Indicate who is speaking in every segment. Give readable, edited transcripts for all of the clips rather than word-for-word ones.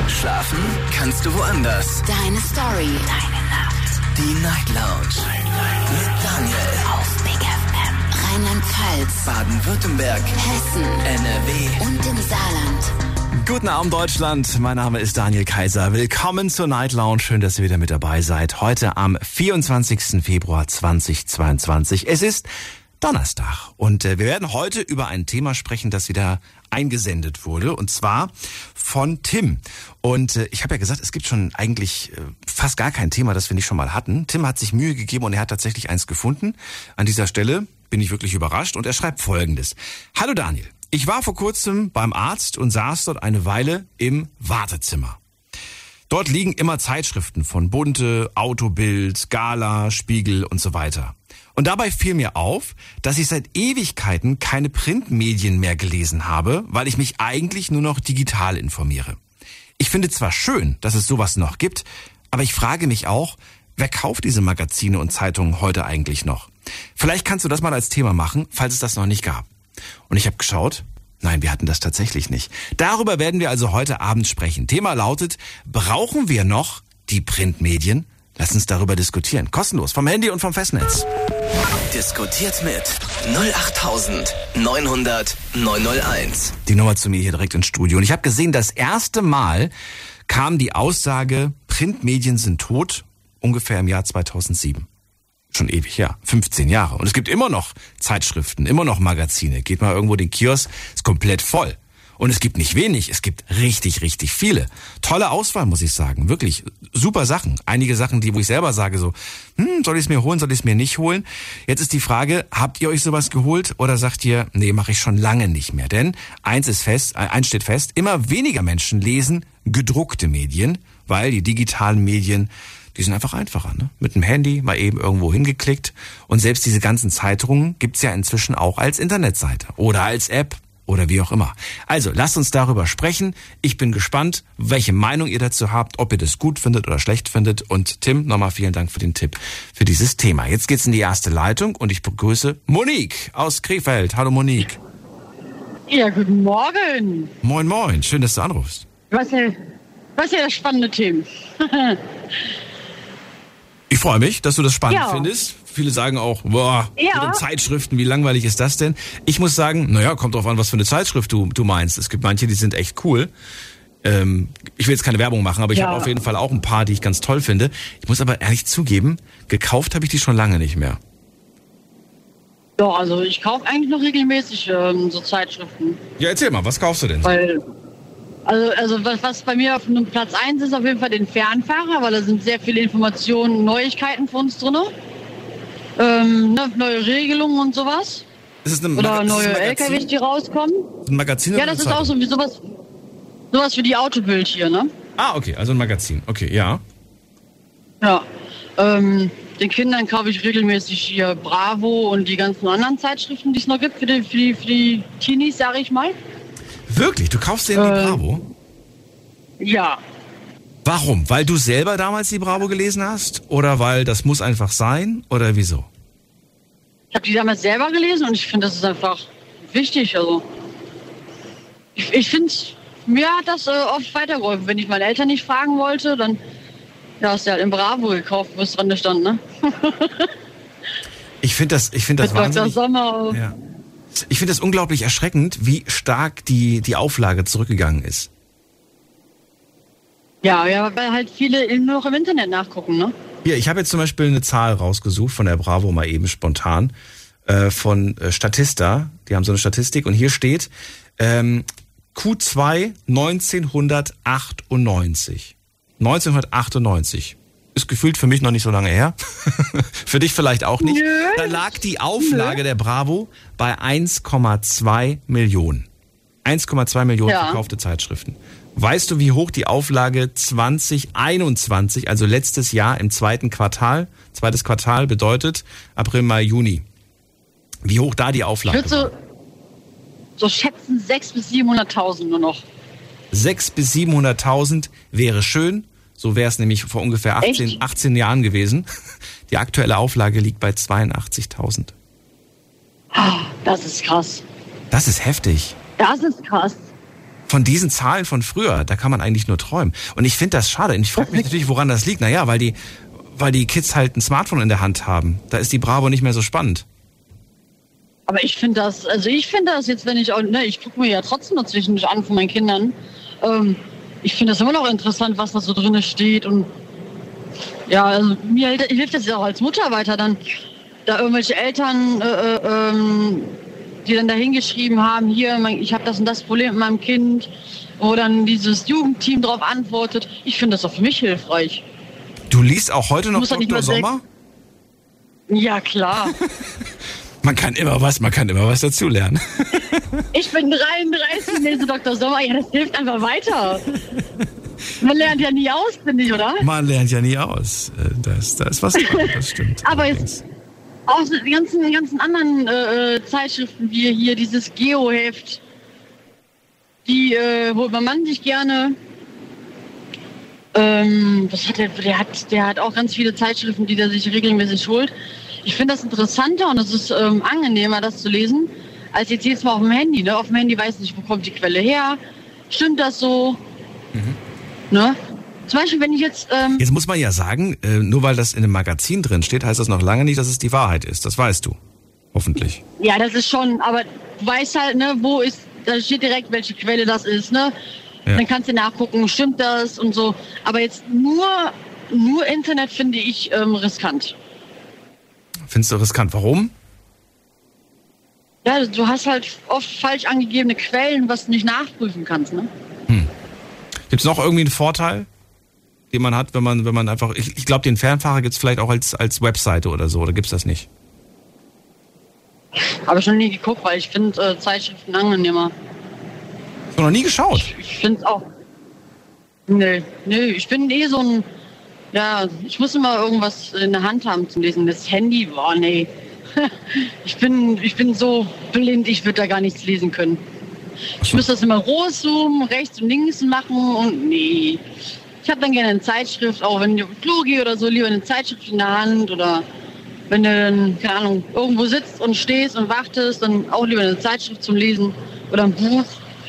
Speaker 1: Schlafen kannst du woanders.
Speaker 2: Deine Story. Deine Nacht.
Speaker 1: Die Night Lounge. Mit Daniel.
Speaker 2: Auf Big FM. Rheinland-Pfalz.
Speaker 1: Baden-Württemberg.
Speaker 2: Hessen.
Speaker 1: NRW.
Speaker 2: Und im Saarland.
Speaker 3: Guten Abend, Deutschland. Mein Name ist Daniel Kaiser. Willkommen zur Night Lounge. Schön, dass ihr wieder mit dabei seid. Heute am 24. Februar 2022. Es ist Donnerstag und wir werden heute über ein Thema sprechen, das wieder eingesendet wurde, und zwar von Tim. Und ich habe ja gesagt, es gibt schon eigentlich fast gar kein Thema, das wir nicht schon mal hatten. Tim hat sich Mühe gegeben und er hat tatsächlich eins gefunden. An dieser Stelle bin ich wirklich überrascht und er schreibt Folgendes. Hallo Daniel, ich war vor kurzem beim Arzt und saß dort eine Weile im Wartezimmer. Dort liegen immer Zeitschriften von Bunte, Autobild, Gala, Spiegel und so weiter. Und dabei fiel mir auf, dass ich seit Ewigkeiten keine Printmedien mehr gelesen habe, weil ich mich eigentlich nur noch digital informiere. Ich finde zwar schön, dass es sowas noch gibt, aber ich frage mich auch, wer kauft diese Magazine und Zeitungen heute eigentlich noch? Vielleicht kannst du das mal als Thema machen, falls es das noch nicht gab. Und ich habe geschaut, nein, wir hatten das tatsächlich nicht. Darüber werden wir also heute Abend sprechen. Thema lautet, brauchen wir noch die Printmedien? Lass uns darüber diskutieren. Kostenlos, vom Handy und vom Festnetz.
Speaker 1: Diskutiert mit 08900 901.
Speaker 3: Die Nummer zu mir hier direkt ins Studio. Und ich habe gesehen, das erste Mal kam die Aussage, Printmedien sind tot, ungefähr im Jahr 2007. Schon ewig her, 15 Jahre. Und es gibt immer noch Zeitschriften, immer noch Magazine. Geht mal irgendwo den Kiosk, ist komplett voll. Und es gibt nicht wenig, es gibt richtig, richtig viele. Tolle Auswahl, muss ich sagen. Wirklich super Sachen. Einige Sachen, wo ich selber sage so, soll ich es mir holen, soll ich es mir nicht holen? Jetzt ist die Frage, habt ihr euch sowas geholt oder sagt ihr, nee, mache ich schon lange nicht mehr? Denn eins steht fest, immer weniger Menschen lesen gedruckte Medien, weil die digitalen Medien, die sind einfach einfacher, ne? Mit dem Handy mal eben irgendwo hingeklickt. Und selbst diese ganzen Zeitungen gibt's ja inzwischen auch als Internetseite oder als App. Oder wie auch immer. Also, lasst uns darüber sprechen. Ich bin gespannt, welche Meinung ihr dazu habt, ob ihr das gut findet oder schlecht findet. Und Tim, nochmal vielen Dank für den Tipp für dieses Thema. Jetzt geht's in die erste Leitung und ich begrüße Monique aus Krefeld. Hallo Monique.
Speaker 4: Ja, guten Morgen.
Speaker 3: Moin, moin. Schön, dass du anrufst.
Speaker 4: Was ja das spannende Thema.
Speaker 3: Ich freue mich, dass du das spannend findest. Viele sagen auch, boah, mit den Zeitschriften, wie langweilig ist das denn? Ich muss sagen, naja, kommt drauf an, was für eine Zeitschrift du meinst. Es gibt manche, die sind echt cool. Ich will jetzt keine Werbung machen, aber ich habe auf jeden Fall auch ein paar, die ich ganz toll finde. Ich muss aber ehrlich zugeben, gekauft habe ich die schon lange nicht mehr.
Speaker 4: Ja, also ich kaufe eigentlich noch regelmäßig so Zeitschriften.
Speaker 3: Ja, erzähl mal, was kaufst du denn?
Speaker 4: Also was bei mir auf einem Platz 1 ist, auf jeden Fall den Fernfahrer, weil da sind sehr viele Informationen, Neuigkeiten für uns drin. Neue Regelungen und sowas.
Speaker 3: Ist es
Speaker 4: oder neue LKWs, die rauskommen.
Speaker 3: Ein Magazin?
Speaker 4: Ja, das ist auch so wie sowas wie die Autobild hier, ne?
Speaker 3: Ah, okay, also ein Magazin. Okay, ja.
Speaker 4: Ja, den Kindern kaufe ich regelmäßig hier Bravo und die ganzen anderen Zeitschriften, die es noch gibt für die Teenies, sage ich mal.
Speaker 3: Wirklich? Du kaufst denen die Bravo?
Speaker 4: Ja.
Speaker 3: Warum? Weil du selber damals die Bravo gelesen hast? Oder weil das muss einfach sein? Oder wieso?
Speaker 4: Ich habe die damals selber gelesen und ich finde, das ist einfach wichtig. Also ich finde, mir hat das oft weitergeholfen. Wenn ich meine Eltern nicht fragen wollte, dann hast du halt im Bravo gekauft, wo es dran stand, ne?
Speaker 3: Ich finde das wahnsinnig.
Speaker 4: Sommer.
Speaker 3: Ja. Ich finde das unglaublich erschreckend, wie stark die Auflage zurückgegangen ist.
Speaker 4: Ja, weil halt viele nur noch im Internet nachgucken, ne?
Speaker 3: Ja, ich habe jetzt zum Beispiel eine Zahl rausgesucht von der Bravo, mal eben spontan, von Statista. Die haben so eine Statistik und hier steht Q2 1998. 1998. Ist gefühlt für mich noch nicht so lange her. Für dich vielleicht auch nicht.
Speaker 4: Nö.
Speaker 3: Da lag die Auflage der Bravo bei 1,2 Millionen. 1,2 Millionen verkaufte Zeitschriften. Weißt du, wie hoch die Auflage 2021, also letztes Jahr im zweites Quartal bedeutet April, Mai, Juni. Wie hoch da die Auflage
Speaker 4: Ich würde so schätzen 600.000 bis 700.000 nur noch.
Speaker 3: 600.000 bis 700.000 wäre schön. So wäre es nämlich vor ungefähr 18 Jahren gewesen. Die aktuelle Auflage liegt bei 82.000.
Speaker 4: Das ist krass.
Speaker 3: Das ist heftig.
Speaker 4: Das ist krass.
Speaker 3: von diesen Zahlen von früher, da kann man eigentlich nur träumen. Und ich finde das schade. Und ich frage mich natürlich, woran das liegt. Naja, weil die Kids halt ein Smartphone in der Hand haben. Da ist die Bravo nicht mehr so spannend.
Speaker 4: Aber ich finde das jetzt, wenn ich auch, ne, ich gucke mir ja trotzdem noch zwischendurch an von meinen Kindern. Ich finde das immer noch interessant, was da so drin steht. Und ja, also mir hilft das ja auch als Mutter weiter, dann da irgendwelche Eltern, die dann da hingeschrieben haben, hier, ich habe das und das Problem mit meinem Kind, wo dann dieses Jugendteam darauf antwortet. Ich finde das auch für mich hilfreich.
Speaker 3: Du liest auch heute noch Dr. Sommer?
Speaker 4: Ja, klar.
Speaker 3: Man kann immer was dazulernen.
Speaker 4: Ich bin 33, lese Dr. Sommer. Ja, das hilft einfach weiter. Man lernt ja nie aus, finde ich, oder?
Speaker 3: Man lernt ja nie aus. Da ist was dran, das stimmt.
Speaker 4: Aber jetzt auch die ganzen anderen Zeitschriften, wie hier dieses Geo-Heft, die holt mein Mann sich gerne. Der hat auch ganz viele Zeitschriften, die der sich regelmäßig holt. Ich finde das interessanter und es ist angenehmer, das zu lesen, als jetzt jedes Mal auf dem Handy. Ne? Auf dem Handy weiß ich nicht, wo kommt die Quelle her. Stimmt das so? Ne? Zum Beispiel, wenn ich jetzt...
Speaker 3: Jetzt muss man ja sagen, nur weil das in einem Magazin drin steht, heißt das noch lange nicht, dass es die Wahrheit ist. Das weißt du. Hoffentlich.
Speaker 4: Ja, das ist schon, aber du weißt halt, ne, da steht direkt, welche Quelle das ist, ne? Ja. Dann kannst du nachgucken, stimmt das und so. Aber jetzt nur Internet finde ich riskant.
Speaker 3: Findest du riskant? Warum?
Speaker 4: Ja, du hast halt oft falsch angegebene Quellen, was du nicht nachprüfen kannst, ne?
Speaker 3: Gibt es noch irgendwie einen Vorteil, den man hat, wenn man einfach... Ich glaube, den Fernfahrer gibt es vielleicht auch als Webseite oder so, oder gibt es das nicht?
Speaker 4: Habe ich noch nie geguckt, weil ich finde Zeitschriften angenehmer.
Speaker 3: Hast du noch nie geschaut?
Speaker 4: Ich finde es auch... Nee, ich bin so ein... Ja, ich muss immer irgendwas in der Hand haben zum Lesen. Das Handy, boah, nee. Ich bin so blind, ich würde da gar nichts lesen können. Ich müsste das immer rauszoomen, rechts und links machen und nee. Ich habe dann gerne eine Zeitschrift, auch wenn ich auf den Klo gehe oder so, lieber eine Zeitschrift in der Hand oder wenn du dann, keine Ahnung, irgendwo sitzt und stehst und wartest, dann auch lieber eine Zeitschrift zum Lesen oder ein Buch.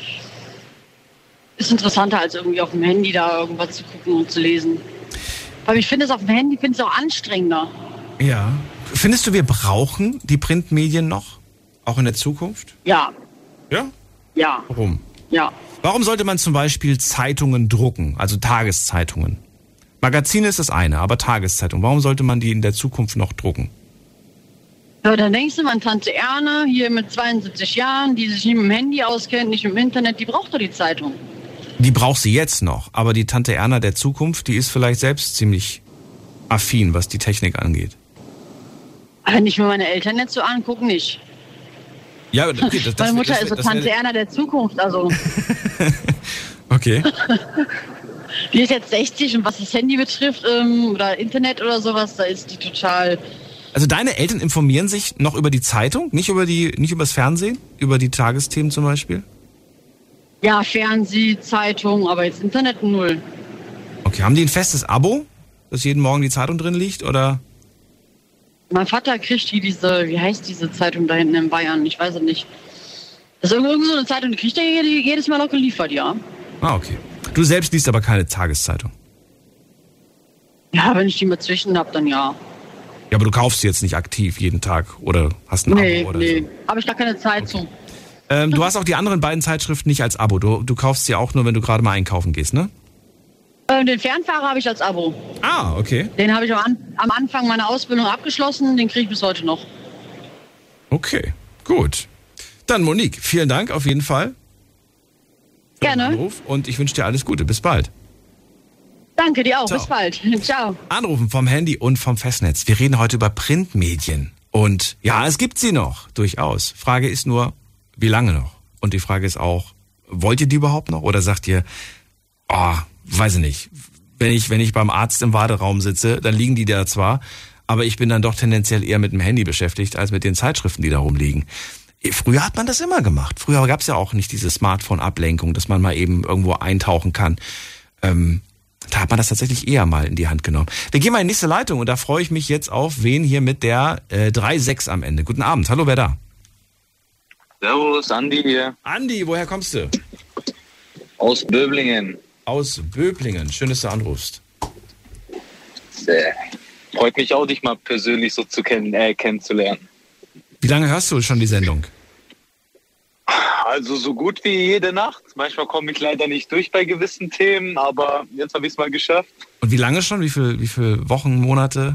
Speaker 4: Ist interessanter, als irgendwie auf dem Handy da irgendwas zu gucken und zu lesen. Aber ich finde es auf dem Handy auch anstrengender.
Speaker 3: Ja. Findest du, wir brauchen die Printmedien noch? Auch in der Zukunft?
Speaker 4: Ja.
Speaker 3: Ja?
Speaker 4: Ja.
Speaker 3: Warum?
Speaker 4: Ja.
Speaker 3: Warum sollte man zum Beispiel Zeitungen drucken, also Tageszeitungen? Magazine ist das eine, aber Tageszeitungen. Warum sollte man die in der Zukunft noch drucken?
Speaker 4: Ja, dann denkst du, an Tante Erne, hier mit 72 Jahren, die sich nicht mit dem Handy auskennt, nicht mit dem Internet, die braucht doch die Zeitung.
Speaker 3: Die braucht sie jetzt noch, aber die Tante Erna der Zukunft, die ist vielleicht selbst ziemlich affin, was die Technik angeht.
Speaker 4: Aber wenn ich mir meine Eltern jetzt so angucke, nicht.
Speaker 3: Ja, okay,
Speaker 4: meine Mutter ist so Tante Erna der Zukunft, also.
Speaker 3: Okay.
Speaker 4: Die ist jetzt 60 und was das Handy betrifft oder Internet oder sowas, da ist die total...
Speaker 3: Also deine Eltern informieren sich noch über die Zeitung, nicht über das Fernsehen, über die Tagesthemen zum Beispiel?
Speaker 4: Ja, Fernseh, Zeitung, aber jetzt Internet null.
Speaker 3: Okay, haben die ein festes Abo, dass jeden Morgen die Zeitung drin liegt, oder?
Speaker 4: Mein Vater kriegt wie heißt diese Zeitung da hinten in Bayern? Ich weiß es nicht. Das ist irgend so eine Zeitung, die kriegt er jedes Mal noch geliefert, ja.
Speaker 3: Ah, okay. Du selbst liest aber keine Tageszeitung?
Speaker 4: Ja, wenn ich die mal zwischen habe, dann ja.
Speaker 3: Ja, aber du kaufst sie jetzt nicht aktiv jeden Tag oder hast ein Abo oder so? Nee,
Speaker 4: habe ich gar keine Zeit zu.
Speaker 3: Du hast auch die anderen beiden Zeitschriften nicht als Abo. Du kaufst sie auch nur, wenn du gerade mal einkaufen gehst, ne?
Speaker 4: Den Fernfahrer habe ich als Abo.
Speaker 3: Ah, okay.
Speaker 4: Den habe ich am Anfang meiner Ausbildung abgeschlossen, den kriege ich bis heute noch.
Speaker 3: Okay, gut. Dann Monique, vielen Dank auf jeden Fall.
Speaker 4: Gerne.
Speaker 3: Anruf und ich wünsche dir alles Gute. Bis bald.
Speaker 4: Danke dir auch.
Speaker 3: Ciao.
Speaker 4: Bis bald. Ciao.
Speaker 3: Anrufen vom Handy und vom Festnetz. Wir reden heute über Printmedien. Und ja, es gibt sie noch, durchaus. Frage ist nur, wie lange noch? Und die Frage ist auch, wollt ihr die überhaupt noch? Oder sagt ihr, weiß ich nicht, wenn ich beim Arzt im Warteraum sitze, dann liegen die da zwar, aber ich bin dann doch tendenziell eher mit dem Handy beschäftigt, als mit den Zeitschriften, die da rumliegen. Früher hat man das immer gemacht. Früher gab es ja auch nicht diese Smartphone-Ablenkung, dass man mal eben irgendwo eintauchen kann. Da hat man das tatsächlich eher mal in die Hand genommen. Wir gehen mal in die nächste Leitung und da freue ich mich jetzt auf wen hier mit der 3.6 am Ende. Guten Abend, hallo, wer da?
Speaker 5: Servus, Andi hier.
Speaker 3: Andi, woher kommst du?
Speaker 5: Aus Böblingen.
Speaker 3: Aus Böblingen. Schön, dass du anrufst.
Speaker 5: Freut mich auch, dich mal persönlich so kennenzulernen.
Speaker 3: Wie lange hörst du schon die Sendung?
Speaker 5: Also so gut wie jede Nacht. Manchmal komme ich leider nicht durch bei gewissen Themen, aber jetzt habe ich es mal geschafft.
Speaker 3: Und wie lange schon? Wie viele Wochen, Monate?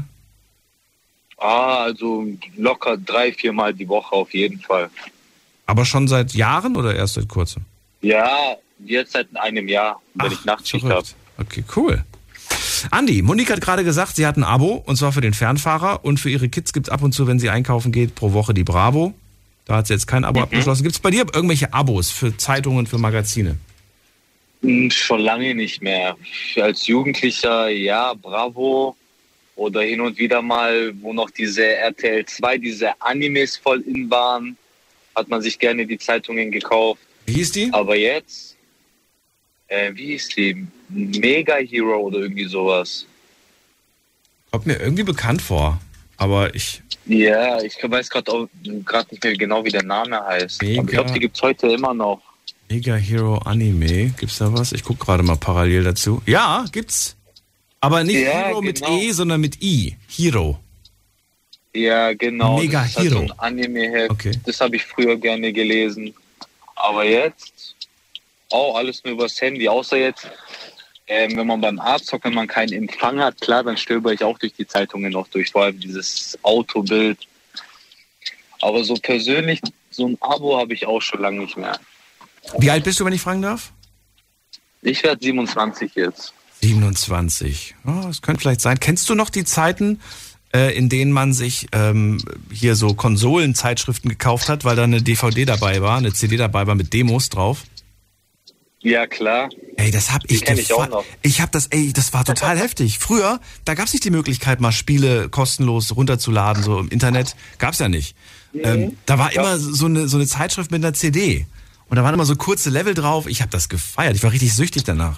Speaker 5: Also locker 3-4 Mal die Woche auf jeden Fall.
Speaker 3: Aber schon seit Jahren oder erst seit kurzem?
Speaker 5: Ja, jetzt seit einem Jahr, wenn ich Nachtschicht habe.
Speaker 3: Okay, cool. Andi, Monique hat gerade gesagt, sie hat ein Abo, und zwar für den Fernfahrer, und für ihre Kids gibt es ab und zu, wenn sie einkaufen geht, pro Woche die Bravo. Da hat sie jetzt kein Abo abgeschlossen. Gibt es bei dir irgendwelche Abos für Zeitungen, für Magazine?
Speaker 5: Schon lange nicht mehr. Als Jugendlicher, ja, Bravo. Oder hin und wieder mal, wo noch diese RTL 2, diese Animes voll in waren, hat man sich gerne die Zeitungen gekauft.
Speaker 3: Wie hieß die?
Speaker 5: Aber jetzt, wie hieß die? Mega Hero oder irgendwie sowas.
Speaker 3: Kommt mir irgendwie bekannt vor, aber ich...
Speaker 5: Ja, ich weiß gerade nicht mehr genau, wie der Name heißt. Aber ich glaube, die gibt es heute immer noch.
Speaker 3: Mega Hero Anime, gibt's da was? Ich gucke gerade mal parallel dazu. Ja, gibt's. Aber nicht Hero mit E, sondern mit I. Hero.
Speaker 5: Ja, genau.
Speaker 3: Mega
Speaker 5: das ist
Speaker 3: Hero.
Speaker 5: Halt so ein Anime-Heft.
Speaker 3: Okay.
Speaker 5: Das habe ich früher gerne gelesen. Aber jetzt auch alles nur übers Handy. Außer jetzt, wenn man beim Arzt hockt, wenn man keinen Empfang hat, klar, dann stöber ich auch durch die Zeitungen noch durch. Vor allem dieses Autobild. Aber so persönlich, so ein Abo habe ich auch schon lange nicht mehr.
Speaker 3: Wie alt bist du, wenn ich fragen darf?
Speaker 5: Ich werde 27 jetzt.
Speaker 3: 27. Oh, das könnte vielleicht sein. Kennst du noch die Zeiten, in denen man sich hier so Konsolenzeitschriften gekauft hat, weil da eine DVD dabei war, eine CD dabei war mit Demos drauf?
Speaker 5: Ja, klar.
Speaker 3: Ey, das hab ich
Speaker 5: ich auch noch.
Speaker 3: Das war total heftig. Früher, da gab's nicht die Möglichkeit, mal Spiele kostenlos runterzuladen, so im Internet. Gab's ja nicht. Da war immer so eine Zeitschrift mit einer CD. Und da waren immer so kurze Level drauf. Ich habe das gefeiert. Ich war richtig süchtig danach.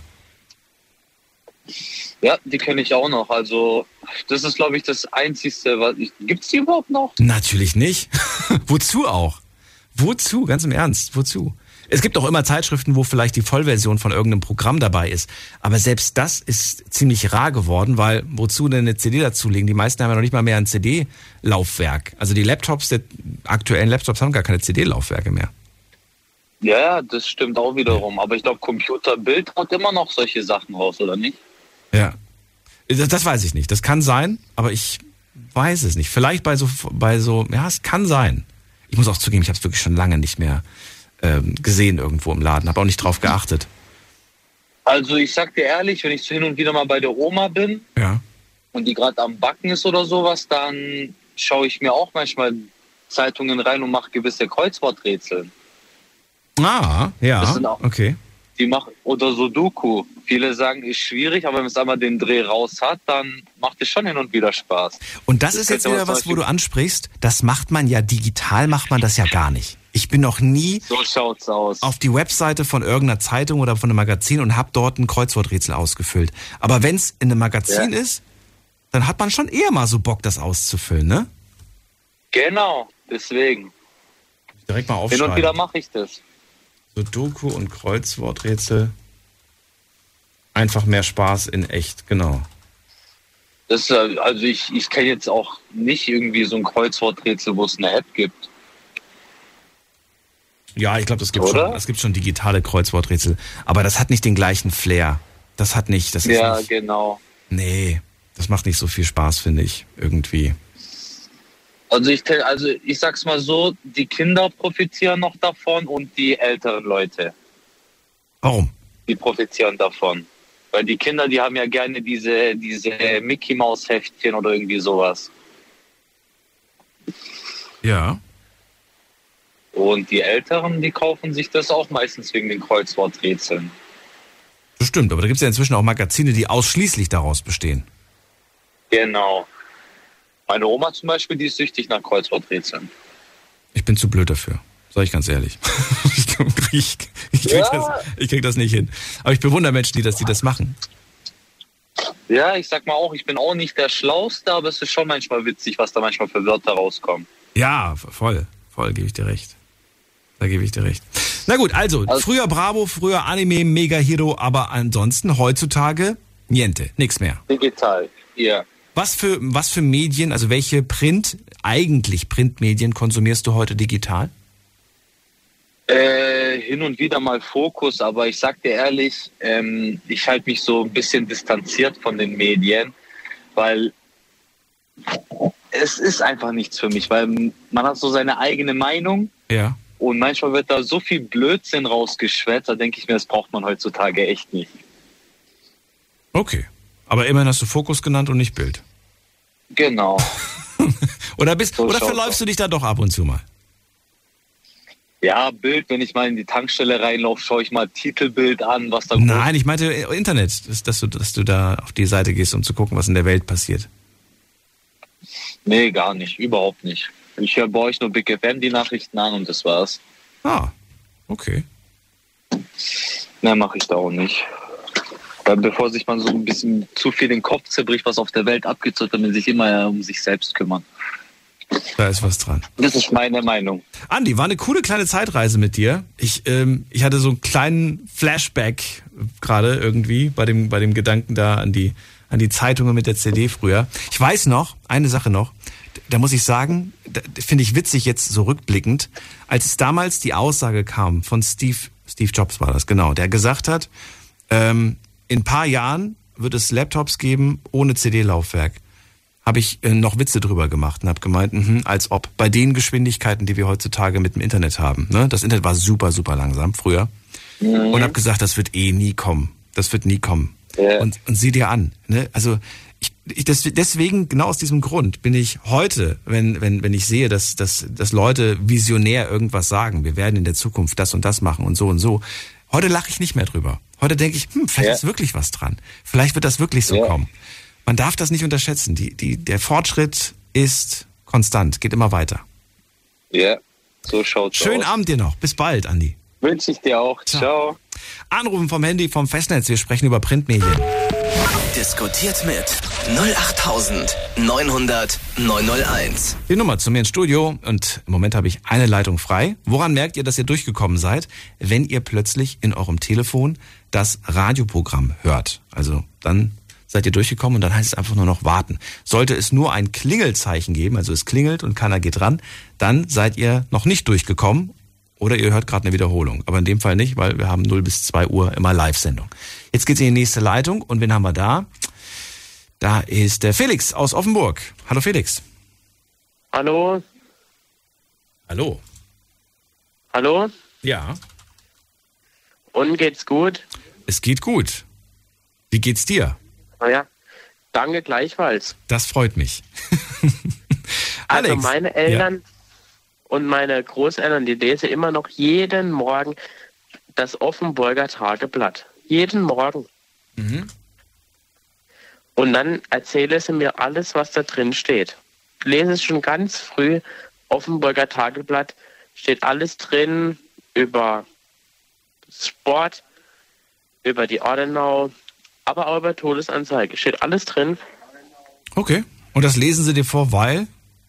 Speaker 5: Ja, die kenne ich auch noch. Also, das ist, glaube ich, das Einzigste, was ich... Gibt's die überhaupt noch?
Speaker 3: Natürlich nicht. Wozu auch? Wozu? Ganz im Ernst. Wozu? Es gibt auch immer Zeitschriften, wo vielleicht die Vollversion von irgendeinem Programm dabei ist. Aber selbst das ist ziemlich rar geworden, weil wozu denn eine CD dazulegen? Die meisten haben ja noch nicht mal mehr ein CD-Laufwerk. Also die Laptops, die aktuellen Laptops haben gar keine CD-Laufwerke mehr.
Speaker 5: Ja, das stimmt auch wiederum. Aber ich glaube, Computerbild haut immer noch solche Sachen raus, oder nicht?
Speaker 3: Ja. Das weiß ich nicht. Das kann sein, aber ich weiß es nicht. Vielleicht bei so, ja, es kann sein. Ich muss auch zugeben, ich habe es wirklich schon lange nicht mehr gesehen irgendwo im Laden. Habe auch nicht drauf geachtet.
Speaker 5: Also ich sag dir ehrlich, wenn ich so hin und wieder mal bei der Oma bin und die gerade am Backen ist oder sowas, dann schaue ich mir auch manchmal Zeitungen rein und mache gewisse Kreuzworträtsel.
Speaker 3: Ah, ja,
Speaker 5: das sind auch,
Speaker 3: okay.
Speaker 5: Die machen, oder Sudoku. Viele sagen, ist schwierig, aber wenn es einmal den Dreh raus hat, dann macht es schon hin und wieder Spaß.
Speaker 3: Und das ist jetzt wieder was, wo du ansprichst, das macht man ja digital, macht man das ja gar nicht. Ich bin noch nie
Speaker 5: so schaut's aus.
Speaker 3: Auf die Webseite von irgendeiner Zeitung oder von einem Magazin und habe dort ein Kreuzworträtsel ausgefüllt. Aber wenn es in einem Magazin ist, dann hat man schon eher mal so Bock, das auszufüllen, ne?
Speaker 5: Genau, deswegen.
Speaker 3: Direkt mal aufschreiben.
Speaker 5: Hin und wieder mache ich das.
Speaker 3: Sudoku und Kreuzworträtsel. Einfach mehr Spaß in echt, genau.
Speaker 5: Das, also ich kenne jetzt auch nicht irgendwie so ein Kreuzworträtsel, wo es eine App gibt.
Speaker 3: Ja, ich glaube, es gibt schon digitale Kreuzworträtsel. Aber das hat nicht den gleichen Flair. Das ist nicht...
Speaker 5: Genau.
Speaker 3: Nee, das macht nicht so viel Spaß, finde ich, irgendwie.
Speaker 5: Also ich sag's mal so, die Kinder profitieren noch davon und die älteren Leute.
Speaker 3: Warum?
Speaker 5: Die profitieren davon. Weil die Kinder, die haben ja gerne diese Mickey-Maus-Heftchen oder irgendwie sowas.
Speaker 3: Ja.
Speaker 5: Und die Älteren, die kaufen sich das auch meistens wegen den Kreuzworträtseln.
Speaker 3: Das stimmt, aber da gibt es ja inzwischen auch Magazine, die ausschließlich daraus bestehen.
Speaker 5: Genau. Meine Oma zum Beispiel, die ist süchtig nach Kreuzworträtseln.
Speaker 3: Ich bin zu blöd dafür, sag ich ganz ehrlich. Ich krieg das nicht hin. Aber ich bewundere Menschen, die das machen.
Speaker 5: Ja, ich sag mal auch, ich bin auch nicht der Schlauste, aber es ist schon manchmal witzig, was da manchmal für Wörter rauskommen.
Speaker 3: Ja, voll, gebe ich dir recht. Da gebe ich dir recht. Na gut, also früher Bravo, früher Anime, Mega Hero, aber ansonsten heutzutage niente, nichts mehr.
Speaker 5: Digital, ja.
Speaker 3: Was für Medien, also welche Printmedien konsumierst du heute digital?
Speaker 5: Hin und wieder mal Fokus, aber ich sag dir ehrlich, ich halte mich so ein bisschen distanziert von den Medien, weil es ist einfach nichts für mich, weil man hat so seine eigene Meinung.
Speaker 3: Ja.
Speaker 5: Und manchmal wird da so viel Blödsinn rausgeschwätzt, da denke ich mir, das braucht man heutzutage echt nicht.
Speaker 3: Okay. Aber immerhin hast du Fokus genannt und nicht Bild.
Speaker 5: Genau.
Speaker 3: Oder verläufst du dich da doch ab und zu mal?
Speaker 5: Ja, Bild, wenn ich mal in die Tankstelle reinlaufe, schaue ich mal Titelbild an, was da...
Speaker 3: Nein, ich meinte Internet, dass du da auf die Seite gehst, um zu gucken, was in der Welt passiert.
Speaker 5: Nee, gar nicht, überhaupt nicht. Ich höre bei euch nur Big FM die Nachrichten an und das war's.
Speaker 3: Ah, okay.
Speaker 5: Mehr mache ich da auch nicht. Weil bevor sich man so ein bisschen zu viel den Kopf zerbricht, was auf der Welt abgeht, sollte man sich immer um sich selbst kümmern.
Speaker 3: Da ist was dran.
Speaker 5: Das ist meine Meinung.
Speaker 3: Andi, war eine coole kleine Zeitreise mit dir. Ich hatte so einen kleinen Flashback gerade irgendwie bei dem Gedanken da an die Zeitungen mit der CD früher. Ich weiß noch, eine Sache noch, da muss ich sagen, finde ich witzig jetzt so rückblickend, als es damals die Aussage kam von Steve Jobs war das, genau, der gesagt hat, in ein paar Jahren wird es Laptops geben ohne CD-Laufwerk. Habe ich noch Witze drüber gemacht und habe gemeint, als ob bei den Geschwindigkeiten, die wir heutzutage mit dem Internet haben. Ne? Das Internet war super, super langsam früher. Mhm. Und habe gesagt, das wird nie kommen. Das wird nie kommen. Ja. Und sieh dir an. Ne? Also deswegen, genau aus diesem Grund, bin ich heute, wenn ich sehe, dass Leute visionär irgendwas sagen, wir werden in der Zukunft das und das machen und so. Heute lache ich nicht mehr drüber. Heute denke ich, vielleicht ist wirklich was dran. Vielleicht wird das wirklich so kommen. Man darf das nicht unterschätzen. Der Fortschritt ist konstant, geht immer weiter.
Speaker 5: Ja, so schaut's aus.
Speaker 3: Schönen Abend dir noch. Bis bald, Andi.
Speaker 5: Wünsche ich dir auch. Ciao.
Speaker 3: Anrufen vom Handy, vom Festnetz. Wir sprechen über Printmedien.
Speaker 1: Diskutiert mit 08900 901.
Speaker 3: Die Nummer zu mir ins Studio und im Moment habe ich eine Leitung frei. Woran merkt ihr, dass ihr durchgekommen seid? Wenn ihr plötzlich in eurem Telefon das Radioprogramm hört. Also dann seid ihr durchgekommen und dann heißt es einfach nur noch warten. Sollte es nur ein Klingelzeichen geben, also es klingelt und keiner geht ran, dann seid ihr noch nicht durchgekommen oder ihr hört gerade eine Wiederholung. Aber in dem Fall nicht, weil wir haben 0 bis 2 Uhr immer Live-Sendung. Jetzt geht's in die nächste Leitung und wen haben wir da? Da ist der Felix aus Offenburg. Hallo Felix.
Speaker 6: Hallo.
Speaker 3: Hallo.
Speaker 6: Hallo.
Speaker 3: Ja.
Speaker 6: Und geht's gut?
Speaker 3: Es geht gut. Wie geht's dir?
Speaker 6: Naja, danke gleichfalls.
Speaker 3: Das freut mich.
Speaker 6: Also meine Eltern und meine Großeltern, die lesen immer noch jeden Morgen das Offenburger Tageblatt. Jeden Morgen.
Speaker 3: Mhm.
Speaker 6: Und dann erzählen sie mir alles, was da drin steht. Ich lese es schon ganz früh, Offenburger Tageblatt, steht alles drin über Sport, über die Ordenau, aber auch über Todesanzeige. Steht alles drin.
Speaker 3: Okay. Und das lesen sie dir vor, weil?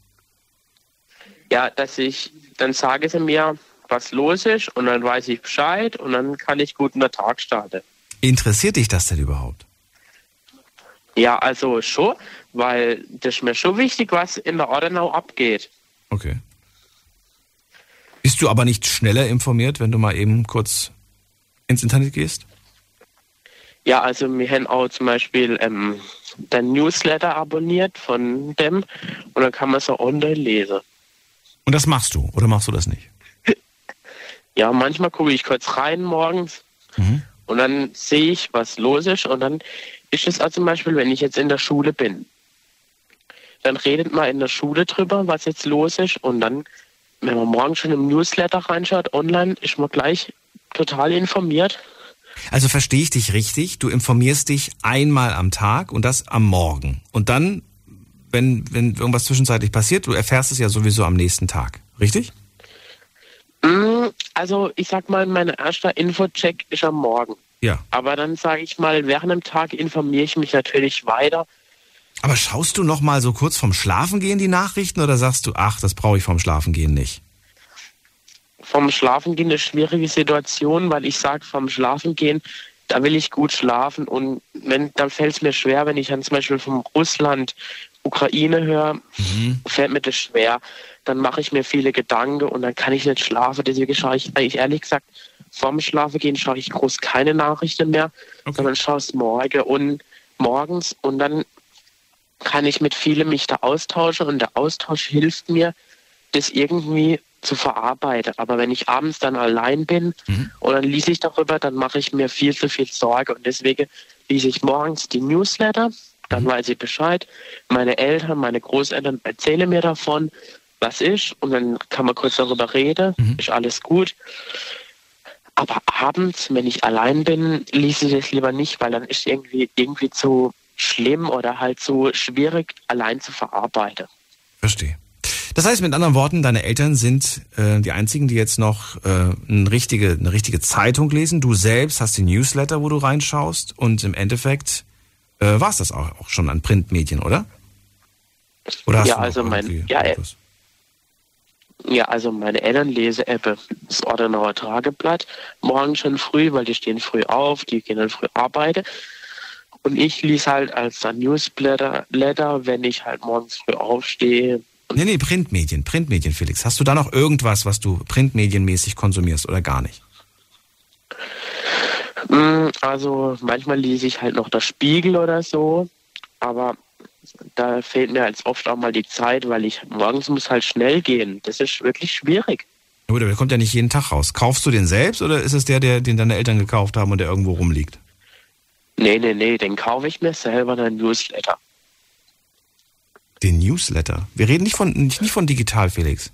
Speaker 6: Ja, dann sagen sie mir, was los ist und dann weiß ich Bescheid und dann kann ich gut in den Tag starten.
Speaker 3: Interessiert dich das denn überhaupt?
Speaker 6: Ja, also schon, weil das ist mir schon wichtig, was in der Ordenau abgeht.
Speaker 3: Okay. Bist du aber nicht schneller informiert, wenn du mal eben kurz ins Internet gehst?
Speaker 6: Ja, also wir haben auch zum Beispiel den Newsletter abonniert von dem und dann kann man so online lesen.
Speaker 3: Und das machst du, oder machst du das nicht?
Speaker 6: Ja, manchmal gucke ich kurz rein morgens und dann sehe ich, was los ist und dann ist es auch zum Beispiel, wenn ich jetzt in der Schule bin, dann redet man in der Schule drüber, was jetzt los ist und dann, wenn man morgen schon im Newsletter reinschaut, online, ist man gleich total informiert.
Speaker 3: Also verstehe ich dich richtig, du informierst dich einmal am Tag und das am Morgen. Und dann, wenn irgendwas zwischenzeitlich passiert, du erfährst es ja sowieso am nächsten Tag, richtig?
Speaker 6: Also ich sag mal, mein erster Infocheck ist am Morgen.
Speaker 3: Ja.
Speaker 6: Aber dann sage ich mal, während dem Tag informiere ich mich natürlich weiter.
Speaker 3: Aber schaust du noch mal so kurz vorm Schlafengehen die Nachrichten oder sagst du, ach, das brauche ich vorm Schlafengehen nicht?
Speaker 6: vom Schlafengehen eine schwierige Situation, weil ich sage, vom Schlafengehen, da will ich gut schlafen und dann fällt es mir schwer, wenn ich dann zum Beispiel von Russland, Ukraine höre, fällt mir das schwer. Dann mache ich mir viele Gedanken und dann kann ich nicht schlafen. Deswegen schaue ich eigentlich ehrlich gesagt, vorm Schlafengehen schaue ich groß keine Nachrichten mehr, sondern schaue es morgens und dann kann ich mit vielen mich da austauschen und der Austausch hilft mir, das irgendwie zu verarbeiten. Aber wenn ich abends dann allein bin und dann lese ich darüber, dann mache ich mir viel zu viel Sorge und deswegen lese ich morgens die Newsletter, dann weiß ich Bescheid. Meine Eltern, meine Großeltern erzählen mir davon, was ist und dann kann man kurz darüber reden, ist alles gut. Aber abends, wenn ich allein bin, lese ich das lieber nicht, weil dann ist irgendwie zu schlimm oder halt so schwierig, allein zu verarbeiten.
Speaker 3: Verstehe. Das heißt mit anderen Worten, deine Eltern sind die einzigen, die jetzt noch eine richtige Zeitung lesen. Du selbst hast die Newsletter, wo du reinschaust und im Endeffekt war es das auch schon an Printmedien, oder? Oder hast
Speaker 6: also meine Eltern lesen das Ordenauer Tageblatt morgen schon früh, weil die stehen früh auf, die gehen dann früh arbeiten. Und ich lese halt als Newsletter, wenn ich halt morgens früh aufstehe.
Speaker 3: Nee, Printmedien, Felix. Hast du da noch irgendwas, was du printmedienmäßig konsumierst oder gar nicht?
Speaker 6: Also manchmal lese ich halt noch das Spiegel oder so, aber da fehlt mir halt oft auch mal die Zeit, weil ich morgens muss halt schnell gehen. Das ist wirklich schwierig.
Speaker 3: Gut, aber der kommt ja nicht jeden Tag raus. Kaufst du den selbst oder ist es den deine Eltern gekauft haben und der irgendwo rumliegt?
Speaker 6: Nee, den kaufe ich mir selber, den Newsletter.
Speaker 3: Den Newsletter? Wir reden nicht von digital, Felix.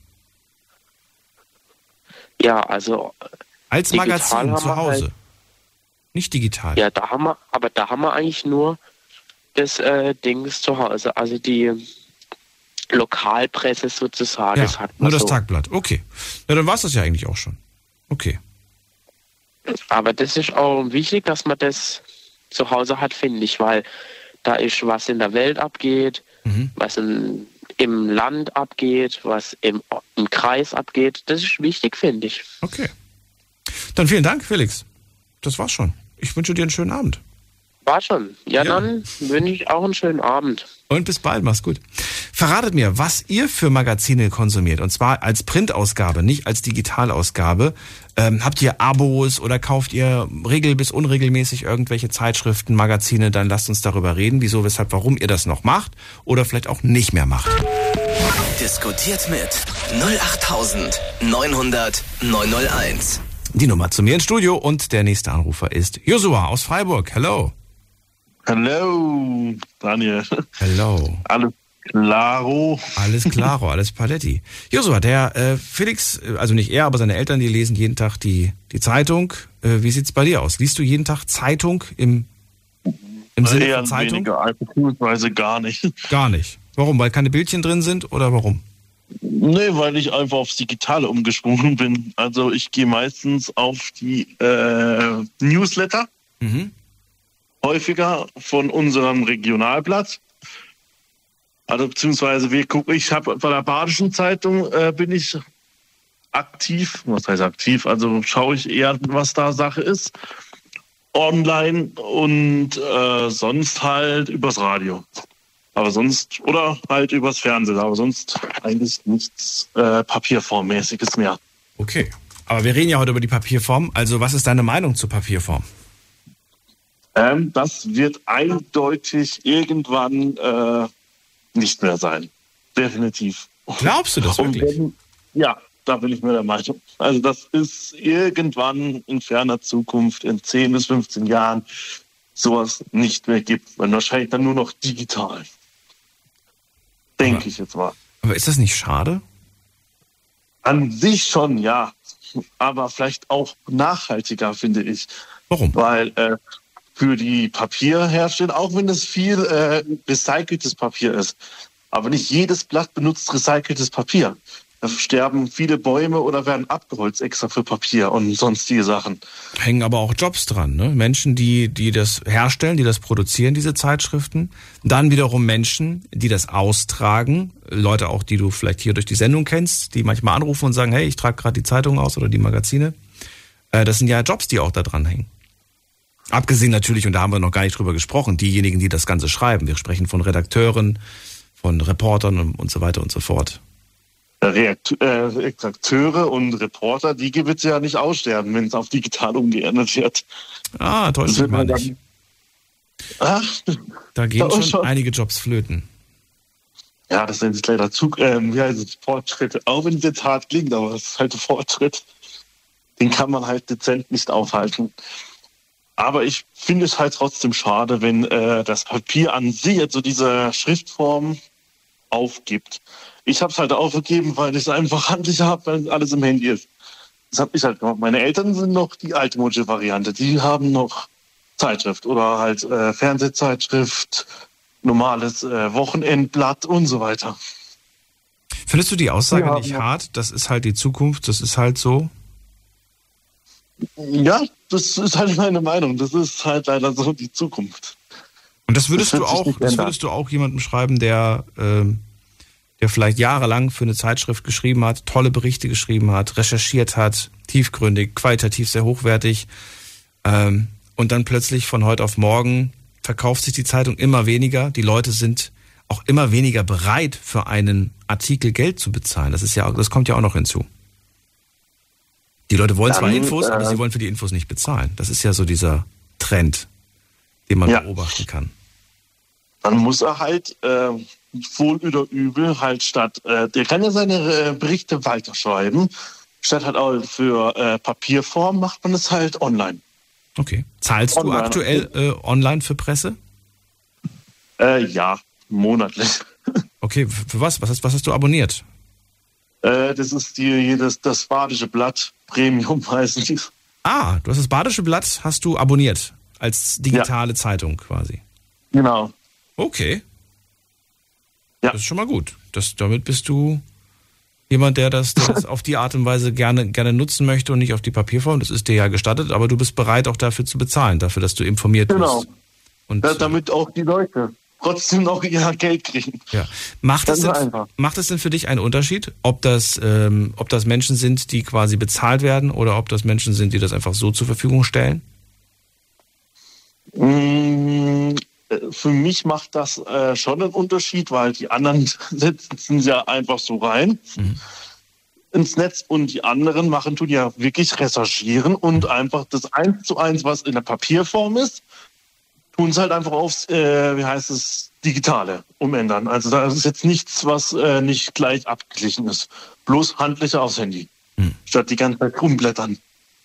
Speaker 6: Ja, also
Speaker 3: als Magazin zu Hause. Halt, nicht digital.
Speaker 6: Ja, da haben wir eigentlich nur das Dings zu Hause, also die Lokalpresse sozusagen.
Speaker 3: Ja, sagt man nur das Tagblatt, okay. Ja, dann war es das ja eigentlich auch schon. Okay.
Speaker 6: Aber das ist auch wichtig, dass man das zu Hause hat, finde ich, weil da ist, was in der Welt abgeht, was im Land abgeht, was im Kreis abgeht. Das ist wichtig, finde ich.
Speaker 3: Okay. Dann vielen Dank, Felix. Das war's schon. Ich wünsche dir einen schönen Abend.
Speaker 6: War schon. Ja, dann wünsche ich auch einen schönen Abend.
Speaker 3: Und bis bald, mach's gut. Verratet mir, was ihr für Magazine konsumiert. Und zwar als Printausgabe, nicht als Digitalausgabe. Habt ihr Abos oder kauft ihr regel- bis unregelmäßig irgendwelche Zeitschriften, Magazine? Dann lasst uns darüber reden, wieso, weshalb, warum ihr das noch macht oder vielleicht auch nicht mehr macht.
Speaker 1: Diskutiert mit 08900 901.
Speaker 3: Die Nummer zu mir ins Studio und der nächste Anrufer ist Joshua aus Freiburg. Hello.
Speaker 7: Hallo, Daniel.
Speaker 3: Hello.
Speaker 7: Alles klaro,
Speaker 3: alles paletti. Joshua, der Felix, also nicht er, aber seine Eltern, die lesen jeden Tag die Zeitung. Wie sieht's bei dir aus? Liest du jeden Tag Zeitung im Sinne von Zeitung?
Speaker 7: Weniger, beziehungsweise gar nicht.
Speaker 3: Gar nicht. Warum? Weil keine Bildchen drin sind oder warum?
Speaker 7: Nee, weil ich einfach aufs Digitale umgesprungen bin. Also ich gehe meistens auf die Newsletter. Häufiger von unserem Regionalblatt. Also beziehungsweise ich habe bei der Badischen Zeitung bin ich aktiv. Was heißt aktiv? Also schaue ich eher, was da Sache ist. Online und sonst halt übers Radio. Aber sonst, oder halt übers Fernsehen, aber sonst eigentlich nichts Papierformmäßiges mehr.
Speaker 3: Okay, aber wir reden ja heute über die Papierform. Also was ist deine Meinung zur Papierform?
Speaker 7: Das wird eindeutig irgendwann nicht mehr sein. Definitiv.
Speaker 3: Glaubst du das wirklich?
Speaker 7: Ja, da bin ich mir der Meinung. Also das ist irgendwann in ferner Zukunft, in 10 bis 15 Jahren, sowas nicht mehr gibt. Und wahrscheinlich dann nur noch digital. Denke ich jetzt mal.
Speaker 3: Aber ist das nicht schade?
Speaker 7: An sich schon, ja. Aber vielleicht auch nachhaltiger, finde ich.
Speaker 3: Warum?
Speaker 7: Weil für die Papierhersteller, auch wenn es viel recyceltes Papier ist, aber nicht jedes Blatt benutzt recyceltes Papier. Da sterben viele Bäume oder werden abgeholzt extra für Papier und sonstige Sachen.
Speaker 3: Hängen aber auch Jobs dran, ne? Menschen, die das herstellen, die das produzieren, diese Zeitschriften. Dann wiederum Menschen, die das austragen. Leute auch, die du vielleicht hier durch die Sendung kennst, die manchmal anrufen und sagen, hey, ich trage gerade die Zeitung aus oder die Magazine. Das sind ja Jobs, die auch da dran hängen. Abgesehen natürlich, und da haben wir noch gar nicht drüber gesprochen, diejenigen, die das Ganze schreiben. Wir sprechen von Redakteuren, von Reportern und so weiter und so fort.
Speaker 7: Redakteure und Reporter, die wird es ja nicht aussterben, wenn es auf digital umgeändert wird.
Speaker 3: Täuscht mich mal nicht. Da gehen schon einige Jobs flöten.
Speaker 7: Ja, das nennt sich leider Fortschritte. Auch wenn es jetzt hart klingt, aber es ist halt ein Fortschritt. Den kann man halt dezent nicht aufhalten. Aber ich finde es halt trotzdem schade, wenn das Papier an sich, also diese Schriftform, aufgibt. Ich habe es halt aufgegeben, weil ich es einfach handlicher habe, weil alles im Handy ist. Das habe ich halt gemacht. Meine Eltern sind noch die altmodische Variante. Die haben noch Zeitschrift oder halt Fernsehzeitschrift, normales Wochenendblatt und so weiter.
Speaker 3: Findest du die Aussage nicht hart? Das ist halt die Zukunft, das ist halt so?
Speaker 7: Ja, das ist halt meine Meinung. Das ist halt leider so die Zukunft.
Speaker 3: Und das würdest du auch jemandem schreiben, der vielleicht jahrelang für eine Zeitschrift geschrieben hat, tolle Berichte geschrieben hat, recherchiert hat, tiefgründig, qualitativ sehr hochwertig, und dann plötzlich von heute auf morgen verkauft sich die Zeitung immer weniger. Die Leute sind auch immer weniger bereit, für einen Artikel Geld zu bezahlen. Das kommt ja auch noch hinzu. Die Leute wollen zwar Infos, aber sie wollen für die Infos nicht bezahlen. Das ist ja so dieser Trend, den man beobachten kann.
Speaker 7: Dann muss er halt wohl oder übel halt statt, der kann ja seine Berichte weiterschreiben, statt halt auch für Papierform macht man es halt online.
Speaker 3: Okay. Zahlst du aktuell online für Presse?
Speaker 7: Ja, monatlich.
Speaker 3: Okay, für was? Was hast du abonniert?
Speaker 7: Das ist das Badische Blatt Premium heißen die.
Speaker 3: Ah, du hast das Badische Blatt, hast du abonniert als digitale Zeitung quasi.
Speaker 7: Genau.
Speaker 3: Okay.
Speaker 7: Ja.
Speaker 3: Das ist schon mal gut. Damit bist du jemand, der das auf die Art und Weise gerne nutzen möchte und nicht auf die Papierform. Das ist dir ja gestattet, aber du bist bereit auch dafür zu bezahlen, dafür, dass du informiert bist.
Speaker 7: Genau.
Speaker 3: Und,
Speaker 7: damit auch die Leute trotzdem noch ihr Geld kriegen.
Speaker 3: Ja. Macht es denn für dich einen Unterschied, ob das Menschen sind, die quasi bezahlt werden, oder ob das Menschen sind, die das einfach so zur Verfügung stellen?
Speaker 7: Für mich macht das schon einen Unterschied, weil die anderen setzen ja einfach so rein ins Netz und die anderen tun ja wirklich recherchieren und einfach das 1:1, was in der Papierform ist, tun es halt einfach aufs, Digitale umändern. Also da ist jetzt nichts, was nicht gleich abgeglichen ist. Bloß handlicher aufs Handy. Statt die ganze Zeit rumblättern.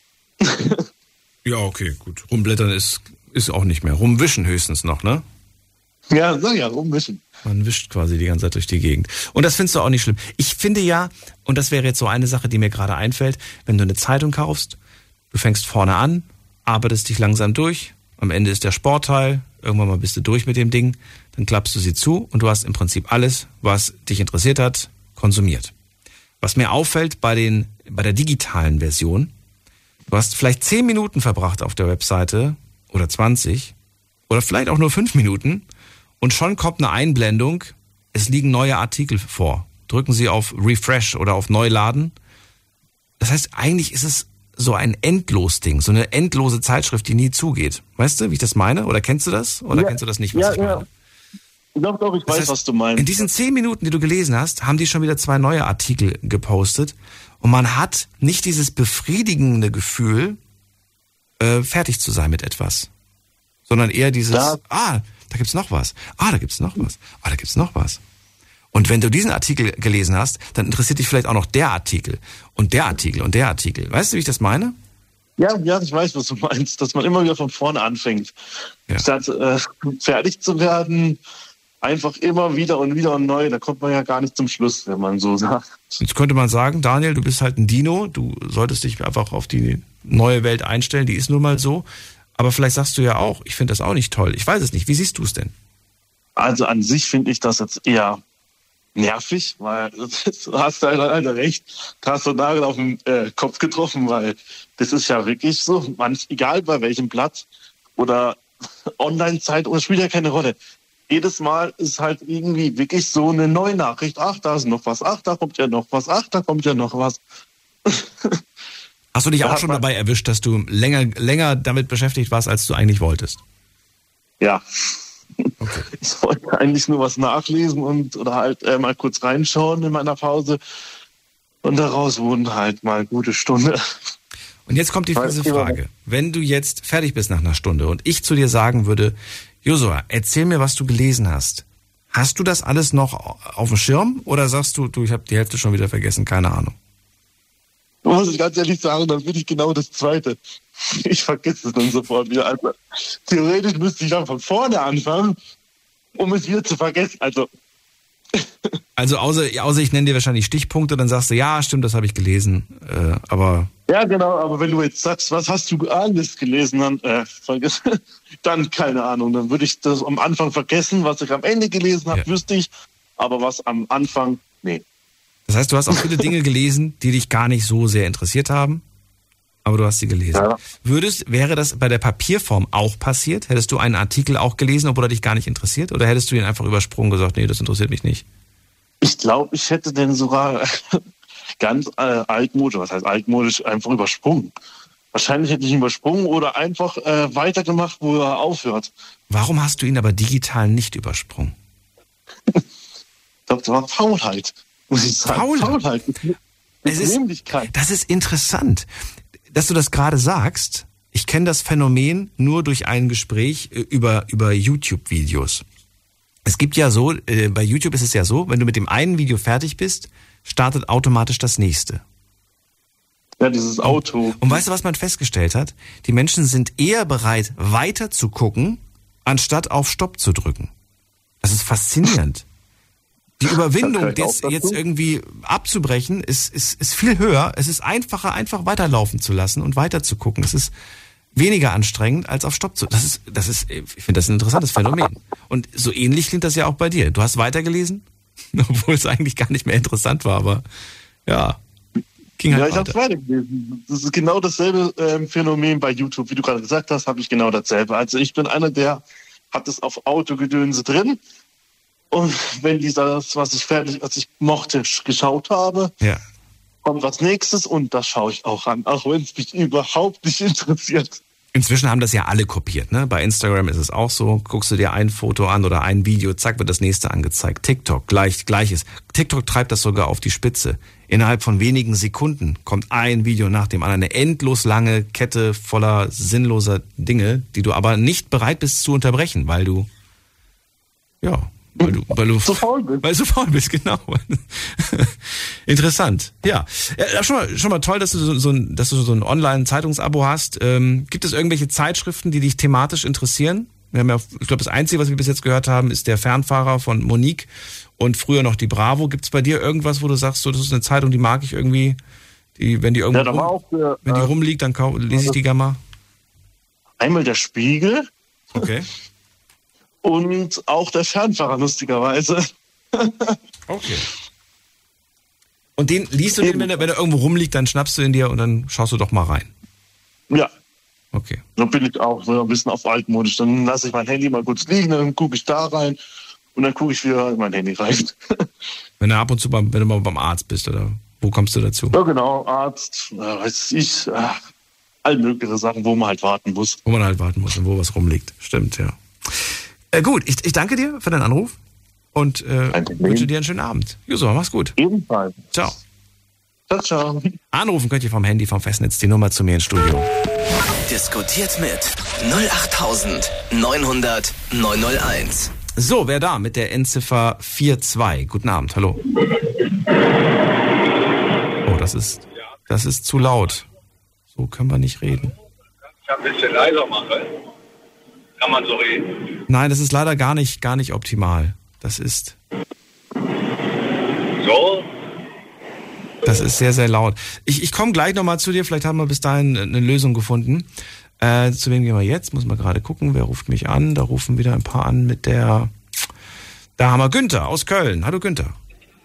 Speaker 3: Ja, okay, gut. Rumblättern ist auch nicht mehr. Rumwischen höchstens noch, ne?
Speaker 7: Ja, rumwischen.
Speaker 3: Man wischt quasi die ganze Zeit durch die Gegend. Und das findest du auch nicht schlimm. Ich finde ja, und das wäre jetzt so eine Sache, die mir gerade einfällt, wenn du eine Zeitung kaufst, du fängst vorne an, arbeitest dich langsam durch, am Ende ist der Sportteil, irgendwann mal bist du durch mit dem Ding, dann klappst du sie zu und du hast im Prinzip alles, was dich interessiert hat, konsumiert. Was mir auffällt bei der digitalen Version, du hast vielleicht 10 Minuten verbracht auf der Webseite oder 20 oder vielleicht auch nur 5 Minuten und schon kommt eine Einblendung, es liegen neue Artikel vor. Drücken Sie auf Refresh oder auf Neuladen. Das heißt, eigentlich ist es so ein Endlos-Ding, so eine endlose Zeitschrift, die nie zugeht. Weißt du, wie ich das meine? Oder kennst du das? Oder kennst du das nicht, was ich meine?
Speaker 7: Doch, ich weiß, was du meinst.
Speaker 3: In diesen 10 Minuten, die du gelesen hast, haben die schon wieder 2 neue Artikel gepostet. Und man hat nicht dieses befriedigende Gefühl, fertig zu sein mit etwas. Sondern eher dieses, da gibt's noch was. Da gibt's noch was. Da gibt's noch was. Und wenn du diesen Artikel gelesen hast, dann interessiert dich vielleicht auch noch der Artikel und der Artikel und der Artikel. Weißt du, wie ich das meine?
Speaker 7: Ja, ich weiß, was du meinst, dass man immer wieder von vorne anfängt. Ja. Statt fertig zu werden, einfach immer wieder und neu. Da kommt man ja gar nicht zum Schluss, wenn man so sagt.
Speaker 3: Jetzt könnte man sagen, Daniel, du bist halt ein Dino, du solltest dich einfach auf die neue Welt einstellen, die ist nun mal so. Aber vielleicht sagst du ja auch, ich finde das auch nicht toll. Ich weiß es nicht. Wie siehst du es denn?
Speaker 7: Also an sich finde ich das jetzt eher nervig, weil du hast leider recht, da hast du den Nagel auf den Kopf getroffen, weil das ist ja wirklich so, egal bei welchem Blatt oder Online-Zeitung, das spielt ja keine Rolle. Jedes Mal ist halt irgendwie wirklich so eine neue Nachricht. Ach, da ist noch was. Ach, da kommt ja noch was. Ach, da kommt ja noch was.
Speaker 3: Hast du dich auch schon dabei erwischt, dass du länger damit beschäftigt warst, als du eigentlich wolltest?
Speaker 7: Ja.
Speaker 3: Okay.
Speaker 7: Ich wollte eigentlich nur was nachlesen oder halt mal kurz reinschauen in meiner Pause. Und daraus wurden halt mal eine gute Stunde.
Speaker 3: Und jetzt kommt die fiese Frage. Wenn du jetzt fertig bist nach einer Stunde und ich zu dir sagen würde, Josua, erzähl mir, was du gelesen hast. Hast du das alles noch auf dem Schirm oder sagst du, ich habe die Hälfte schon wieder vergessen, keine Ahnung?
Speaker 7: Muss ich ganz ehrlich sagen, dann bin ich genau das Zweite. Ich vergesse es dann sofort wieder. Also, theoretisch müsste ich dann von vorne anfangen, um es wieder zu vergessen. Also
Speaker 3: außer ich nenne dir wahrscheinlich Stichpunkte, dann sagst du, ja, stimmt, das habe ich gelesen, aber...
Speaker 7: Ja, genau, aber wenn du jetzt sagst, was hast du alles gelesen, dann keine Ahnung, dann würde ich das am Anfang vergessen, was ich am Ende gelesen habe, wüsste ich, aber was am Anfang, nee.
Speaker 3: Das heißt, du hast auch viele Dinge gelesen, die dich gar nicht so sehr interessiert haben, aber du hast sie gelesen. Ja. Wäre das bei der Papierform auch passiert? Hättest du einen Artikel auch gelesen, obwohl er dich gar nicht interessiert? Oder hättest du ihn einfach übersprungen und gesagt, nee, das interessiert mich nicht?
Speaker 7: Ich glaube, ich hätte den sogar ganz altmodisch, was heißt altmodisch, einfach übersprungen. Wahrscheinlich hätte ich ihn übersprungen oder einfach weitergemacht, wo er aufhört.
Speaker 3: Warum hast du ihn aber digital nicht übersprungen?
Speaker 7: Ich glaube, das war Faulheit, muss ich sagen. Faulheit.
Speaker 3: Das ist interessant, dass du das gerade sagst. Ich kenne das Phänomen nur durch ein Gespräch über YouTube-Videos. Es gibt ja so, bei YouTube ist es ja so, wenn du mit dem einen Video fertig bist, startet automatisch das nächste.
Speaker 7: Ja, dieses Auto.
Speaker 3: Und weißt du, was man festgestellt hat? Die Menschen sind eher bereit, weiter zu gucken, anstatt auf Stopp zu drücken. Das ist faszinierend. Die Überwindung, jetzt irgendwie abzubrechen, ist viel höher. Es ist einfacher, einfach weiterlaufen zu lassen und weiter zu gucken. Es ist weniger anstrengend, als auf Stopp zu. Ich finde das ein interessantes Phänomen. Und so ähnlich klingt das ja auch bei dir. Du hast weitergelesen, obwohl es eigentlich gar nicht mehr interessant war, aber ja, ging halt weiter.
Speaker 7: Ich habe weitergelesen. Das ist genau dasselbe Phänomen bei YouTube, wie du gerade gesagt hast, habe ich genau dasselbe. Also ich bin einer, der hat es auf Autogedönse drin. Und wenn was ich mochte, geschaut habe, kommt was Nächstes und das schaue ich auch an, auch wenn es mich überhaupt nicht interessiert.
Speaker 3: Inzwischen haben das ja alle kopiert, ne? Bei Instagram ist es auch so, guckst du dir ein Foto an oder ein Video, zack, wird das nächste angezeigt. TikTok, gleiches. TikTok treibt das sogar auf die Spitze. Innerhalb von wenigen Sekunden kommt ein Video nach dem anderen. Eine endlos lange Kette voller sinnloser Dinge, die du aber nicht bereit bist zu unterbrechen, weil du
Speaker 7: zu faul bist.
Speaker 3: Weil du faul bist, genau. Interessant. Ja. Schon mal toll, dass du so ein Online-Zeitungsabo hast. Gibt es irgendwelche Zeitschriften, die dich thematisch interessieren? Wir haben ja, ich glaube, das Einzige, was wir bis jetzt gehört haben, ist der Fernfahrer von Monique und früher noch die Bravo. Gibt es bei dir irgendwas, wo du sagst, so, das ist eine Zeitung, die mag ich irgendwie, wenn die irgendwo wenn die rumliegt, dann lese ich die gerne mal?
Speaker 7: Einmal der Spiegel.
Speaker 3: Okay.
Speaker 7: Und auch der Fernfahrer, lustigerweise.
Speaker 3: Okay. Und den liest du den, wenn er irgendwo rumliegt, dann schnappst du ihn dir und dann schaust du doch mal rein.
Speaker 7: Ja.
Speaker 3: Okay.
Speaker 7: Dann bin ich auch so ein bisschen auf altmodisch. Dann lasse ich mein Handy mal kurz liegen, dann gucke ich da rein und dann gucke ich wieder in mein Handy rein.
Speaker 3: Wenn du ab und zu wenn du mal beim Arzt bist, oder wo kommst du dazu?
Speaker 7: Ja, genau, Arzt, weiß ich, all mögliche Sachen, wo man halt warten muss.
Speaker 3: Wo man halt warten muss und wo was rumliegt. Stimmt, ja. Gut, ich danke dir für deinen Anruf und wünsche dir einen schönen Abend. Josua, mach's gut.
Speaker 7: Ebenfalls.
Speaker 3: Ciao.
Speaker 7: Ciao, ciao.
Speaker 3: Anrufen könnt ihr vom Handy, vom Festnetz, die Nummer zu mir ins Studio.
Speaker 1: Diskutiert mit 08900 901.
Speaker 3: So, wer da mit der Endziffer 42? Guten Abend, hallo. Oh, das ist zu laut. So können wir nicht reden.
Speaker 8: Ich ein bisschen leiser machen. Kann man so reden?
Speaker 3: Nein, das ist leider gar nicht optimal. Das ist sehr, sehr laut. Ich komme gleich nochmal zu dir. Vielleicht haben wir bis dahin eine Lösung gefunden. Zu wem gehen wir jetzt? Muss man gerade gucken. Wer ruft mich an? Da rufen wieder ein paar an mit der... Da haben wir Günther aus Köln. Hallo Günther.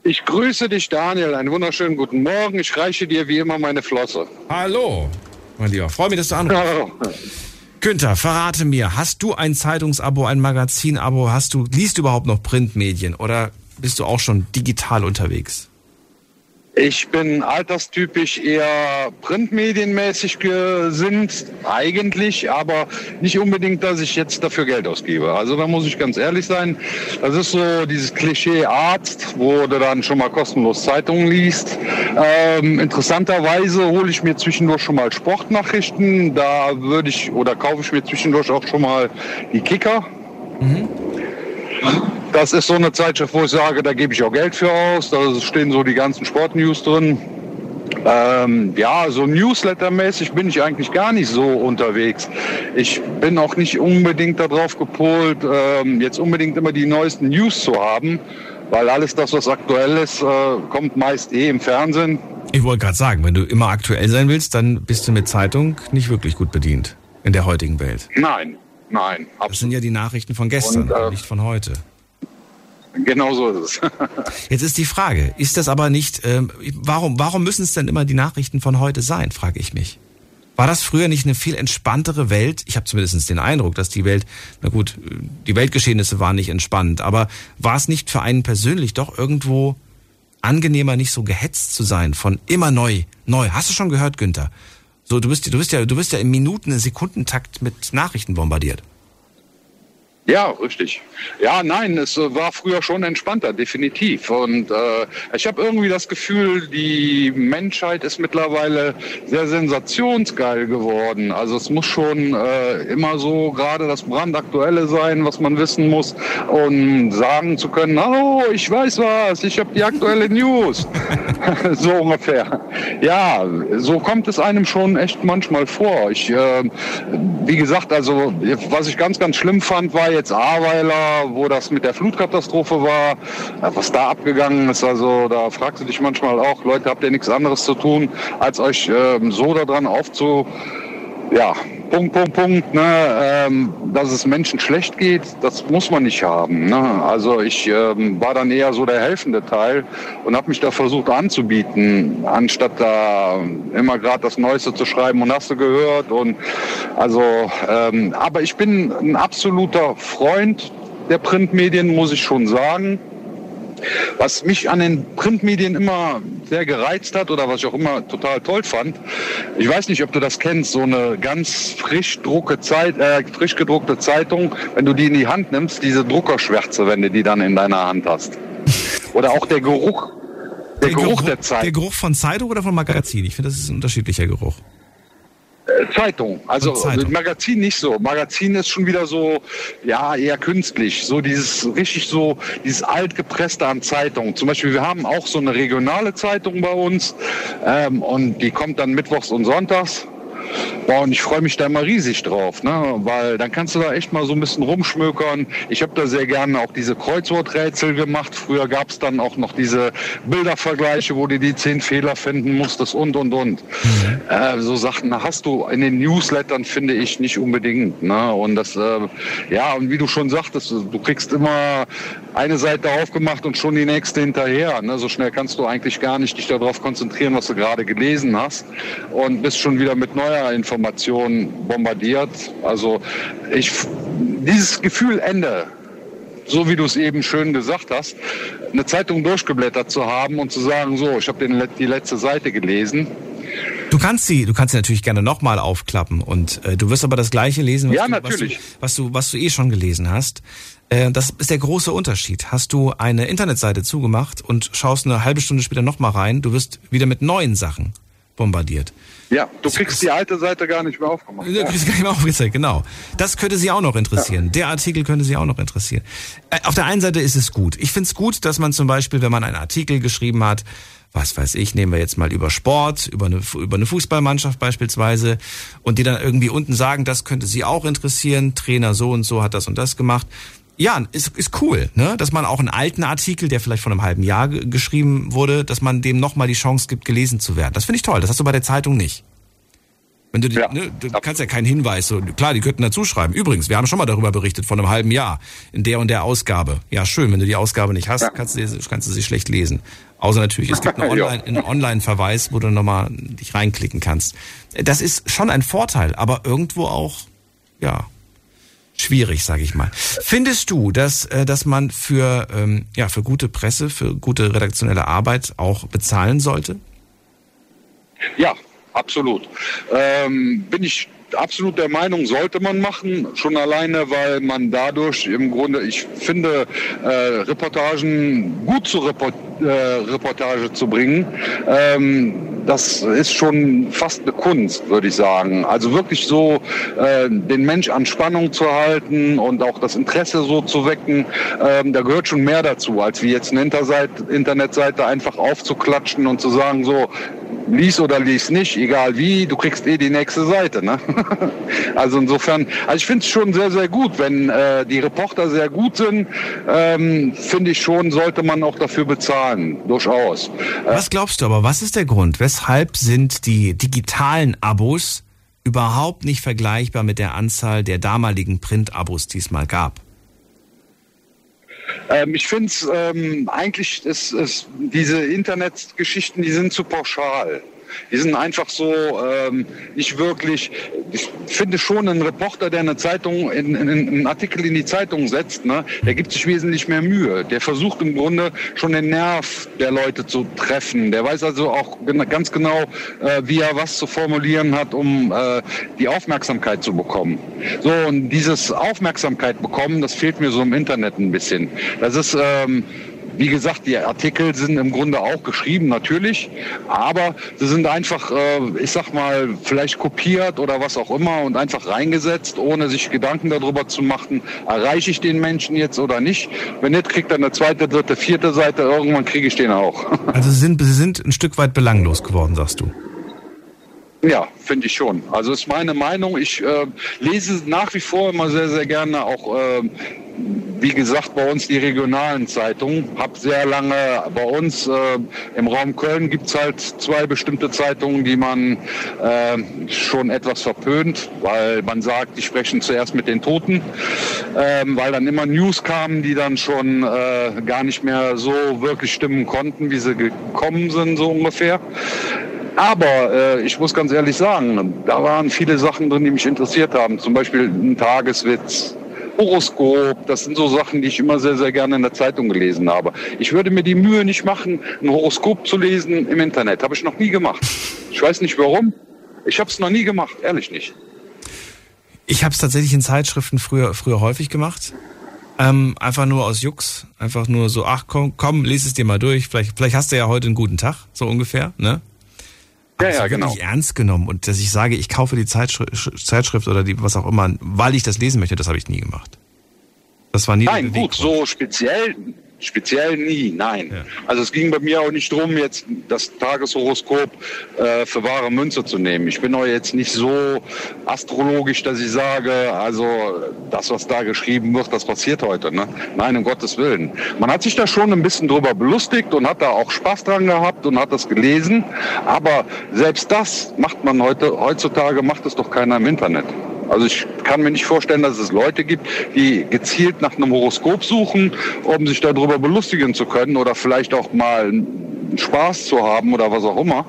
Speaker 9: Ich grüße dich, Daniel. Einen wunderschönen guten Morgen. Ich reiche dir wie immer meine Flosse.
Speaker 3: Hallo, mein Lieber. Freue mich, dass du anrufst.
Speaker 9: Ja.
Speaker 3: Günther, verrate mir, hast du ein Zeitungsabo, ein Magazinabo? Liest du überhaupt noch Printmedien oder bist du auch schon digital unterwegs?
Speaker 9: Ich bin alterstypisch eher printmedienmäßig gesinnt, eigentlich, aber nicht unbedingt, dass ich jetzt dafür Geld ausgebe. Also da muss ich ganz ehrlich sein, das ist so dieses Klischee Arzt, wo du dann schon mal kostenlos Zeitungen liest. Interessanterweise hole ich mir zwischendurch schon mal Sportnachrichten, da kaufe ich mir zwischendurch auch schon mal die Kicker. Mhm. Das ist so eine Zeitschrift, wo ich sage, da gebe ich auch Geld für aus. Da stehen so die ganzen Sportnews drin. So Newsletter-mäßig bin ich eigentlich gar nicht so unterwegs. Ich bin auch nicht unbedingt darauf gepolt, jetzt unbedingt immer die neuesten News zu haben, weil alles das, was aktuell ist, kommt meist im Fernsehen.
Speaker 3: Ich wollte gerade sagen, wenn du immer aktuell sein willst, dann bist du mit Zeitung nicht wirklich gut bedient in der heutigen Welt.
Speaker 9: Nein.
Speaker 3: Das sind ja die Nachrichten von gestern, nicht von heute.
Speaker 9: Genau so ist es.
Speaker 3: Jetzt ist die Frage, ist das aber nicht, warum müssen es denn immer die Nachrichten von heute sein, frage ich mich. War das früher nicht eine viel entspanntere Welt? Ich habe zumindest den Eindruck, dass die Weltgeschehnisse waren nicht entspannt, aber war es nicht für einen persönlich doch irgendwo angenehmer, nicht so gehetzt zu sein von immer neu? Hast du schon gehört, Günther? So, du bist ja im Sekundentakt mit Nachrichten bombardiert.
Speaker 9: Ja, richtig. Ja, nein, es war früher schon entspannter, definitiv. Und ich habe irgendwie das Gefühl, die Menschheit ist mittlerweile sehr sensationsgeil geworden. Also es muss schon immer so gerade das Brandaktuelle sein, was man wissen muss, um sagen zu können, oh, ich weiß was, ich habe die aktuelle News. So ungefähr. Ja, so kommt es einem schon echt manchmal vor. Wie gesagt, also was ich ganz, ganz schlimm fand, war jetzt Ahrweiler, wo das mit der Flutkatastrophe war, was da abgegangen ist. Also da fragst du dich manchmal auch, Leute, habt ihr nichts anderes zu tun, als euch so daran dass es Menschen schlecht geht, das muss man nicht haben. Ne? Also ich war dann eher so der helfende Teil und habe mich da versucht anzubieten, anstatt da immer gerade das Neueste zu schreiben und hast du gehört. Und aber ich bin ein absoluter Freund der Printmedien, muss ich schon sagen. Was mich an den Printmedien immer sehr gereizt hat oder was ich auch immer total toll fand, ich weiß nicht, ob du das kennst, so eine ganz frisch gedruckte Zeitung, wenn du die in die Hand nimmst, diese Druckerschwärze, wenn du die dann in deiner Hand hast. Oder auch der Geruch der Zeitung. Der
Speaker 3: Geruch von Zeitung oder von Magazin? Ich finde, das ist ein unterschiedlicher Geruch.
Speaker 9: Zeitung, also
Speaker 3: Zeitung.
Speaker 9: Magazin nicht so. Magazin ist schon wieder so, ja, eher künstlich. So dieses altgepresste an Zeitung. Zum Beispiel, wir haben auch so eine regionale Zeitung bei uns und die kommt dann mittwochs und sonntags. Boah, und ich freue mich da immer riesig drauf, ne? Weil dann kannst du da echt mal so ein bisschen rumschmökern. Ich habe da sehr gerne auch diese Kreuzworträtsel gemacht. Früher gab es dann auch noch diese Bildervergleiche, wo du die 10 Fehler finden musstest und. So Sachen hast du in den Newslettern, finde ich, nicht unbedingt. Ne? Und das, und wie du schon sagtest, du kriegst immer eine Seite aufgemacht und schon die nächste hinterher. Ne? So schnell kannst du eigentlich gar nicht dich darauf konzentrieren, was du gerade gelesen hast und bist schon wieder mit neuer Information bombardiert. Also dieses Gefühl Ende, so wie du es eben schön gesagt hast, eine Zeitung durchgeblättert zu haben und zu sagen, so, ich habe die letzte Seite gelesen.
Speaker 3: Du kannst sie natürlich gerne nochmal aufklappen und du wirst aber das Gleiche lesen, was du eh schon gelesen hast. Das ist der große Unterschied. Hast du eine Internetseite zugemacht und schaust eine halbe Stunde später nochmal rein, du wirst wieder mit neuen Sachen bombardiert.
Speaker 9: Ja, du kriegst die alte Seite gar nicht mehr aufgemacht.
Speaker 3: Du kriegst gar nicht mehr aufgezeigt, genau. Das könnte Sie auch noch interessieren. Ja. Der Artikel könnte Sie auch noch interessieren. Auf der einen Seite ist es gut. Ich finde es gut, dass man zum Beispiel, wenn man einen Artikel geschrieben hat, was weiß ich, nehmen wir jetzt mal über Sport, über eine Fußballmannschaft beispielsweise, und die dann irgendwie unten sagen, das könnte Sie auch interessieren, Trainer so und so hat das und das gemacht. Ja, ist cool, ne? Dass man auch einen alten Artikel, der vielleicht vor einem halben Jahr geschrieben wurde, dass man dem nochmal die Chance gibt, gelesen zu werden. Das finde ich toll. Das hast du bei der Zeitung nicht. Wenn du, du kannst ja keinen Hinweis, so, klar, die könnten dazu schreiben. Übrigens, wir haben schon mal darüber berichtet, vor einem halben Jahr, in der und der Ausgabe. Ja, schön, wenn du die Ausgabe nicht hast, kannst du sie schlecht lesen. Außer natürlich, es gibt einen Online-Verweis, wo du nochmal dich reinklicken kannst. Das ist schon ein Vorteil, aber irgendwo auch, ja, schwierig, sage ich mal. Findest du, dass man für gute Presse, für gute redaktionelle Arbeit auch bezahlen sollte?
Speaker 9: Ja, absolut. Bin ich absolut der Meinung, sollte man machen, schon alleine, weil man dadurch im Grunde, ich finde, Reportagen gut zur Reportage zu bringen, das ist schon fast eine Kunst, würde ich sagen. Also wirklich so den Mensch an Spannung zu halten und auch das Interesse so zu wecken, da gehört schon mehr dazu, als wie jetzt eine Internetseite einfach aufzuklatschen und zu sagen, so, lies oder lies nicht, egal wie, du kriegst die nächste Seite. Ne? Also insofern, ich finde es schon sehr, sehr gut, wenn die Reporter sehr gut sind, finde ich schon, sollte man auch dafür bezahlen, durchaus.
Speaker 3: Was glaubst du aber, was ist der Grund? Weshalb sind die digitalen Abos überhaupt nicht vergleichbar mit der Anzahl der damaligen Print-Abos, die es mal gab?
Speaker 9: Ich finde es eigentlich, diese Internetgeschichten, die sind zu pauschal. Die sind einfach so nicht wirklich. Ich finde schon, ein Reporter, der eine Zeitung, einen Artikel in die Zeitung setzt, ne, der gibt sich wesentlich mehr Mühe. Der versucht im Grunde schon den Nerv der Leute zu treffen. Der weiß also auch ganz genau, wie er was zu formulieren hat, um die Aufmerksamkeit zu bekommen. So, und dieses Aufmerksamkeit bekommen, das fehlt mir so im Internet ein bisschen. Das ist wie gesagt, die Artikel sind im Grunde auch geschrieben, natürlich, aber sie sind einfach, ich sag mal, vielleicht kopiert oder was auch immer und einfach reingesetzt, ohne sich Gedanken darüber zu machen, erreiche ich den Menschen jetzt oder nicht. Wenn nicht, kriegt er eine zweite, dritte, vierte Seite, irgendwann kriege ich den auch.
Speaker 3: Also sie sind ein Stück weit belanglos geworden, sagst du?
Speaker 9: Ja, finde ich schon. Also ist meine Meinung. Ich lese nach wie vor immer sehr, sehr gerne auch, wie gesagt, bei uns die regionalen Zeitungen. Hab sehr lange bei uns im Raum Köln gibt's halt 2 bestimmte Zeitungen, die man schon etwas verpönt, weil man sagt, die sprechen zuerst mit den Toten, weil dann immer News kamen, die dann schon gar nicht mehr so wirklich stimmen konnten, wie sie gekommen sind, so ungefähr. Aber ich muss ganz ehrlich sagen, da waren viele Sachen drin, die mich interessiert haben. Zum Beispiel ein Tageswitz, Horoskop. Das sind so Sachen, die ich immer sehr, sehr gerne in der Zeitung gelesen habe. Ich würde mir die Mühe nicht machen, ein Horoskop zu lesen im Internet. Habe ich noch nie gemacht. Ich weiß nicht warum. Ich habe es noch nie gemacht, ehrlich nicht.
Speaker 3: Ich habe es tatsächlich in Zeitschriften früher häufig gemacht. Einfach nur aus Jux. Einfach nur so, ach komm, lies es dir mal durch. Vielleicht hast du ja heute einen guten Tag, so ungefähr, ne?
Speaker 9: Ja, genau.
Speaker 3: Wirklich ernst genommen und dass ich sage, ich kaufe die Zeitschrift oder die was auch immer, weil ich das lesen möchte, das habe ich nie gemacht. Das war nie.
Speaker 9: Nein, gut, so speziell nie, nein. Ja. Also es ging bei mir auch nicht drum, jetzt das Tageshoroskop für wahre Münze zu nehmen. Ich bin auch jetzt nicht so astrologisch, dass ich sage, also das, was da geschrieben wird, das passiert heute. Ne? Nein, um Gottes Willen. Man hat sich da schon ein bisschen drüber belustigt und hat da auch Spaß dran gehabt und hat das gelesen. Aber selbst das macht man heutzutage macht es doch keiner im Internet. Also ich kann mir nicht vorstellen, dass es Leute gibt, die gezielt nach einem Horoskop suchen, um sich darüber belustigen zu können oder vielleicht auch mal Spaß zu haben oder was auch immer.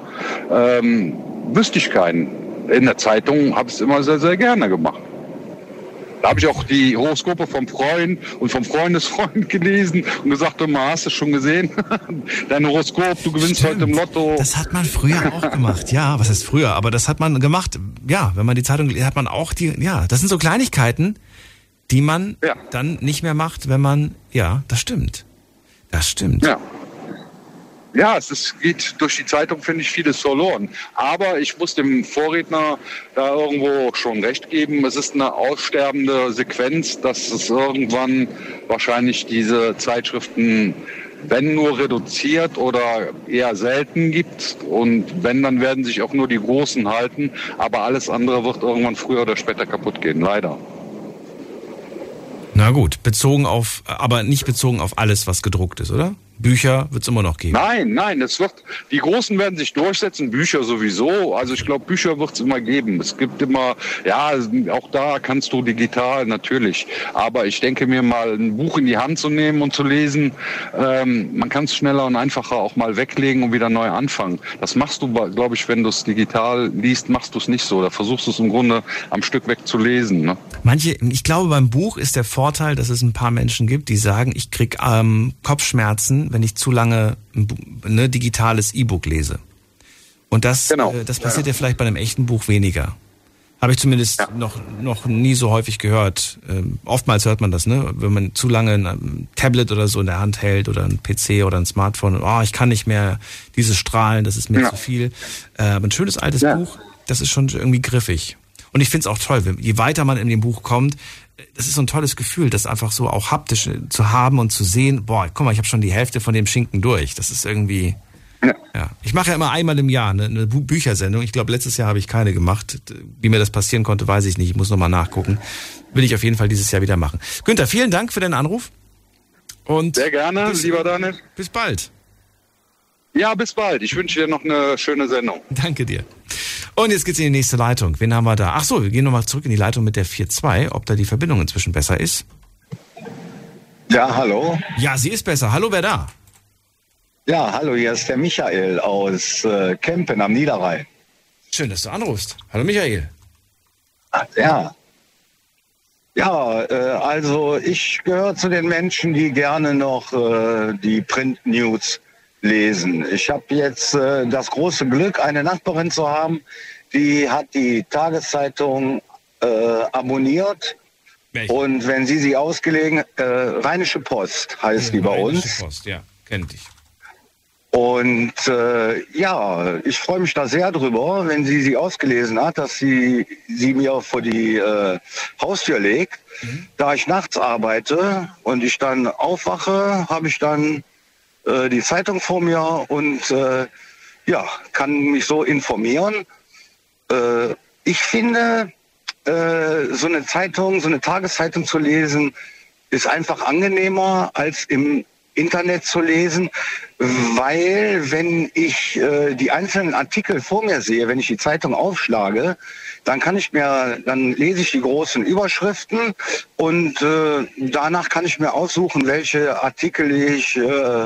Speaker 9: Wüsste ich keinen. In der Zeitung habe ich es immer sehr, sehr gerne gemacht. Da habe ich auch die Horoskope vom Freund und vom Freundesfreund gelesen und gesagt, immer, hast du schon gesehen? Dein Horoskop, du gewinnst heute im Lotto.
Speaker 3: Das hat man früher auch gemacht, ja. Was heißt früher? Aber das hat man gemacht, ja. Wenn man die Zeitung liest, hat man auch das sind so Kleinigkeiten, die man dann nicht mehr macht, wenn man, das stimmt. Das stimmt.
Speaker 9: Ja. Ja, geht durch die Zeitung, finde ich, vieles verloren. Aber ich muss dem Vorredner da irgendwo schon recht geben. Es ist eine aussterbende Sequenz, dass es irgendwann wahrscheinlich diese Zeitschriften, wenn nur reduziert oder eher selten gibt. Und wenn, dann werden sich auch nur die Großen halten. Aber alles andere wird irgendwann früher oder später kaputt gehen, leider.
Speaker 3: Na gut, aber nicht bezogen auf alles, was gedruckt ist, oder? Bücher wird es immer noch geben.
Speaker 9: Nein, die Großen werden sich durchsetzen, Bücher sowieso. Also ich glaube, Bücher wird es immer geben. Es gibt immer, ja, auch da kannst du digital natürlich. Aber ich denke mir mal, ein Buch in die Hand zu nehmen und zu lesen, man kann es schneller und einfacher auch mal weglegen und wieder neu anfangen. Das machst du, glaube ich, wenn du es digital liest, machst du es nicht so. Da versuchst du es im Grunde am Stück weg zu lesen. Ne?
Speaker 3: Ich glaube, beim Buch ist der Vorteil, dass es ein paar Menschen gibt, die sagen, ich krieg Kopfschmerzen, wenn ich zu lange ein digitales E-Book lese. Und das passiert ja vielleicht bei einem echten Buch weniger. Habe ich zumindest noch nie so häufig gehört. Oftmals hört man das, ne? Wenn man zu lange ein Tablet oder so in der Hand hält oder ein PC oder ein Smartphone. Oh, ich kann nicht mehr dieses Strahlen, das ist mir zu viel. Aber ein schönes altes Buch, das ist schon irgendwie griffig. Und ich finde es auch toll, je weiter man in dem Buch kommt, das ist so ein tolles Gefühl, das einfach so auch haptisch zu haben und zu sehen, boah, guck mal, ich habe schon die Hälfte von dem Schinken durch. Das ist irgendwie, ja. Ich mache ja immer einmal im Jahr eine Büchersendung. Ich glaube, letztes Jahr habe ich keine gemacht. Wie mir das passieren konnte, weiß ich nicht. Ich muss nochmal nachgucken. Will ich auf jeden Fall dieses Jahr wieder machen. Günther, vielen Dank für deinen Anruf. Und
Speaker 9: sehr gerne, lieber Daniel.
Speaker 3: Bis bald.
Speaker 9: Ja, bis bald. Ich wünsche dir noch eine schöne Sendung.
Speaker 3: Danke dir. Und jetzt geht's in die nächste Leitung. Wen haben wir da? Ach so, wir gehen nochmal zurück in die Leitung mit der 4.2, ob da die Verbindung inzwischen besser ist.
Speaker 10: Ja, hallo.
Speaker 3: Ja, sie ist besser. Hallo, wer da?
Speaker 10: Ja, hallo, hier ist der Michael aus Kempen am Niederrhein.
Speaker 3: Schön, dass du anrufst. Hallo, Michael.
Speaker 10: Ja. Ja, also ich gehöre zu den Menschen, die gerne noch die Print-News lesen. Ich habe jetzt das große Glück, eine Nachbarin zu haben, die hat die Tageszeitung abonniert.
Speaker 3: Welche?
Speaker 10: Und wenn sie ausgelegen, Rheinische Post heißt die bei uns.
Speaker 3: Rheinische Post, ja, kennt ich.
Speaker 10: Und ja, ich freue mich da sehr drüber, wenn sie ausgelesen hat, dass sie mir vor die Haustür legt. Da ich nachts arbeite und ich dann aufwache, habe ich dann die Zeitung vor mir und ja, kann mich so informieren. Ich finde, so eine Zeitung, so eine Tageszeitung zu lesen, ist einfach angenehmer als im Internet zu lesen, weil wenn ich die einzelnen Artikel vor mir sehe, wenn ich die Zeitung aufschlage, dann lese ich die großen Überschriften und danach kann ich mir aussuchen, welche Artikel ich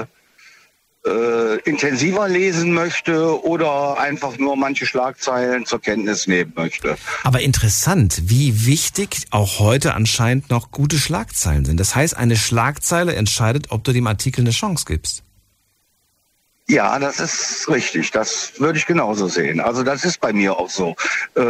Speaker 10: intensiver lesen möchte oder einfach nur manche Schlagzeilen zur Kenntnis nehmen möchte.
Speaker 3: Aber interessant, wie wichtig auch heute anscheinend noch gute Schlagzeilen sind. Das heißt, eine Schlagzeile entscheidet, ob du dem Artikel eine Chance gibst.
Speaker 10: Ja, das ist richtig. Das würde ich genauso sehen. Also das ist bei mir auch so.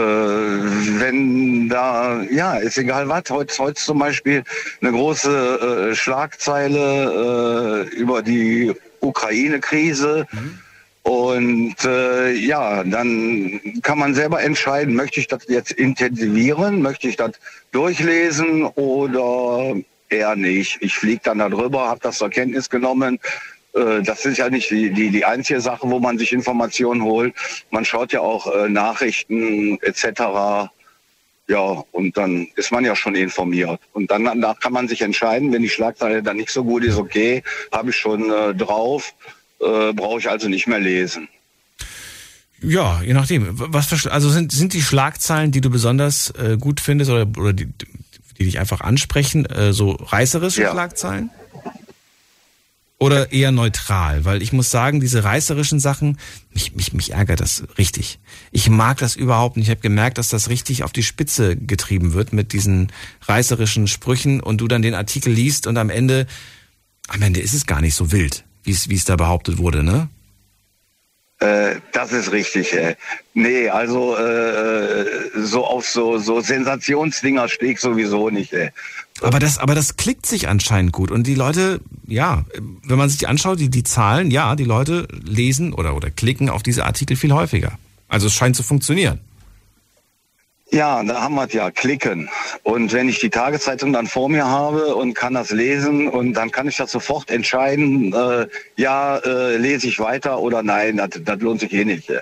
Speaker 10: Wenn da, ja, ist egal was, heute zum Beispiel eine große Schlagzeile über die Ukraine-Krise. Und ja, dann kann man selber entscheiden, möchte ich das jetzt intensivieren, möchte ich das durchlesen oder eher nicht. Ich fliege dann darüber, habe das zur Kenntnis genommen. Das ist ja nicht die einzige Sache, wo man sich Informationen holt. Man schaut ja auch Nachrichten etc. Ja, und dann ist man ja schon informiert. Und dann kann man sich entscheiden, wenn die Schlagzeile dann nicht so gut ist, okay, habe ich schon drauf, brauche ich also nicht mehr lesen.
Speaker 3: Ja, je nachdem. Also sind die Schlagzeilen, die du besonders gut findest oder die dich einfach ansprechen, so reißerische Schlagzeilen? Oder eher neutral? Weil ich muss sagen, diese reißerischen Sachen, mich ärgert das richtig. Ich mag das überhaupt nicht. Ich habe gemerkt, dass das richtig auf die Spitze getrieben wird mit diesen reißerischen Sprüchen und du dann den Artikel liest und am Ende ist es gar nicht so wild, wie es da behauptet wurde, ne?
Speaker 10: Das ist richtig. Nee, also so auf so Sensationsdinger stehe ich sowieso nicht.
Speaker 3: Aber das klickt sich anscheinend gut. Und die Leute, ja, wenn man sich die anschaut, die Zahlen, ja, die Leute lesen oder klicken auf diese Artikel viel häufiger. Also es scheint zu funktionieren.
Speaker 10: Ja, da haben wir es ja, klicken. Und wenn ich die Tageszeitung dann vor mir habe und kann das lesen und dann kann ich das sofort entscheiden, lese ich weiter oder nein, das lohnt sich eh nicht.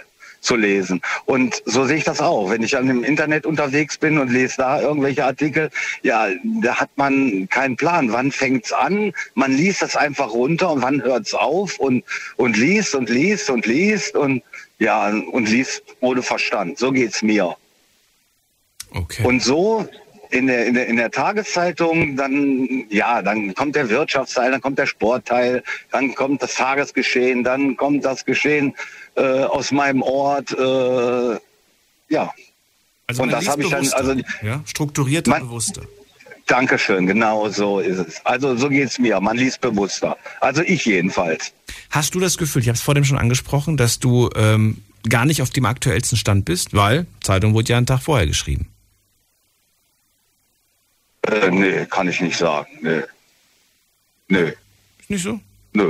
Speaker 10: zu lesen. Und so sehe ich das auch. Wenn ich dann im Internet unterwegs bin und lese da irgendwelche Artikel, ja, da hat man keinen Plan. Wann fängt's an? Man liest das einfach runter und wann hört's auf und liest und liest und liest und ja, und liest ohne Verstand. So geht's mir.
Speaker 3: Okay.
Speaker 10: Und so in der Tageszeitung, dann kommt der Wirtschaftsteil, dann kommt der Sportteil, dann kommt das Tagesgeschehen, dann kommt das Geschehen aus meinem Ort, ja.
Speaker 3: Also
Speaker 10: und das habe ich dann, also
Speaker 3: ja, strukturierter, bewusster.
Speaker 10: Dankeschön, genau so ist es. Also so geht's mir, man liest bewusster. Also ich jedenfalls.
Speaker 3: Hast du das Gefühl, ich habe es vor dem schon angesprochen, dass du gar nicht auf dem aktuellsten Stand bist, weil Zeitung wurde ja einen Tag vorher geschrieben?
Speaker 10: Nee, kann ich nicht sagen. Nee.
Speaker 3: Ist nicht so?
Speaker 10: Nö.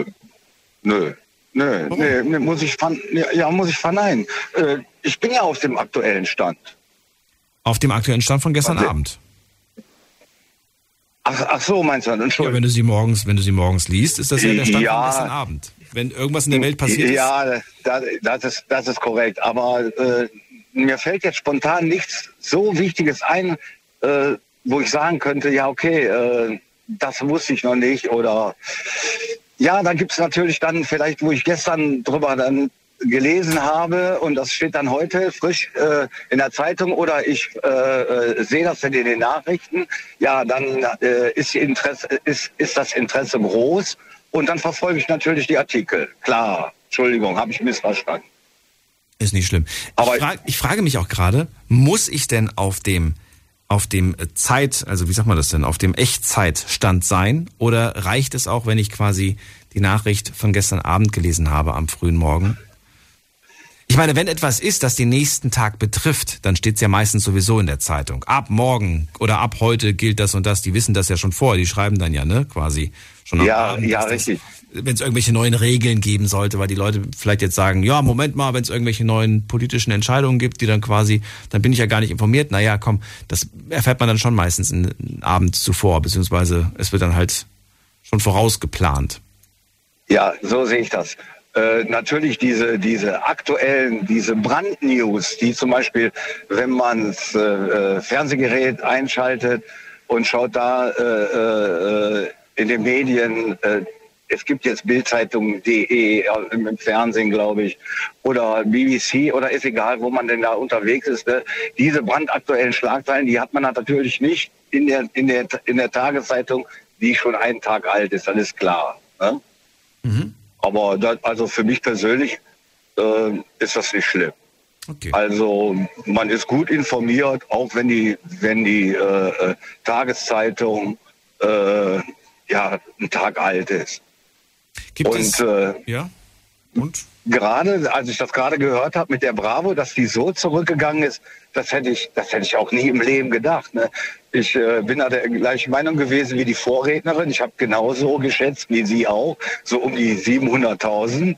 Speaker 10: Muss ich verneinen. Ich bin ja auf dem aktuellen Stand.
Speaker 3: Auf dem aktuellen Stand von gestern Abend?
Speaker 10: Ach so, meinst du? Entschuldigung.
Speaker 3: Ja, wenn du sie morgens liest, ist das ja der Stand von gestern Abend. Wenn irgendwas in der Welt passiert ist.
Speaker 10: Ja, das ist korrekt. Aber mir fällt jetzt spontan nichts so Wichtiges ein, wo ich sagen könnte, ja, okay, das wusste ich noch nicht. Oder ja, da gibt's natürlich dann vielleicht, wo ich gestern drüber dann gelesen habe und das steht dann heute frisch in der Zeitung oder ich sehe das dann in den Nachrichten, ja, dann ist das Interesse groß und dann verfolge ich natürlich die Artikel. Klar, Entschuldigung, habe ich missverstanden.
Speaker 3: Ist nicht schlimm. Aber ich frage mich auch gerade, muss ich denn auf dem auf dem Echtzeitstand sein? Oder reicht es auch, wenn ich quasi die Nachricht von gestern Abend gelesen habe am frühen Morgen? Ich meine, wenn etwas ist, das den nächsten Tag betrifft, dann steht es ja meistens sowieso in der Zeitung. Ab morgen oder ab heute gilt das und das. Die wissen das ja schon vorher. Die schreiben dann ja, quasi schon am Abend. Ja, richtig. Wenn es irgendwelche neuen Regeln geben sollte, weil die Leute vielleicht jetzt sagen, ja, Moment mal, wenn es irgendwelche neuen politischen Entscheidungen gibt, die dann bin ich ja gar nicht informiert. Naja, komm, das erfährt man dann schon meistens abends zuvor, beziehungsweise es wird dann halt schon vorausgeplant. Ja, so sehe ich das. Natürlich diese aktuellen, diese Brandnews, die zum Beispiel, wenn man das Fernsehgerät einschaltet und schaut da in den Medien, es gibt jetzt Bildzeitung.de im Fernsehen, glaube ich, oder BBC oder ist egal, wo man denn da unterwegs ist. Ne? Diese brandaktuellen Schlagzeilen, die hat man natürlich nicht in der Tageszeitung, die schon einen Tag alt ist, das ist klar. Ne? Mhm. Aber also für mich persönlich ist das nicht schlimm. Okay. Also man ist gut informiert, auch wenn die Tageszeitung einen Tag alt ist. Gibt es? Ja. Und?
Speaker 10: Gerade, als ich das gerade gehört habe mit der Bravo, dass die so zurückgegangen ist, das hätte ich auch nie im Leben gedacht. Ne? Ich bin da der gleichen Meinung gewesen wie die Vorrednerin. Ich habe genauso geschätzt wie sie auch, so um die 700.000.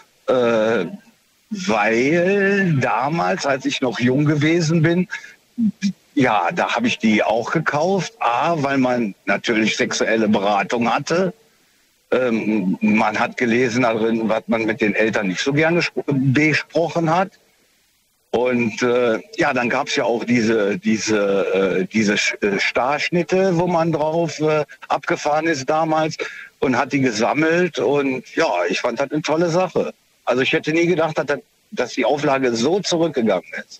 Speaker 10: Weil damals, als ich noch jung gewesen bin, ja, da habe ich die auch gekauft. Weil man natürlich sexuelle Beratung hatte. Man hat gelesen darin, was man mit den Eltern nicht so gerne besprochen hat. Und dann gab es ja auch diese Starschnitte, wo man drauf abgefahren ist damals und hat die gesammelt. Und ja, ich fand das eine tolle Sache. Also ich hätte nie gedacht, dass die Auflage so zurückgegangen ist.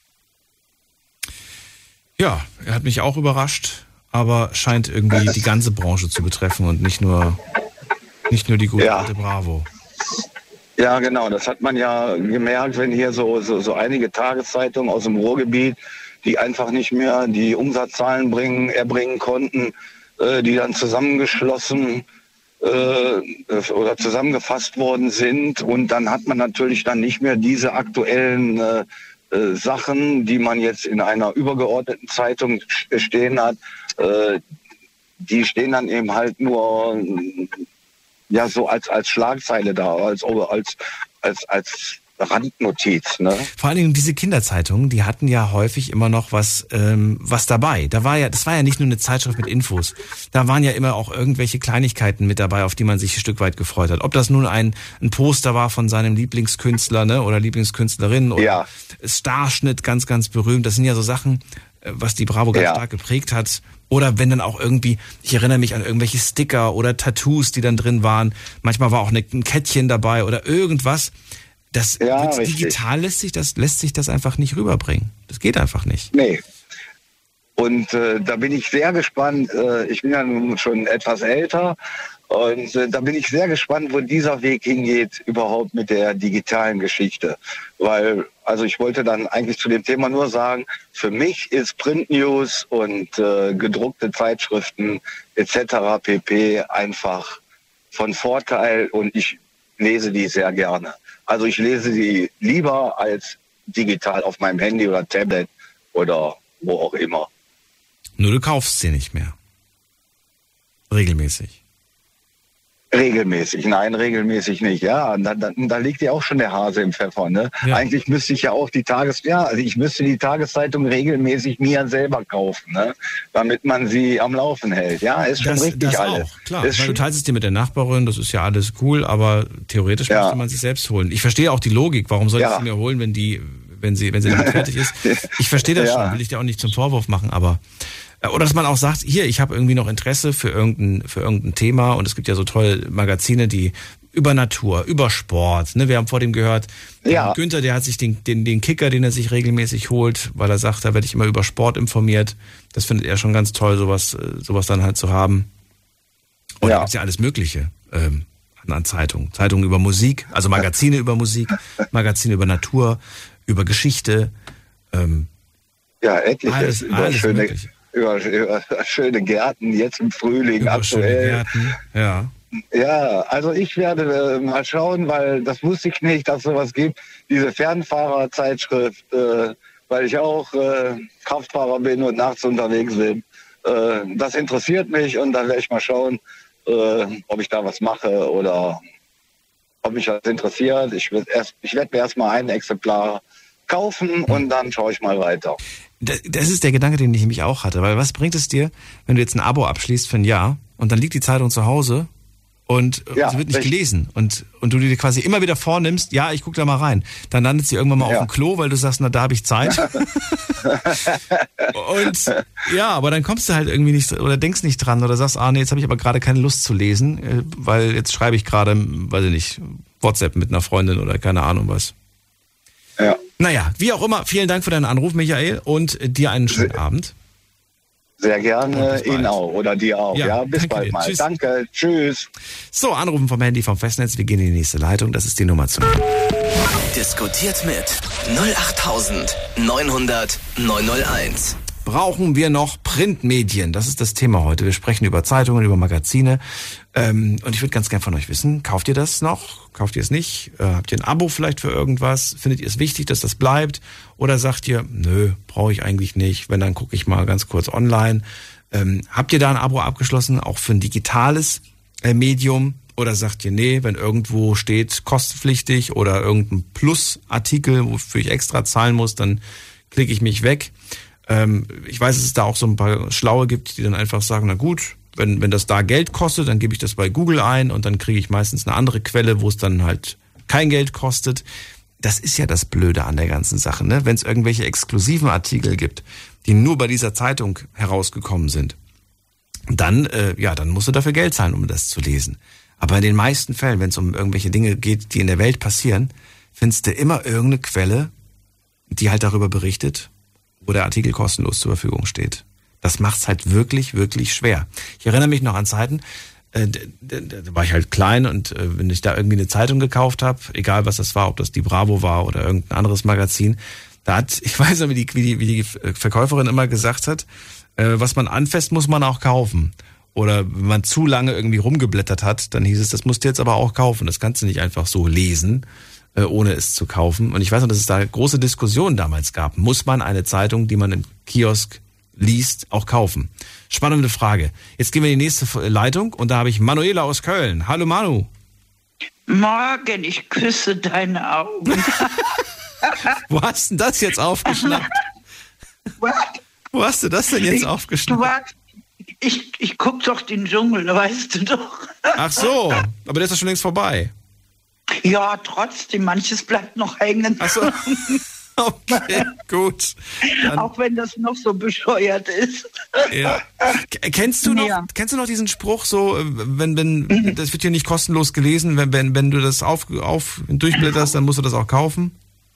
Speaker 3: Ja, er hat mich auch überrascht, aber scheint irgendwie die ganze Branche zu betreffen und nicht nur die gute alte Bravo.
Speaker 10: Ja, genau. Das hat man ja gemerkt, wenn hier so einige Tageszeitungen aus dem Ruhrgebiet, die einfach nicht mehr die Umsatzzahlen erbringen konnten, die dann zusammengeschlossen oder zusammengefasst worden sind. Und dann hat man natürlich dann nicht mehr diese aktuellen Sachen, die man jetzt in einer übergeordneten Zeitung stehen hat. Die stehen dann eben halt nur so als Schlagzeile da, als Randnotiz, ne?
Speaker 3: Vor allen Dingen diese Kinderzeitungen, die hatten ja häufig immer noch was dabei. Das war ja nicht nur eine Zeitschrift mit Infos. Da waren ja immer auch irgendwelche Kleinigkeiten mit dabei, auf die man sich ein Stück weit gefreut hat. Ob das nun ein Poster war von seinem Lieblingskünstler, ne, oder Lieblingskünstlerin oder Starschnitt, ganz, ganz berühmt. Das sind ja so Sachen, was die Bravo ganz stark geprägt hat. Oder wenn dann auch irgendwie, ich erinnere mich an irgendwelche Sticker oder Tattoos, die dann drin waren. Manchmal war auch ein Kettchen dabei oder irgendwas. Das digital lässt sich das einfach nicht rüberbringen. Das geht einfach nicht.
Speaker 10: Nee. Und da bin ich sehr gespannt. Ich bin ja nun schon etwas älter. Und da bin ich sehr gespannt, wo dieser Weg hingeht überhaupt mit der digitalen Geschichte. Weil, also ich wollte dann eigentlich zu dem Thema nur sagen, für mich ist Print News und gedruckte Zeitschriften etc. pp. einfach von Vorteil und ich lese die sehr gerne. Also ich lese sie lieber als digital auf meinem Handy oder Tablet oder wo auch immer.
Speaker 3: Nur du kaufst sie nicht mehr. Regelmäßig.
Speaker 10: Regelmäßig, nein, regelmäßig nicht. Ja, da liegt ja auch schon der Hase im Pfeffer. Ne? Ja. Eigentlich müsste ich ja auch ich müsste die Tageszeitung regelmäßig mir selber kaufen, ne? Damit man sie am Laufen hält. Ja, ist schon richtig das alles. Auch,
Speaker 3: klar. Weil du teilst es dir mit der Nachbarin, das ist ja alles cool, aber theoretisch müsste man sich selbst holen. Ich verstehe auch die Logik. Warum soll ich sie mir holen, wenn sie damit fertig ist? Ich verstehe das schon, will ich dir auch nicht zum Vorwurf machen, aber oder dass man auch sagt, hier, ich habe irgendwie noch Interesse für irgendein Thema und es gibt ja so tolle Magazine, die über Natur, über Sport, ne, wir haben vor dem gehört, Günther, der hat sich den Kicker, den er sich regelmäßig holt, weil er sagt, da werde ich immer über Sport informiert. Das findet er schon ganz toll, sowas dann halt zu haben. Und da gibt's ja alles Mögliche an Zeitungen. Zeitungen über Musik, also Magazine über Musik, Magazine über Natur, über Geschichte.
Speaker 10: Etliches über schöne Gärten, jetzt im Frühling
Speaker 3: über
Speaker 10: aktuell.
Speaker 3: Gärten, ja.
Speaker 10: Ja, also ich werde mal schauen, weil das wusste ich nicht, dass sowas gibt. Diese Fernfahrerzeitschrift, weil ich auch Kraftfahrer bin und nachts unterwegs bin. Das interessiert mich und dann werde ich mal schauen, ob ich da was mache oder ob mich das interessiert. Ich werde mir erstmal ein Exemplar kaufen und dann schaue ich mal weiter.
Speaker 3: Das ist der Gedanke, den ich nämlich auch hatte. Weil was bringt es dir, wenn du jetzt ein Abo abschließt für ein Jahr und dann liegt die Zeitung zu Hause und sie wird nicht gelesen und du dir quasi immer wieder vornimmst, ja, ich gucke da mal rein. Dann landet sie irgendwann mal auf dem Klo, weil du sagst, na, da habe ich Zeit. Und ja, aber dann kommst du halt irgendwie nicht oder denkst nicht dran oder sagst, nee, jetzt habe ich aber gerade keine Lust zu lesen, weil jetzt schreibe ich gerade, weiß ich nicht, WhatsApp mit einer Freundin oder keine Ahnung was.
Speaker 10: Ja.
Speaker 3: Naja, wie auch immer, vielen Dank für deinen Anruf, Michael, und dir einen schönen Abend.
Speaker 10: Sehr gerne, Ihnen auch oder dir auch. Ja, bis bald
Speaker 3: dir.
Speaker 10: mal.
Speaker 3: Tschüss.
Speaker 10: Danke, tschüss.
Speaker 3: So, anrufen vom Handy vom Festnetz, wir gehen in die nächste Leitung, das ist die Nummer zu.
Speaker 1: Diskutiert mit 08900 901.
Speaker 3: Brauchen wir noch Printmedien? Das ist das Thema heute. Wir sprechen über Zeitungen, über Magazine. Und ich würde ganz gern von euch wissen, kauft ihr das noch? Kauft ihr es nicht? Habt ihr ein Abo vielleicht für irgendwas? Findet ihr es wichtig, dass das bleibt? Oder sagt ihr, nö, brauche ich eigentlich nicht. Wenn, dann gucke ich mal ganz kurz online. Habt ihr da ein Abo abgeschlossen, auch für ein digitales Medium? Oder sagt ihr, nee, wenn irgendwo steht, kostenpflichtig oder irgendein Plusartikel, wofür ich extra zahlen muss, dann klicke ich mich weg. Ich weiß, dass es da auch so ein paar Schlaue gibt, die dann einfach sagen, na gut, wenn das da Geld kostet, dann gebe ich das bei Google ein und dann kriege ich meistens eine andere Quelle, wo es dann halt kein Geld kostet. Das ist ja das Blöde an der ganzen Sache, ne? Wenn es irgendwelche exklusiven Artikel gibt, die nur bei dieser Zeitung herausgekommen sind, dann musst du dafür Geld zahlen, um das zu lesen. Aber in den meisten Fällen, wenn es um irgendwelche Dinge geht, die in der Welt passieren, findest du immer irgendeine Quelle, die halt darüber berichtet, wo der Artikel kostenlos zur Verfügung steht. Das macht's halt wirklich, wirklich schwer. Ich erinnere mich noch an Zeiten, da war ich halt klein und wenn ich da irgendwie eine Zeitung gekauft habe, egal was das war, ob das die Bravo war oder irgendein anderes Magazin, ich weiß noch, wie die Verkäuferin immer gesagt hat, was man anfasst, muss man auch kaufen. Oder wenn man zu lange irgendwie rumgeblättert hat, dann hieß es, das musst du jetzt aber auch kaufen. Das kannst du nicht einfach so lesen, ohne es zu kaufen. Und ich weiß noch, dass es da große Diskussionen damals gab. Muss man eine Zeitung, die man im Kiosk liest, auch kaufen? Spannende Frage. Jetzt gehen wir in die nächste Leitung und da habe ich Manuela aus Köln. Hallo Manu.
Speaker 11: Morgen, ich küsse deine Augen.
Speaker 3: Wo hast du denn das jetzt aufgeschnappt? Wo hast du das denn jetzt aufgeschnappt?
Speaker 11: Ich guck doch den Dschungel, weißt du doch.
Speaker 3: Ach so, aber der ist doch schon längst vorbei.
Speaker 11: Ja, trotzdem, manches bleibt noch hängen.
Speaker 3: Ach so. Okay, gut. Dann,
Speaker 11: auch wenn das noch so bescheuert ist.
Speaker 3: Ja. Kennst du noch diesen Spruch so, wenn das wird hier nicht kostenlos gelesen, wenn du das durchblätterst, dann musst du das auch kaufen?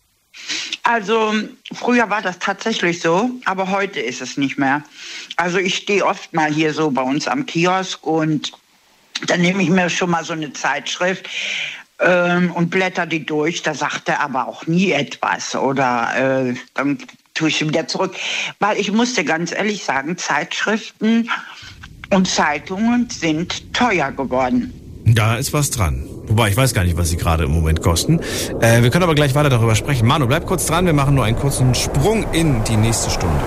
Speaker 11: Also früher war das tatsächlich so, aber heute ist es nicht mehr. Also ich stehe oft mal hier so bei uns am Kiosk und dann nehme ich mir schon mal so eine Zeitschrift und blätter die durch. Da sagt er aber auch nie etwas oder dann tue ich sie wieder zurück. Weil ich muss dir ganz ehrlich sagen, Zeitschriften und Zeitungen sind teuer geworden.
Speaker 3: Da ist was dran. Wobei, ich weiß gar nicht, was sie gerade im Moment kosten. Wir können aber gleich weiter darüber sprechen. Manu, bleib kurz dran. Wir machen nur einen kurzen Sprung in die nächste Stunde.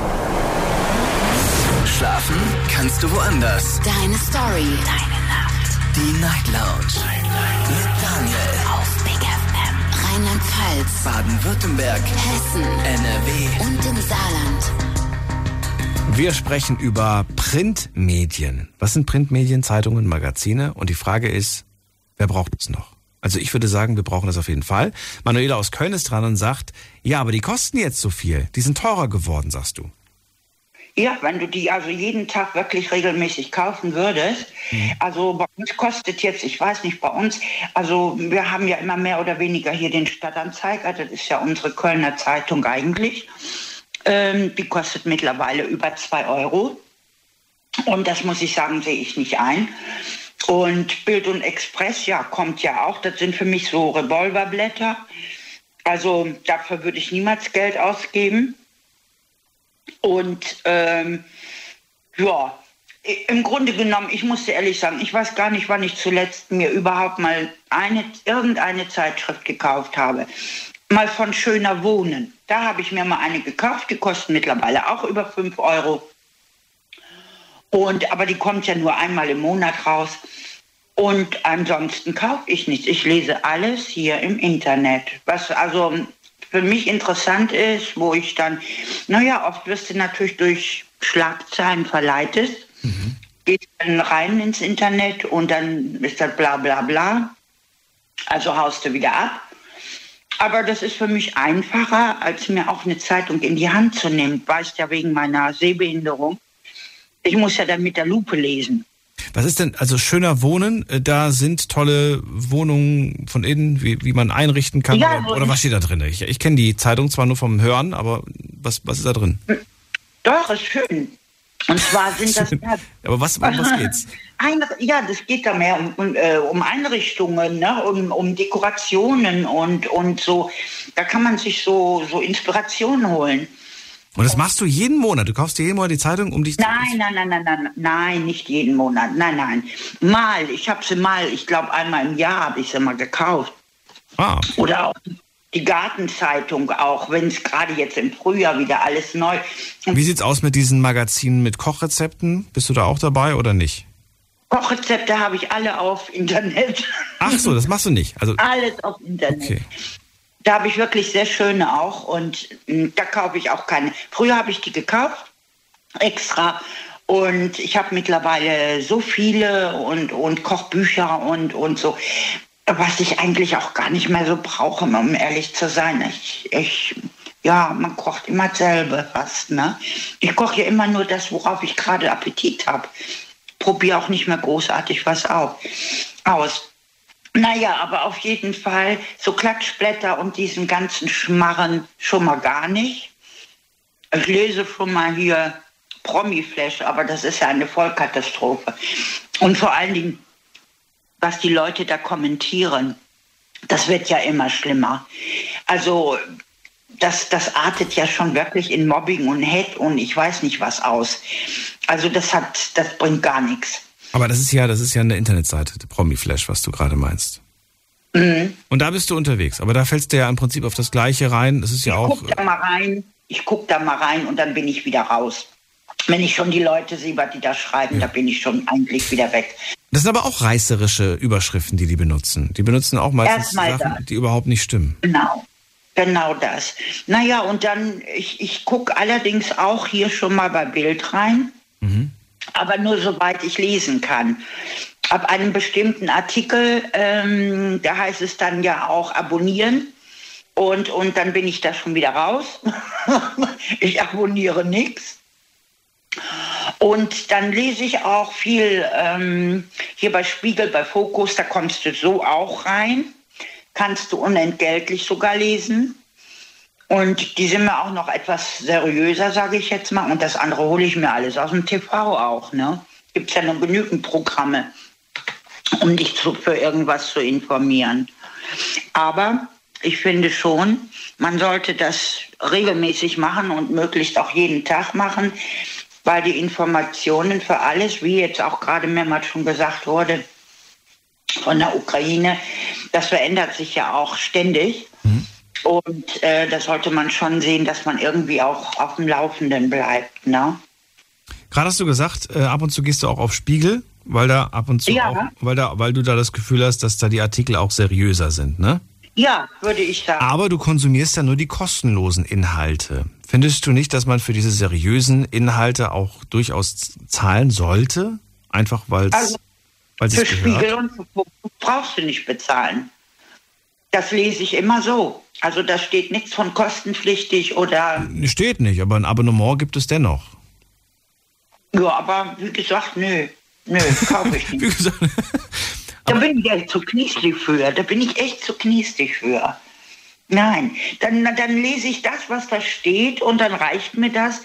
Speaker 1: Schlafen kannst du woanders.
Speaker 2: Deine Story. Deine Nacht.
Speaker 1: Die Night Lounge. Mit Daniel.
Speaker 2: Auf Big FM. Rheinland-Pfalz.
Speaker 1: Baden-Württemberg.
Speaker 2: Hessen.
Speaker 1: NRW.
Speaker 2: Und im Saarland.
Speaker 3: Wir sprechen über Printmedien. Was sind Printmedien, Zeitungen, Magazine? Und die Frage ist, wer braucht es noch? Also ich würde sagen, wir brauchen das auf jeden Fall. Manuela aus Köln ist dran und sagt, ja, aber die kosten jetzt so viel. Die sind teurer geworden, sagst du.
Speaker 11: Ja, wenn du die also jeden Tag wirklich regelmäßig kaufen würdest. Also bei uns kostet jetzt, ich weiß nicht, bei uns, also wir haben ja immer mehr oder weniger hier den Stadtanzeiger, das ist ja unsere Kölner Zeitung eigentlich. Die kostet mittlerweile über 2 €. Und das muss ich sagen, sehe ich nicht ein. Und Bild und Express, ja, kommt ja auch. Das sind für mich so Revolverblätter. Also dafür würde ich niemals Geld ausgeben. Und ja, im Grunde genommen, ich muss dir ehrlich sagen, ich weiß gar nicht, wann ich zuletzt mir überhaupt mal irgendeine Zeitschrift gekauft habe. Mal von Schöner Wohnen. Da habe ich mir mal eine gekauft, die kostet mittlerweile auch über 5 €. Aber die kommt ja nur einmal im Monat raus. Und ansonsten kaufe ich nichts. Ich lese alles hier im Internet. Was also für mich interessant ist, wo ich dann, oft wirst du natürlich durch Schlagzeilen verleitet. Gehst dann rein ins Internet und dann ist das bla bla bla. Also haust du wieder ab. Aber das ist für mich einfacher, als mir auch eine Zeitung in die Hand zu nehmen. Weißt ja, wegen meiner Sehbehinderung. Ich muss ja dann mit der Lupe lesen.
Speaker 3: Was ist denn, also Schöner Wohnen, da sind tolle Wohnungen von innen, wie man einrichten kann, ja, oder was steht da drin? Ich kenne die Zeitung zwar nur vom Hören, aber was ist da drin?
Speaker 11: Doch, ist schön. Und zwar sind das...
Speaker 3: Aber was geht's?
Speaker 11: Das geht da mehr um Einrichtungen, ne? um Dekorationen und so. Da kann man sich so Inspirationen holen.
Speaker 3: Und das machst du jeden Monat? Du kaufst dir jeden Monat die Zeitung, um dich zu...
Speaker 11: Nein, nicht jeden Monat. Nein. Ich glaube einmal im Jahr habe ich sie mal gekauft.
Speaker 3: Ah.
Speaker 11: Oder auch die Gartenzeitung, auch wenn es gerade jetzt im Frühjahr wieder alles neu...
Speaker 3: Wie sieht's aus mit diesen Magazinen mit Kochrezepten? Bist du da auch dabei oder nicht?
Speaker 11: Kochrezepte habe ich alle auf Internet.
Speaker 3: Ach so, das machst du nicht? Also
Speaker 11: alles auf Internet.
Speaker 3: Okay.
Speaker 11: Da habe ich wirklich sehr schöne auch und da kaufe ich auch keine. Früher habe ich die gekauft, extra. Und ich habe mittlerweile so viele und Kochbücher und so, was ich eigentlich auch gar nicht mehr so brauche, um ehrlich zu sein. Man kocht immer selber fast, ne? Ich koche ja immer nur das, worauf ich gerade Appetit habe. Probiere auch nicht mehr großartig was aus. Aber auf jeden Fall so Klatschblätter und diesen ganzen Schmarren schon mal gar nicht. Ich lese schon mal hier Promi-Flash, aber das ist ja eine Vollkatastrophe. Und vor allen Dingen, was die Leute da kommentieren, das wird ja immer schlimmer. Also das artet ja schon wirklich in Mobbing und Hate und ich weiß nicht was aus. Also das bringt gar nichts.
Speaker 3: Aber das ist ja eine Internetseite, Promi-Flash, was du gerade meinst. Mhm. Und da bist du unterwegs. Aber da fällst du ja im Prinzip auf das Gleiche rein. Das ist ja auch...
Speaker 11: Ich guck da mal rein und dann bin ich wieder raus. Wenn ich schon die Leute sehe, was die da schreiben, da bin ich schon eigentlich wieder weg.
Speaker 3: Das sind aber auch reißerische Überschriften, die benutzen. Die benutzen auch meistens Sachen, die überhaupt nicht stimmen.
Speaker 11: Genau das. Naja, und dann, ich gucke allerdings auch hier schon mal bei Bild rein, aber nur soweit ich lesen kann. Ab einem bestimmten Artikel, da heißt es dann ja auch abonnieren und dann bin ich da schon wieder raus. Ich abonniere nichts. Und dann lese ich auch viel hier bei Spiegel, bei Focus, da kommst du so auch rein. Kannst du unentgeltlich sogar lesen. Und die sind mir auch noch etwas seriöser, sage ich jetzt mal. Und das andere hole ich mir alles aus dem TV auch. Ne? Gibt es ja noch genügend Programme, um dich für irgendwas zu informieren. Aber ich finde schon, man sollte das regelmäßig machen und möglichst auch jeden Tag machen, weil die Informationen für alles, wie jetzt auch gerade mehrmals schon gesagt wurde, von der Ukraine, das verändert sich ja auch ständig. Und da sollte man schon sehen, dass man irgendwie auch auf dem Laufenden bleibt. Ne?
Speaker 3: Gerade hast du gesagt, ab und zu gehst du auch auf Spiegel, weil da ab und zu auch, weil du da das Gefühl hast, dass da die Artikel auch seriöser sind, ne?
Speaker 11: Ja, würde ich sagen.
Speaker 3: Aber du konsumierst ja nur die kostenlosen Inhalte. Findest du nicht, dass man für diese seriösen Inhalte auch durchaus zahlen sollte? Einfach weil es
Speaker 11: für Spiegel und für Focus brauchst du nicht bezahlen. Das lese ich immer so. Also da steht nichts von kostenpflichtig oder...
Speaker 3: Steht nicht, aber ein Abonnement gibt es dennoch.
Speaker 11: Ja, aber wie gesagt, nö, kaufe ich nicht. Wie gesagt, da bin ich echt zu kniestig für. Nein, dann lese ich das, was da steht und dann reicht mir das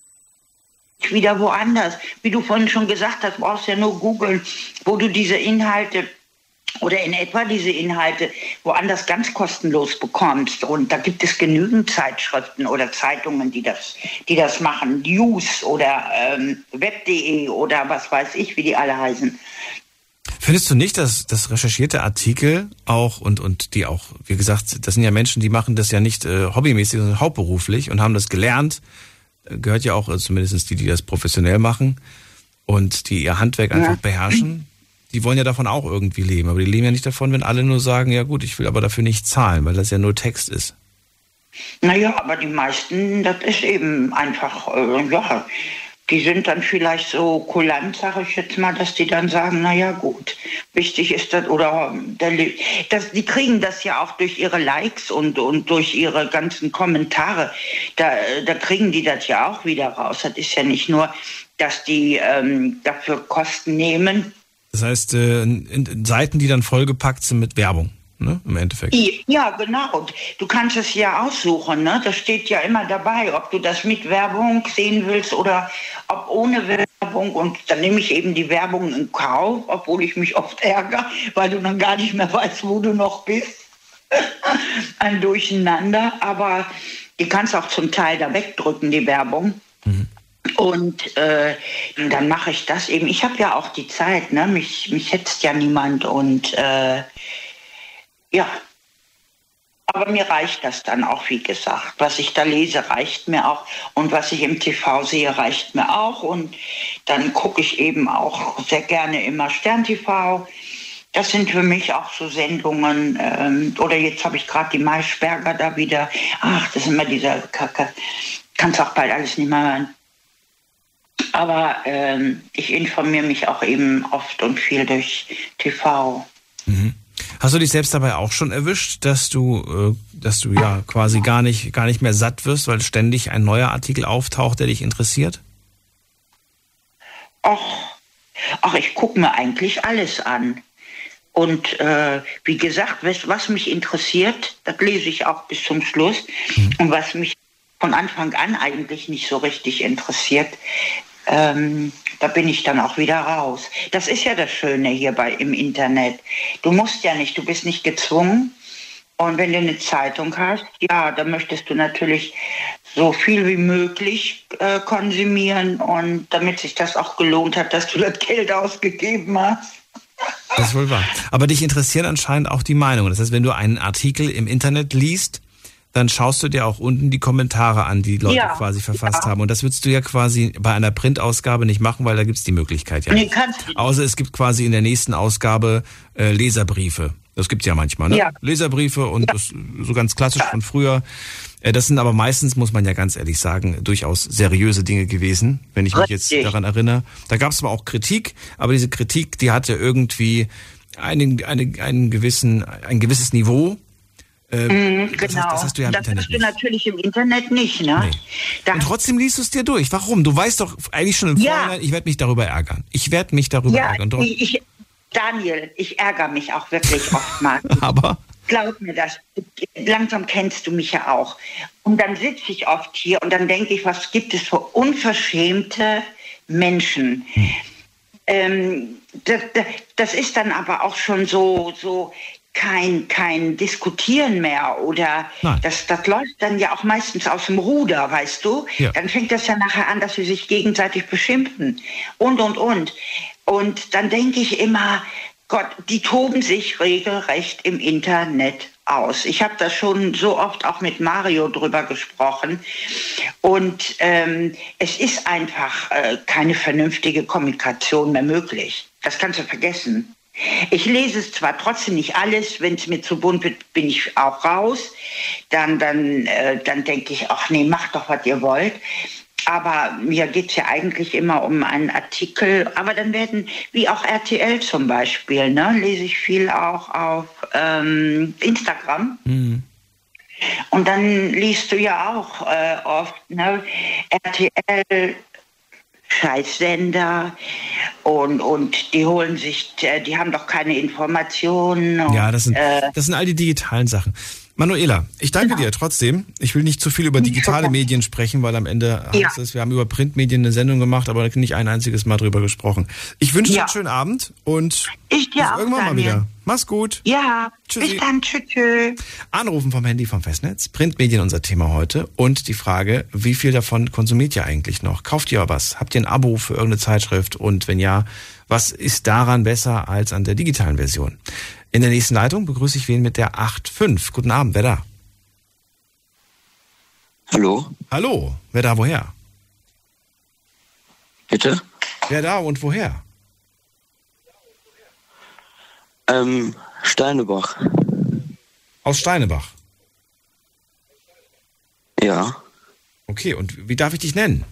Speaker 11: wieder woanders. Wie du vorhin schon gesagt hast, brauchst du ja nur googeln, wo du diese Inhalte oder in etwa diese Inhalte woanders ganz kostenlos bekommst. Und da gibt es genügend Zeitschriften oder Zeitungen, die das machen. News oder web.de oder was weiß ich, wie die alle heißen.
Speaker 3: Findest du nicht, dass recherchierte Artikel auch und die auch, wie gesagt, das sind ja Menschen, die machen das ja nicht hobbymäßig, sondern hauptberuflich und haben das gelernt, gehört ja auch, also zumindest die das professionell machen und die ihr Handwerk einfach beherrschen, die wollen ja davon auch irgendwie leben, aber die leben ja nicht davon, wenn alle nur sagen, ja gut, ich will aber dafür nicht zahlen, weil das ja nur Text ist.
Speaker 11: Naja, aber die meisten, das ist eben einfach, die sind dann vielleicht so kulant, sage ich jetzt mal, dass die dann sagen, naja gut, wichtig ist das, oder die kriegen das ja auch durch ihre Likes und durch ihre ganzen Kommentare, da kriegen die das ja auch wieder raus. Das ist ja nicht nur, dass die dafür Kosten nehmen.
Speaker 3: Das heißt, Seiten, die dann vollgepackt sind mit Werbung, ne, im Endeffekt.
Speaker 11: Ja, genau. Du kannst es ja aussuchen, ne? Das steht ja immer dabei, ob du das mit Werbung sehen willst oder ob ohne Werbung. Und dann nehme ich eben die Werbung in Kauf, obwohl ich mich oft ärgere, weil du dann gar nicht mehr weißt, wo du noch bist. Ein Durcheinander. Aber die kannst auch zum Teil da wegdrücken, die Werbung. Und dann mache ich das eben. Ich habe ja auch die Zeit, ne? Mich hetzt ja niemand und ja. Aber mir reicht das dann auch, wie gesagt. Was ich da lese, reicht mir auch. Und was ich im TV sehe, reicht mir auch. Und dann gucke ich eben auch sehr gerne immer Stern TV. Das sind für mich auch so Sendungen. Oder jetzt habe ich gerade die Maischberger da wieder. Ach, das ist immer dieser Kacke. Kannst auch bald alles nicht mehr hören. Aber ich informiere mich auch eben oft und viel durch TV.
Speaker 3: Mhm. Hast du dich selbst dabei auch schon erwischt, dass du ja quasi gar nicht mehr satt wirst, weil ständig ein neuer Artikel auftaucht, der dich interessiert?
Speaker 11: Ach, ich gucke mir eigentlich alles an. Und wie gesagt, was mich interessiert, das lese ich auch bis zum Schluss. Und was mich von Anfang an eigentlich nicht so richtig interessiert, da bin ich dann auch wieder raus. Das ist ja das Schöne hier im Internet. Du musst ja nicht, du bist nicht gezwungen. Und wenn du eine Zeitung hast, ja, dann möchtest du natürlich so viel wie möglich konsumieren und damit sich das auch gelohnt hat, dass du das Geld ausgegeben hast.
Speaker 3: Das ist wohl wahr. Aber dich interessieren anscheinend auch die Meinungen. Das heißt, wenn du einen Artikel im Internet liest, dann schaust du dir auch unten die Kommentare an, die Leute quasi verfasst haben. Und das würdest du ja quasi bei einer Printausgabe nicht machen, weil da gibt's die Möglichkeit ja nicht. Außer es gibt quasi in der nächsten Ausgabe Leserbriefe. Das gibt's ja manchmal, ne? Ja. Leserbriefe und das so ganz klassisch von früher. Das sind aber meistens, muss man ja ganz ehrlich sagen, durchaus seriöse Dinge gewesen, wenn ich mich jetzt daran erinnere. Da gab's zwar auch Kritik, aber diese Kritik, die hatte irgendwie ein gewisses Niveau.
Speaker 11: Genau.
Speaker 3: Das hast du ja im Internet
Speaker 11: nicht. Das hast du natürlich im Internet nicht, ne?
Speaker 3: Nee. Und trotzdem liest du es dir durch. Warum? Du weißt doch eigentlich schon im Vorhinein, ich werde mich darüber ärgern. Ärgern.
Speaker 11: Daniel, ich ärgere mich auch wirklich oftmals.
Speaker 3: Aber?
Speaker 11: Glaub mir das. Langsam kennst du mich ja auch. Und dann sitze ich oft hier und dann denke ich, was gibt es für unverschämte Menschen? Das ist dann aber auch schon so kein Diskutieren mehr oder das läuft dann ja auch meistens aus dem Ruder, weißt du? Ja. Dann fängt das ja nachher an, dass sie sich gegenseitig beschimpfen und. Und dann denke ich immer, Gott, die toben sich regelrecht im Internet aus. Ich habe da schon so oft auch mit Mario drüber gesprochen und es ist einfach keine vernünftige Kommunikation mehr möglich. Das kannst du vergessen. Ich lese es zwar trotzdem nicht alles, wenn es mir zu bunt wird, bin ich auch raus. Dann denke ich, ach nee, macht doch, was ihr wollt. Aber mir geht es ja eigentlich immer um einen Artikel. Aber dann werden, wie auch RTL zum Beispiel, ne, lese ich viel auch auf Instagram. Mhm. Und dann liest du ja auch oft, ne, RTL, Scheißsender und die holen sich, die haben doch keine Informationen. Und,
Speaker 3: ja, das sind all die digitalen Sachen. Manuela, ich danke dir trotzdem. Ich will nicht zu viel über digitale Medien sprechen, weil am Ende heißt es, wir haben über Printmedien eine Sendung gemacht, aber nicht ein einziges Mal drüber gesprochen. Ich wünsche dir einen schönen Abend und bis irgendwann mal wieder. Mach's gut.
Speaker 11: Ja, tschüssi. Bis dann, tschüss.
Speaker 3: Anrufen vom Handy vom Festnetz. Printmedien unser Thema heute und die Frage, wie viel davon konsumiert ihr eigentlich noch? Kauft ihr was? Habt ihr ein Abo für irgendeine Zeitschrift? Und wenn ja, was ist daran besser als an der digitalen Version? In der nächsten Leitung begrüße ich wen mit der 8.5. Guten Abend, wer da?
Speaker 12: Hallo?
Speaker 3: Hallo, wer da, woher?
Speaker 12: Bitte?
Speaker 3: Wer da und woher?
Speaker 12: Steinebach.
Speaker 3: Aus Steinebach?
Speaker 12: Ja.
Speaker 3: Okay, und wie darf ich dich nennen?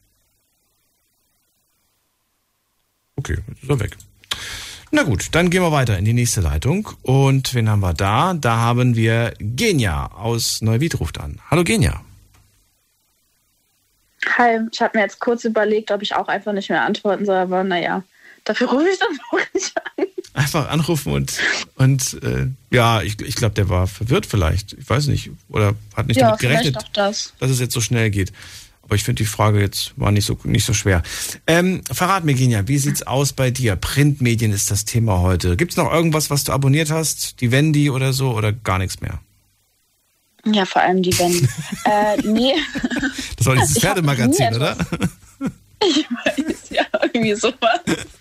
Speaker 3: Okay, jetzt ist er weg. Na gut, dann gehen wir weiter in die nächste Leitung. Und wen haben wir da? Da haben wir Genia aus Neuwied ruft an. Hallo Genia.
Speaker 13: Hi, ich habe mir jetzt kurz überlegt, ob ich auch einfach nicht mehr antworten soll, aber naja, dafür rufe ich dann auch nicht an.
Speaker 3: Einfach anrufen und ich glaube, der war verwirrt vielleicht. Ich weiß nicht. Oder hat nicht damit gerechnet, dass es jetzt so schnell geht. Aber ich finde, die Frage jetzt war nicht so schwer. Verrat mir, Genia, wie sieht's aus bei dir? Printmedien ist das Thema heute. Gibt's noch irgendwas, was du abonniert hast? Die Wendy oder so oder gar nichts mehr?
Speaker 13: Ja, vor allem die Wendy. Nee.
Speaker 3: Das war dieses Pferdemagazin, oder?
Speaker 13: Ich weiß, ja, irgendwie sowas.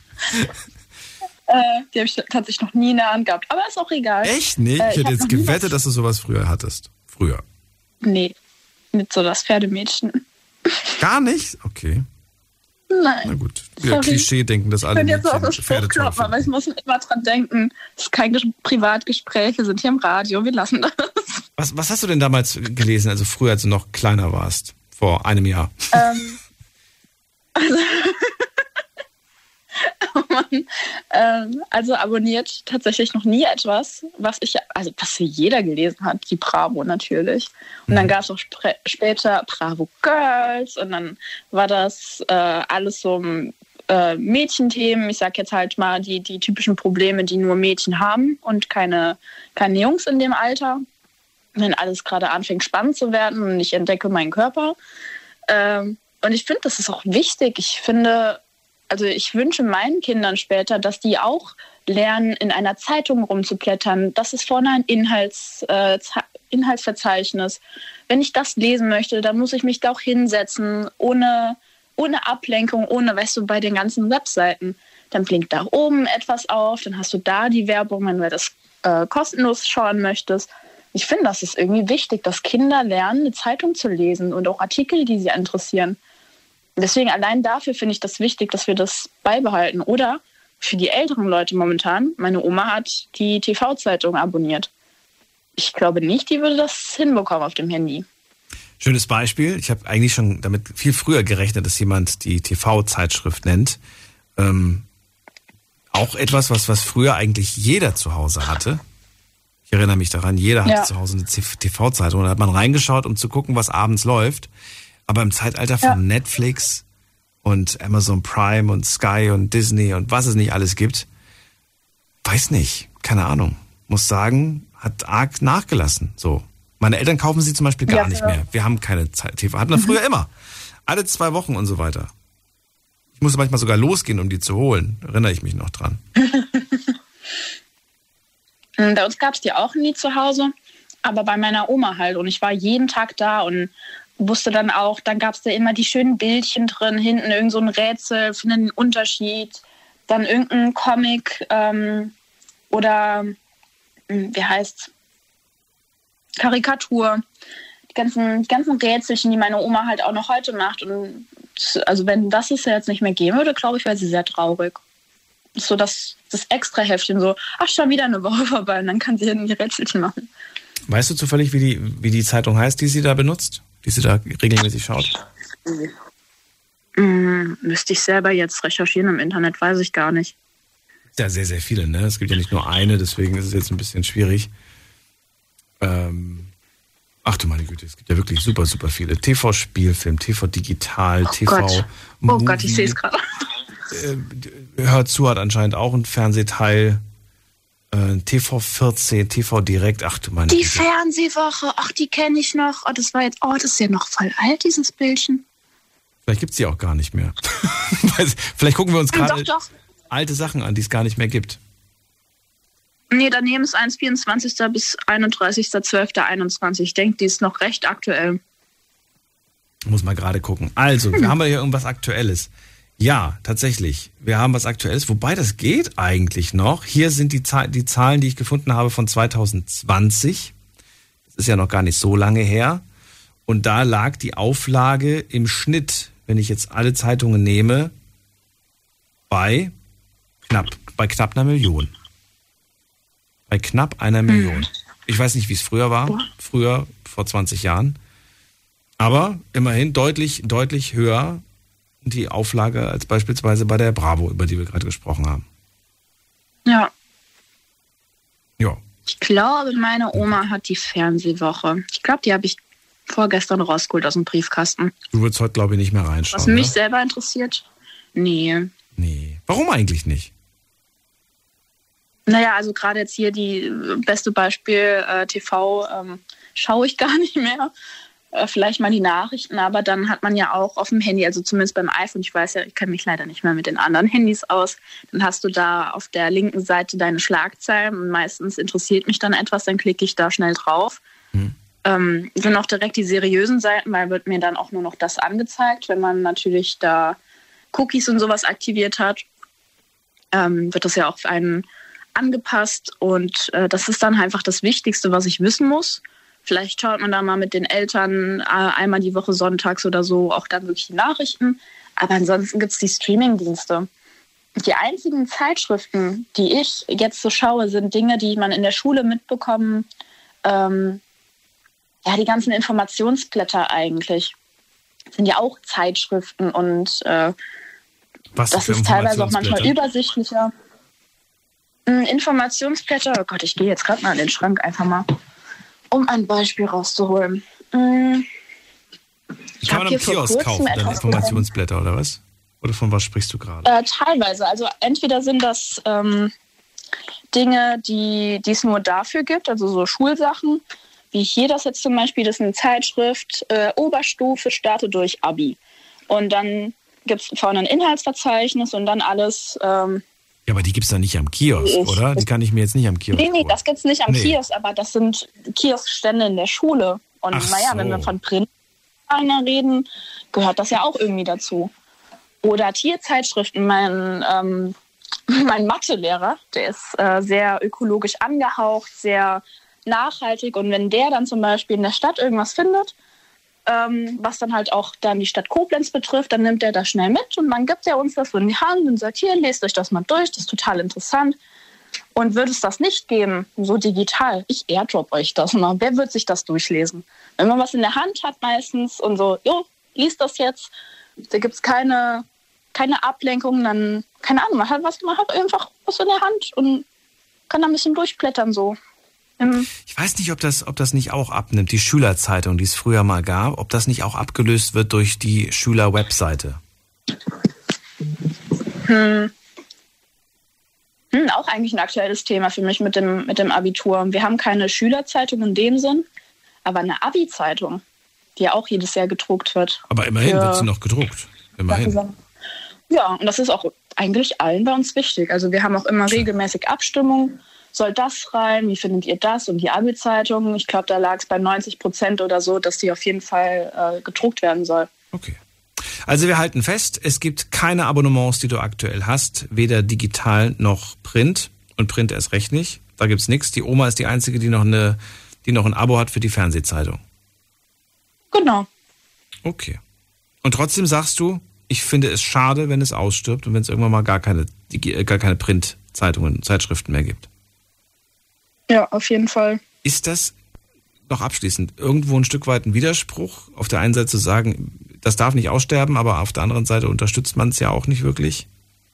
Speaker 13: Die habe ich tatsächlich noch nie in der Hand gehabt. Aber ist auch egal.
Speaker 3: Echt nicht? Ich hätte jetzt gewettet, dass du sowas früher hattest. Früher.
Speaker 13: Nee, nicht so das Pferdemädchen.
Speaker 3: Gar nicht? Okay.
Speaker 13: Nein.
Speaker 3: Na gut. Ja, Klischee denken, dass alle
Speaker 13: Mädchen Pferde toll finden. Aber ich muss immer dran denken, es ist kein Privatgespräch, wir sind hier im Radio, wir lassen das.
Speaker 3: Was hast du denn damals gelesen, also früher, als du noch kleiner warst? Vor einem Jahr?
Speaker 13: Also abonniert tatsächlich noch nie etwas, was jeder gelesen hat, die Bravo natürlich. Und dann gab es auch später Bravo Girls und dann war das alles so Mädchenthemen. Ich sag jetzt halt mal die typischen Probleme, die nur Mädchen haben und keine Jungs in dem Alter. Wenn alles gerade anfängt spannend zu werden und ich entdecke meinen Körper. Und ich finde, das ist auch wichtig. Ich wünsche meinen Kindern später, dass die auch lernen, in einer Zeitung rumzublättern. Das ist vorne ein Inhaltsverzeichnis. Wenn ich das lesen möchte, dann muss ich mich da auch hinsetzen, ohne Ablenkung, weißt du, bei den ganzen Webseiten. Dann blinkt da oben etwas auf, dann hast du da die Werbung, wenn du das kostenlos schauen möchtest. Ich finde, das ist irgendwie wichtig, dass Kinder lernen, eine Zeitung zu lesen und auch Artikel, die sie interessieren. Deswegen allein dafür finde ich das wichtig, dass wir das beibehalten. Oder für die älteren Leute momentan, meine Oma hat die TV-Zeitung abonniert. Ich glaube nicht, die würde das hinbekommen auf dem Handy.
Speaker 3: Schönes Beispiel. Ich habe eigentlich schon damit viel früher gerechnet, dass jemand die TV-Zeitschrift nennt. Auch etwas, was früher eigentlich jeder zu Hause hatte. Ich erinnere mich daran, jeder hatte zu Hause eine TV-Zeitung. Da hat man reingeschaut, um zu gucken, was abends läuft. Aber im Zeitalter von Netflix und Amazon Prime und Sky und Disney und was es nicht alles gibt, weiß nicht, keine Ahnung. Muss sagen, hat arg nachgelassen. So. Meine Eltern kaufen sie zum Beispiel gar nicht mehr. Wir haben keine TV. Hatten wir früher immer. Alle 2 Wochen und so weiter. Ich musste manchmal sogar losgehen, um die zu holen. Erinnere ich mich noch dran.
Speaker 13: Bei uns gab es die auch nie zu Hause, aber bei meiner Oma halt. Und ich war jeden Tag da und wusste dann auch, dann gab es da immer die schönen Bildchen drin, hinten irgend so ein Rätsel für einen Unterschied, dann irgendein Comic oder wie heißt's? Karikatur. Die ganzen Rätselchen, die meine Oma halt auch noch heute macht. Und also wenn das es ja jetzt nicht mehr geben würde, glaube ich, wäre sie sehr traurig. So das extra Heftchen so, ach, schon wieder eine Woche vorbei und dann kann sie die Rätselchen machen.
Speaker 3: Weißt du zufällig, wie die Zeitung heißt, die sie da benutzt? Die sie da regelmäßig schaut?
Speaker 13: Müsste ich selber jetzt recherchieren im Internet, weiß ich gar nicht.
Speaker 3: Ja, sehr, sehr viele, ne? Es gibt ja nicht nur eine, deswegen ist es jetzt ein bisschen schwierig. Ach du meine Güte, es gibt ja wirklich super, super viele. TV-Spielfilm, TV-Digital, TV...
Speaker 13: Gott. Oh Gott, ich sehe es gerade.
Speaker 3: Hört zu hat anscheinend auch ein Fernsehteil. TV14, TV Direkt, ach du meine
Speaker 13: Die
Speaker 3: Güte.
Speaker 13: Fernsehwoche, ach, die kenne ich noch. Oh, das ist ja noch voll alt, dieses Bildchen.
Speaker 3: Vielleicht gibt es die auch gar nicht mehr. Vielleicht gucken wir uns gerade
Speaker 13: Doch.
Speaker 3: alte Sachen an, die es gar nicht mehr gibt.
Speaker 13: Nee, daneben ist 24. bis 31.12.21. Ich denke, die ist noch recht aktuell.
Speaker 3: Muss mal gerade gucken. Also, wir haben ja hier irgendwas Aktuelles. Ja, tatsächlich. Wir haben was Aktuelles, wobei das geht eigentlich noch. Hier sind die Zahlen, die ich gefunden habe von 2020. Das ist ja noch gar nicht so lange her. Und da lag die Auflage im Schnitt, wenn ich jetzt alle Zeitungen nehme, bei knapp 1 Million. Bei knapp 1 Million. Ich weiß nicht, wie es früher war. Früher, vor 20 Jahren. Aber immerhin deutlich, deutlich höher die Auflage als beispielsweise bei der Bravo, über die wir gerade gesprochen haben.
Speaker 13: Ja.
Speaker 3: Ja.
Speaker 13: Ich glaube, meine Oma hat die Fernsehwoche. Ich glaube, die habe ich vorgestern rausgeholt aus dem Briefkasten.
Speaker 3: Du würdest heute, glaube ich, nicht mehr reinschauen.
Speaker 13: Was mich selber interessiert? Nee.
Speaker 3: Warum eigentlich nicht?
Speaker 13: Naja, also gerade jetzt hier die beste Beispiel TV schaue ich gar nicht mehr. Vielleicht mal die Nachrichten, aber dann hat man ja auch auf dem Handy, also zumindest beim iPhone, ich weiß ja, ich kenne mich leider nicht mehr mit den anderen Handys aus, dann hast du da auf der linken Seite deine Schlagzeilen und meistens interessiert mich dann etwas, dann klicke ich da schnell drauf. Sind auch direkt die seriösen Seiten, weil wird mir dann auch nur noch das angezeigt, wenn man natürlich da Cookies und sowas aktiviert hat, wird das ja auch auf einen angepasst und das ist dann einfach das Wichtigste, was ich wissen muss. Vielleicht schaut man da mal mit den Eltern einmal die Woche sonntags oder so auch dann wirklich die Nachrichten. Aber ansonsten gibt es die Streamingdienste. Die einzigen Zeitschriften, die ich jetzt so schaue, sind Dinge, die man in der Schule mitbekommen. Die ganzen Informationsblätter eigentlich. Sind ja auch Zeitschriften und das ist teilweise auch manchmal übersichtlicher. Informationsblätter, oh Gott, ich gehe jetzt gerade mal in den Schrank einfach mal. Um ein Beispiel rauszuholen.
Speaker 3: Kann man am Kiosk kaufen, dann Informationsblätter oder was? Oder von was sprichst du gerade?
Speaker 13: Teilweise. Also entweder sind das Dinge, die es nur dafür gibt, also so Schulsachen, wie hier das jetzt zum Beispiel, das ist eine Zeitschrift, Oberstufe starte durch Abi. Und dann gibt es vorne ein Inhaltsverzeichnis und dann alles...
Speaker 3: Ja, aber die gibt es doch nicht am Kiosk, oder? Die kann ich mir jetzt nicht am Kiosk
Speaker 13: Nee, das gibt es nicht am Kiosk, aber das sind Kioskstände in der Schule. Und wenn wir von Print reden, gehört das ja auch irgendwie dazu. Oder Tierzeitschriften. Mein Mathelehrer, der ist sehr ökologisch angehaucht, sehr nachhaltig. Und wenn der dann zum Beispiel in der Stadt irgendwas findet, was dann halt auch dann die Stadt Koblenz betrifft, dann nimmt er das schnell mit und dann gibt er uns das so in die Hand und sagt, hier, lest euch das mal durch, das ist total interessant. Und würde es das nicht geben, so digital, ich airdrop euch das mal, wer wird sich das durchlesen? Wenn man was in der Hand hat meistens und so, jo, liest das jetzt, da gibt es keine Ablenkung, dann, keine Ahnung, man hat einfach was in der Hand und kann da ein bisschen durchblättern so.
Speaker 3: Ich weiß nicht, ob das nicht auch abnimmt, die Schülerzeitung, die es früher mal gab, ob das nicht auch abgelöst wird durch die Schüler-Webseite.
Speaker 13: Auch eigentlich ein aktuelles Thema für mich mit dem Abitur. Wir haben keine Schülerzeitung in dem Sinn, aber eine Abi-Zeitung, die ja auch jedes Jahr gedruckt wird.
Speaker 3: Aber immerhin wird sie noch gedruckt. Immerhin.
Speaker 13: Ja, und das ist auch eigentlich allen bei uns wichtig. Also wir haben auch immer regelmäßig Abstimmungen. Soll das rein? Wie findet ihr das? Und die Abi-Zeitung, ich glaube, da lag es bei 90% oder so, dass die auf jeden Fall gedruckt werden soll.
Speaker 3: Okay. Also wir halten fest, es gibt keine Abonnements, die du aktuell hast, weder digital noch Print. Und Print erst recht nicht. Da gibt's nichts. Die Oma ist die Einzige, die noch ein Abo hat für die Fernsehzeitung.
Speaker 13: Genau.
Speaker 3: Okay. Und trotzdem sagst du, ich finde es schade, wenn es ausstirbt und wenn es irgendwann mal gar keine Printzeitungen, Zeitschriften mehr gibt.
Speaker 13: Ja, auf jeden Fall.
Speaker 3: Ist das, noch abschließend, irgendwo ein Stück weit ein Widerspruch, auf der einen Seite zu sagen, das darf nicht aussterben, aber auf der anderen Seite unterstützt man es ja auch nicht wirklich?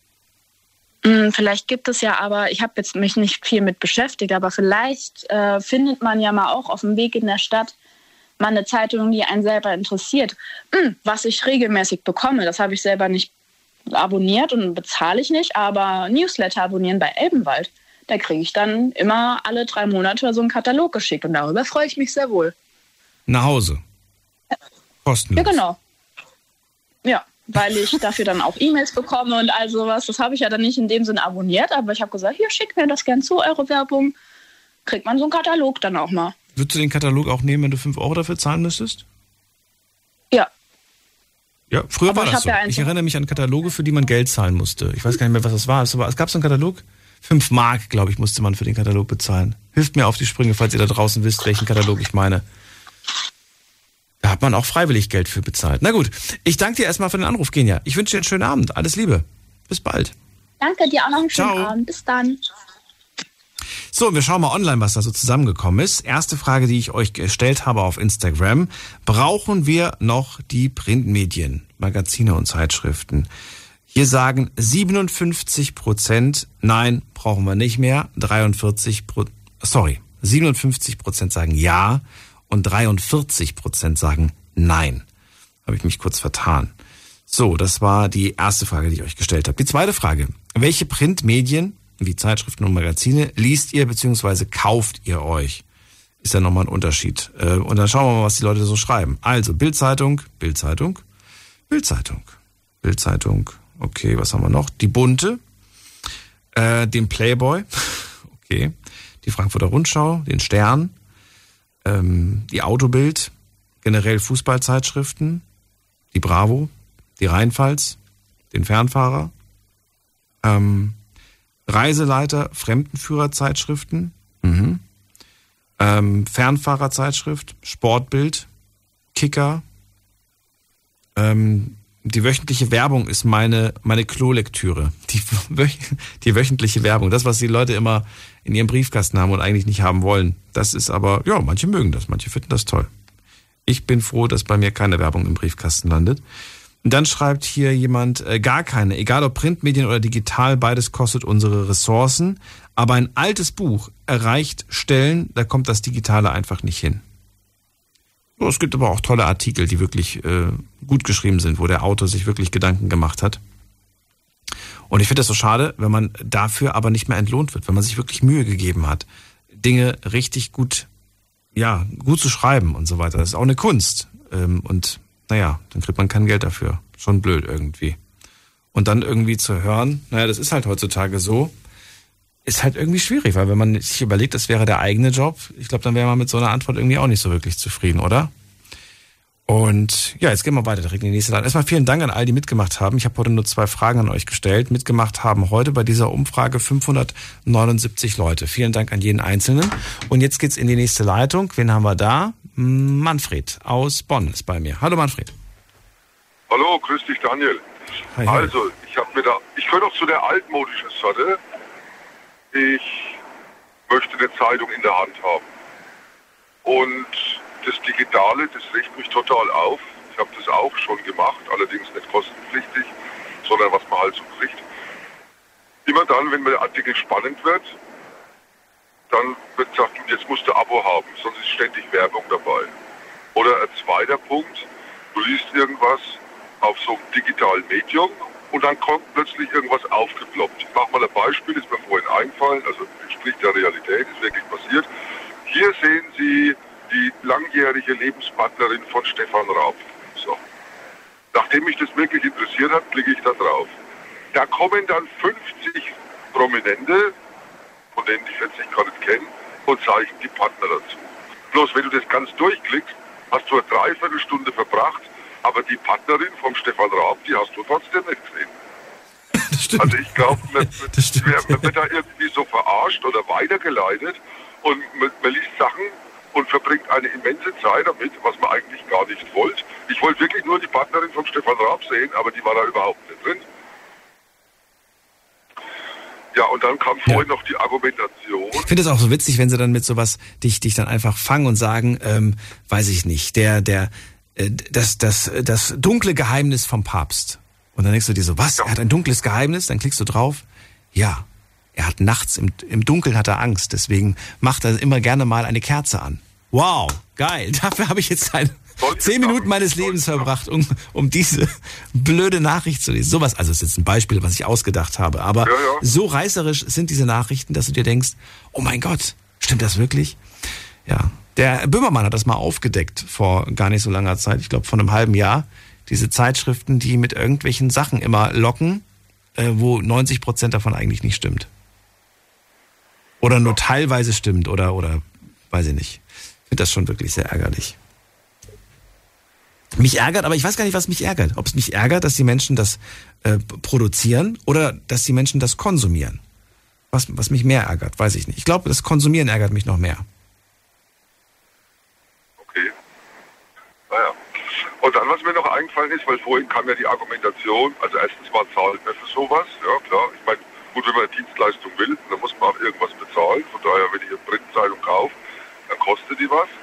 Speaker 13: Vielleicht gibt es ja, aber ich habe jetzt mich nicht viel mit beschäftigt, aber vielleicht findet man ja mal auch auf dem Weg in der Stadt mal eine Zeitung, die einen selber interessiert. Was ich regelmäßig bekomme, das habe ich selber nicht abonniert und bezahle ich nicht, aber Newsletter abonnieren bei Elbenwald. Da kriege ich dann immer alle 3 Monate so einen Katalog geschickt und darüber freue ich mich sehr wohl.
Speaker 3: Nach Hause? Kostenlos?
Speaker 13: Ja, genau. Ja, weil ich dafür dann auch E-Mails bekomme und all sowas. Das habe ich ja dann nicht in dem Sinne abonniert, aber ich habe gesagt, hier, schickt mir das gern zu, eure Werbung. Kriegt man so einen Katalog dann auch mal.
Speaker 3: Würdest du den Katalog auch nehmen, wenn du 5 Euro dafür zahlen müsstest?
Speaker 13: Ja.
Speaker 3: Ja, früher war das so. Ich erinnere mich an Kataloge, für die man Geld zahlen musste. Ich weiß gar nicht mehr, was das war. Es gab so einen Katalog. 5 Mark, glaube ich, musste man für den Katalog bezahlen. Hilft mir auf die Sprünge, falls ihr da draußen wisst, welchen Katalog ich meine. Da hat man auch freiwillig Geld für bezahlt. Na gut, ich danke dir erstmal für den Anruf, Genia. Ich wünsche dir einen schönen Abend. Alles Liebe. Bis bald.
Speaker 13: Danke dir auch noch einen schönen
Speaker 3: Ciao.
Speaker 13: Abend. Bis dann.
Speaker 3: So, wir schauen mal online, was da so zusammengekommen ist. Erste Frage, die ich euch gestellt habe auf Instagram. Brauchen wir noch die Printmedien, Magazine und Zeitschriften? Hier sagen 57%, nein, brauchen wir nicht mehr. 57% sagen ja und 43% sagen nein. Habe ich mich kurz vertan. So, das war die erste Frage, die ich euch gestellt habe. Die zweite Frage. Welche Printmedien, wie Zeitschriften und Magazine, liest ihr bzw. kauft ihr euch? Ist ja nochmal ein Unterschied. Und dann schauen wir mal, was die Leute so schreiben. Also, Bild-Zeitung. Okay, was haben wir noch? Die Bunte, den Playboy, okay, die Frankfurter Rundschau, den Stern, die Autobild, generell Fußballzeitschriften, die Bravo, die Rheinpfalz, den Fernfahrer, Reiseleiter, Fremdenführerzeitschriften, Fernfahrerzeitschrift, Sportbild, Kicker, die wöchentliche Werbung ist meine Klolektüre. Die wöchentliche Werbung. Das, was die Leute immer in ihrem Briefkasten haben und eigentlich nicht haben wollen. Das ist aber, ja, manche mögen das, manche finden das toll. Ich bin froh, dass bei mir keine Werbung im Briefkasten landet. Und dann schreibt hier jemand, gar keine. Egal ob Printmedien oder digital, beides kostet unsere Ressourcen. Aber ein altes Buch erreicht Stellen, da kommt das Digitale einfach nicht hin. So, es gibt aber auch tolle Artikel, die wirklich gut geschrieben sind, wo der Autor sich wirklich Gedanken gemacht hat. Und ich finde das so schade, wenn man dafür aber nicht mehr entlohnt wird, wenn man sich wirklich Mühe gegeben hat, Dinge richtig gut zu schreiben und so weiter. Das ist auch eine Kunst. Und naja, dann kriegt man kein Geld dafür. Schon blöd irgendwie. Und dann irgendwie zu hören, naja, das ist halt heutzutage so, ist halt irgendwie schwierig, weil wenn man sich überlegt, das wäre der eigene Job, ich glaube, dann wäre man mit so einer Antwort irgendwie auch nicht so wirklich zufrieden, oder? Und ja, jetzt gehen wir weiter direkt in die nächste Leitung. Erstmal vielen Dank an all, die mitgemacht haben. Ich habe heute nur 2 Fragen an euch gestellt. Mitgemacht haben heute bei dieser Umfrage 579 Leute. Vielen Dank an jeden Einzelnen. Und jetzt geht's in die nächste Leitung. Wen haben wir da? Manfred aus Bonn ist bei mir. Hallo Manfred.
Speaker 12: Hallo, grüß dich Daniel.
Speaker 3: Hi.
Speaker 12: Also, ich gehöre noch zu der altmodischen Sorte. Ich möchte eine Zeitung in der Hand haben. Und das Digitale, das regt mich total auf. Ich habe das auch schon gemacht, allerdings nicht kostenpflichtig, sondern was man halt so kriegt. Immer dann, wenn mir der Artikel spannend wird, dann wird gesagt, jetzt musst du ein Abo haben, sonst ist ständig Werbung dabei. Oder ein zweiter Punkt, du liest irgendwas auf so einem digitalen Medium und dann kommt plötzlich irgendwas aufgeploppt. Ich mache mal ein Beispiel, ist mir vorhin eingefallen, also entspricht der Realität, ist wirklich passiert. Hier sehen Sie die langjährige Lebenspartnerin von Stefan Raab. So. Nachdem mich das wirklich interessiert hat, klicke ich da drauf. Da kommen dann 50 Prominente, von denen ich 40 gar nicht kenne, und zeigen die Partner dazu. Bloß wenn du das ganz durchklickst, hast du eine Dreiviertelstunde verbracht, aber die Partnerin vom Stefan Raab, die hast du trotzdem nicht gesehen. Also ich glaube, man wird da irgendwie so verarscht oder weitergeleitet und man liest Sachen und verbringt eine immense Zeit damit, was man eigentlich gar nicht wollte. Ich wollte wirklich nur die Partnerin von Stefan Raab sehen, aber die war da überhaupt nicht drin. Ja, und dann kam vorhin noch die Argumentation.
Speaker 3: Ich finde es auch so witzig, wenn sie dann mit sowas dich dann einfach fangen und sagen, weiß ich nicht, das dunkle Geheimnis vom Papst. Und dann denkst du dir so, was? Ja. Er hat ein dunkles Geheimnis? Dann klickst du drauf. Ja, er hat nachts im Dunkeln hat er Angst. Deswegen macht er immer gerne mal eine Kerze an. Wow, geil. Dafür habe ich jetzt 10 Minuten meines Lebens verbracht, um diese blöde Nachricht zu lesen. Sowas, also es ist jetzt ein Beispiel, was ich ausgedacht habe. Aber so reißerisch sind diese Nachrichten, dass du dir denkst, oh mein Gott, stimmt das wirklich? Ja. Der Böhmermann hat das mal aufgedeckt vor gar nicht so langer Zeit, ich glaube vor einem halben Jahr. Diese Zeitschriften, die mit irgendwelchen Sachen immer locken, wo 90% davon eigentlich nicht stimmt. Oder nur teilweise stimmt oder weiß ich nicht. Ich finde das schon wirklich sehr ärgerlich. Mich ärgert, aber ich weiß gar nicht, was mich ärgert. Ob es mich ärgert, dass die Menschen das produzieren oder dass die Menschen das konsumieren. Was mich mehr ärgert, weiß ich nicht. Ich glaube, das Konsumieren ärgert mich noch mehr.
Speaker 12: Okay. Naja. Und dann, was mir noch eingefallen ist, weil vorhin kam ja die Argumentation, also erstens mal zahlt man für sowas, ja klar. Ich meine, gut, wenn man eine Dienstleistung will, dann muss man auch irgendwas bezahlen. Von daher, wenn ich eine Printzeitung kaufe, dann kostet die was.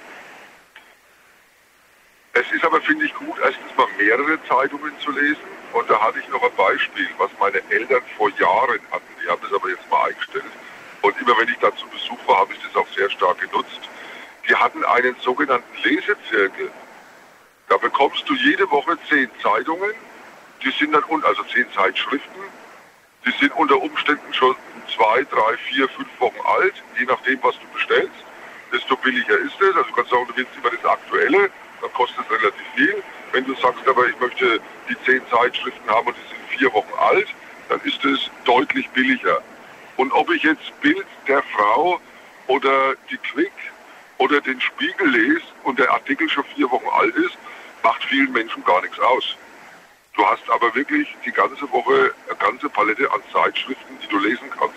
Speaker 12: Es ist aber, finde ich, gut, erstens mal mehrere Zeitungen zu lesen. Und da hatte ich noch ein Beispiel, was meine Eltern vor Jahren hatten. Die haben das aber jetzt mal eingestellt. Und immer wenn ich da zu Besuch war, habe ich das auch sehr stark genutzt. Die hatten einen sogenannten Lesezirkel. Da bekommst du jede Woche 10 Zeitungen. Die sind dann, also 10 Zeitschriften. Die sind unter Umständen schon 2, 3, 4, 5 Wochen alt. Je nachdem, was du bestellst, desto billiger ist es. Also du kannst sagen, du willst immer das Aktuelle. Dann kostet es relativ viel. Wenn du sagst aber, ich möchte die 10 Zeitschriften haben und die sind 4 Wochen alt, dann ist es deutlich billiger. Und ob ich jetzt Bild der Frau oder die Quick oder den Spiegel lese und der Artikel schon 4 Wochen alt ist, macht vielen Menschen gar nichts aus. Du hast aber wirklich die ganze Woche eine ganze Palette an Zeitschriften, die du lesen kannst.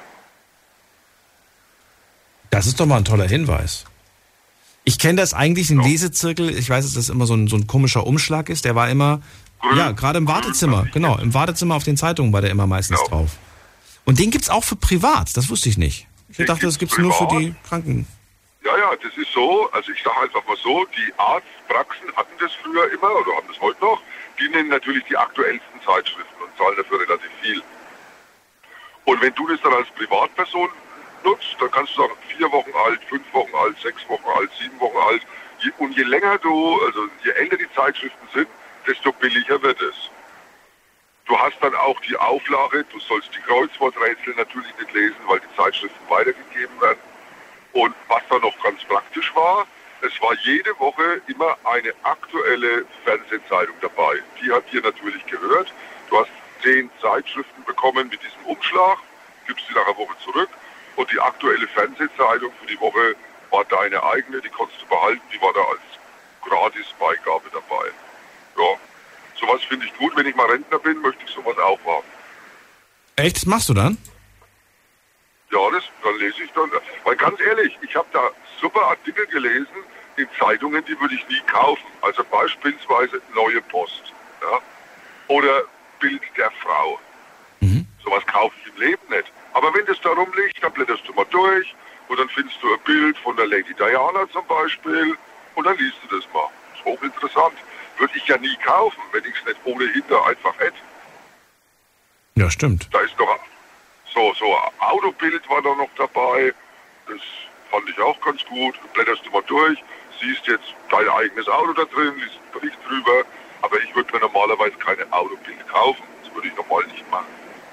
Speaker 3: Das ist doch mal ein toller Hinweis. Ich kenne das eigentlich, den Lesezirkel, ich weiß, dass das immer so ein komischer Umschlag ist, der war immer, ja, gerade im Wartezimmer, genau, im Wartezimmer auf den Zeitungen war der immer meistens drauf. Und den gibt's auch für privat, das wusste ich nicht. Ich dachte, das gibt's nur für die Kranken.
Speaker 12: Ja, das ist so, also ich sage einfach mal so, die Arztpraxen hatten das früher immer, oder haben das heute noch, die nennen natürlich die aktuellsten Zeitschriften und zahlen dafür relativ viel. Und wenn du das dann als Privatperson nutzt, dann kannst du sagen, 4 Wochen alt, 5 Wochen alt, 6 Wochen alt, 7 Wochen alt. Und je länger je älter die Zeitschriften sind, desto billiger wird es. Du hast dann auch die Auflage, du sollst die Kreuzworträtsel natürlich nicht lesen, weil die Zeitschriften weitergegeben werden. Und was dann noch ganz praktisch war, es war jede Woche immer eine aktuelle Fernsehzeitung dabei. Die hat dir natürlich gehört. Du hast 10 Zeitschriften bekommen mit diesem Umschlag, gibst die nach einer Woche zurück. Und die aktuelle Fernsehzeitung für die Woche war deine eigene, die konntest du behalten, die war da als Gratis-Beigabe dabei. Ja, sowas finde ich gut. Wenn ich mal Rentner bin, möchte ich sowas auch machen.
Speaker 3: Echt? Das machst du dann?
Speaker 12: Ja, dann lese ich dann. Weil ganz ehrlich, ich habe da super Artikel gelesen in Zeitungen, die würde ich nie kaufen. Also beispielsweise Neue Post. Ja? Oder Bild der Frau. Sowas kaufe ich im Leben nicht. Aber wenn das da rumliegt, dann blätterst du mal durch und dann findest du ein Bild von der Lady Diana zum Beispiel und dann liest du das mal. Das ist hochinteressant. Würde ich ja nie kaufen, wenn ich es nicht ohnehin da einfach hätte.
Speaker 3: Ja, stimmt.
Speaker 12: Da ist doch so ein Autobild war da noch dabei. Das fand ich auch ganz gut. Blätterst du mal durch, siehst jetzt dein eigenes Auto da drin, liest einen Bericht drüber. Aber ich würde mir normalerweise keine Autobild kaufen. Das würde ich normal nicht machen.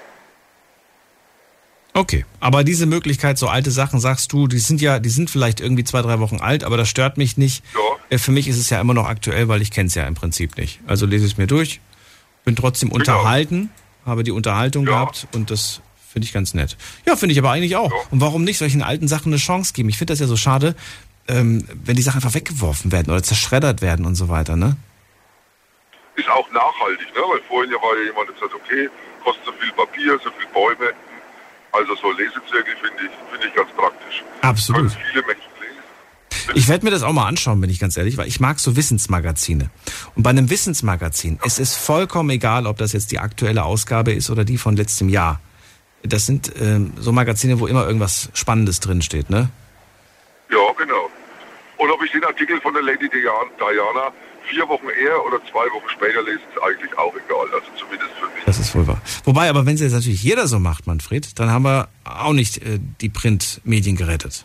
Speaker 3: Okay, aber diese Möglichkeit, so alte Sachen, sagst du, die sind vielleicht irgendwie 2-3 Wochen alt, aber das stört mich nicht. Ja. Für mich ist es ja immer noch aktuell, weil ich kenne es ja im Prinzip nicht. Also lese es mir durch, bin trotzdem unterhalten, habe die Unterhaltung gehabt und das finde ich ganz nett. Ja, finde ich aber eigentlich auch. Ja. Und warum nicht solchen alten Sachen eine Chance geben? Ich finde das ja so schade, wenn die Sachen einfach weggeworfen werden oder zerschreddert werden und so weiter, ne?
Speaker 12: Ist auch nachhaltig, ne? Weil vorhin war ja jemand, der gesagt hat, okay, kostet so viel Papier, so viel Bäume. Also so Lesezirkel finde ich ganz praktisch.
Speaker 3: Absolut.
Speaker 12: Können viele Menschen lesen.
Speaker 3: Ich werde mir das auch mal anschauen, bin ich ganz ehrlich, weil ich mag so Wissensmagazine. Und bei einem Wissensmagazin, es ist vollkommen egal, ob das jetzt die aktuelle Ausgabe ist oder die von letztem Jahr. Das sind so Magazine, wo immer irgendwas Spannendes drinsteht, ne?
Speaker 12: Ja, genau. Und ob ich den Artikel von der Lady Diana 4 Wochen eher oder 2 Wochen später lese, ist eigentlich auch egal. Also zumindest für mich.
Speaker 3: Das ist wohl wahr. Wobei, aber wenn es jetzt natürlich jeder so macht, Manfred, dann haben wir auch nicht die Printmedien gerettet.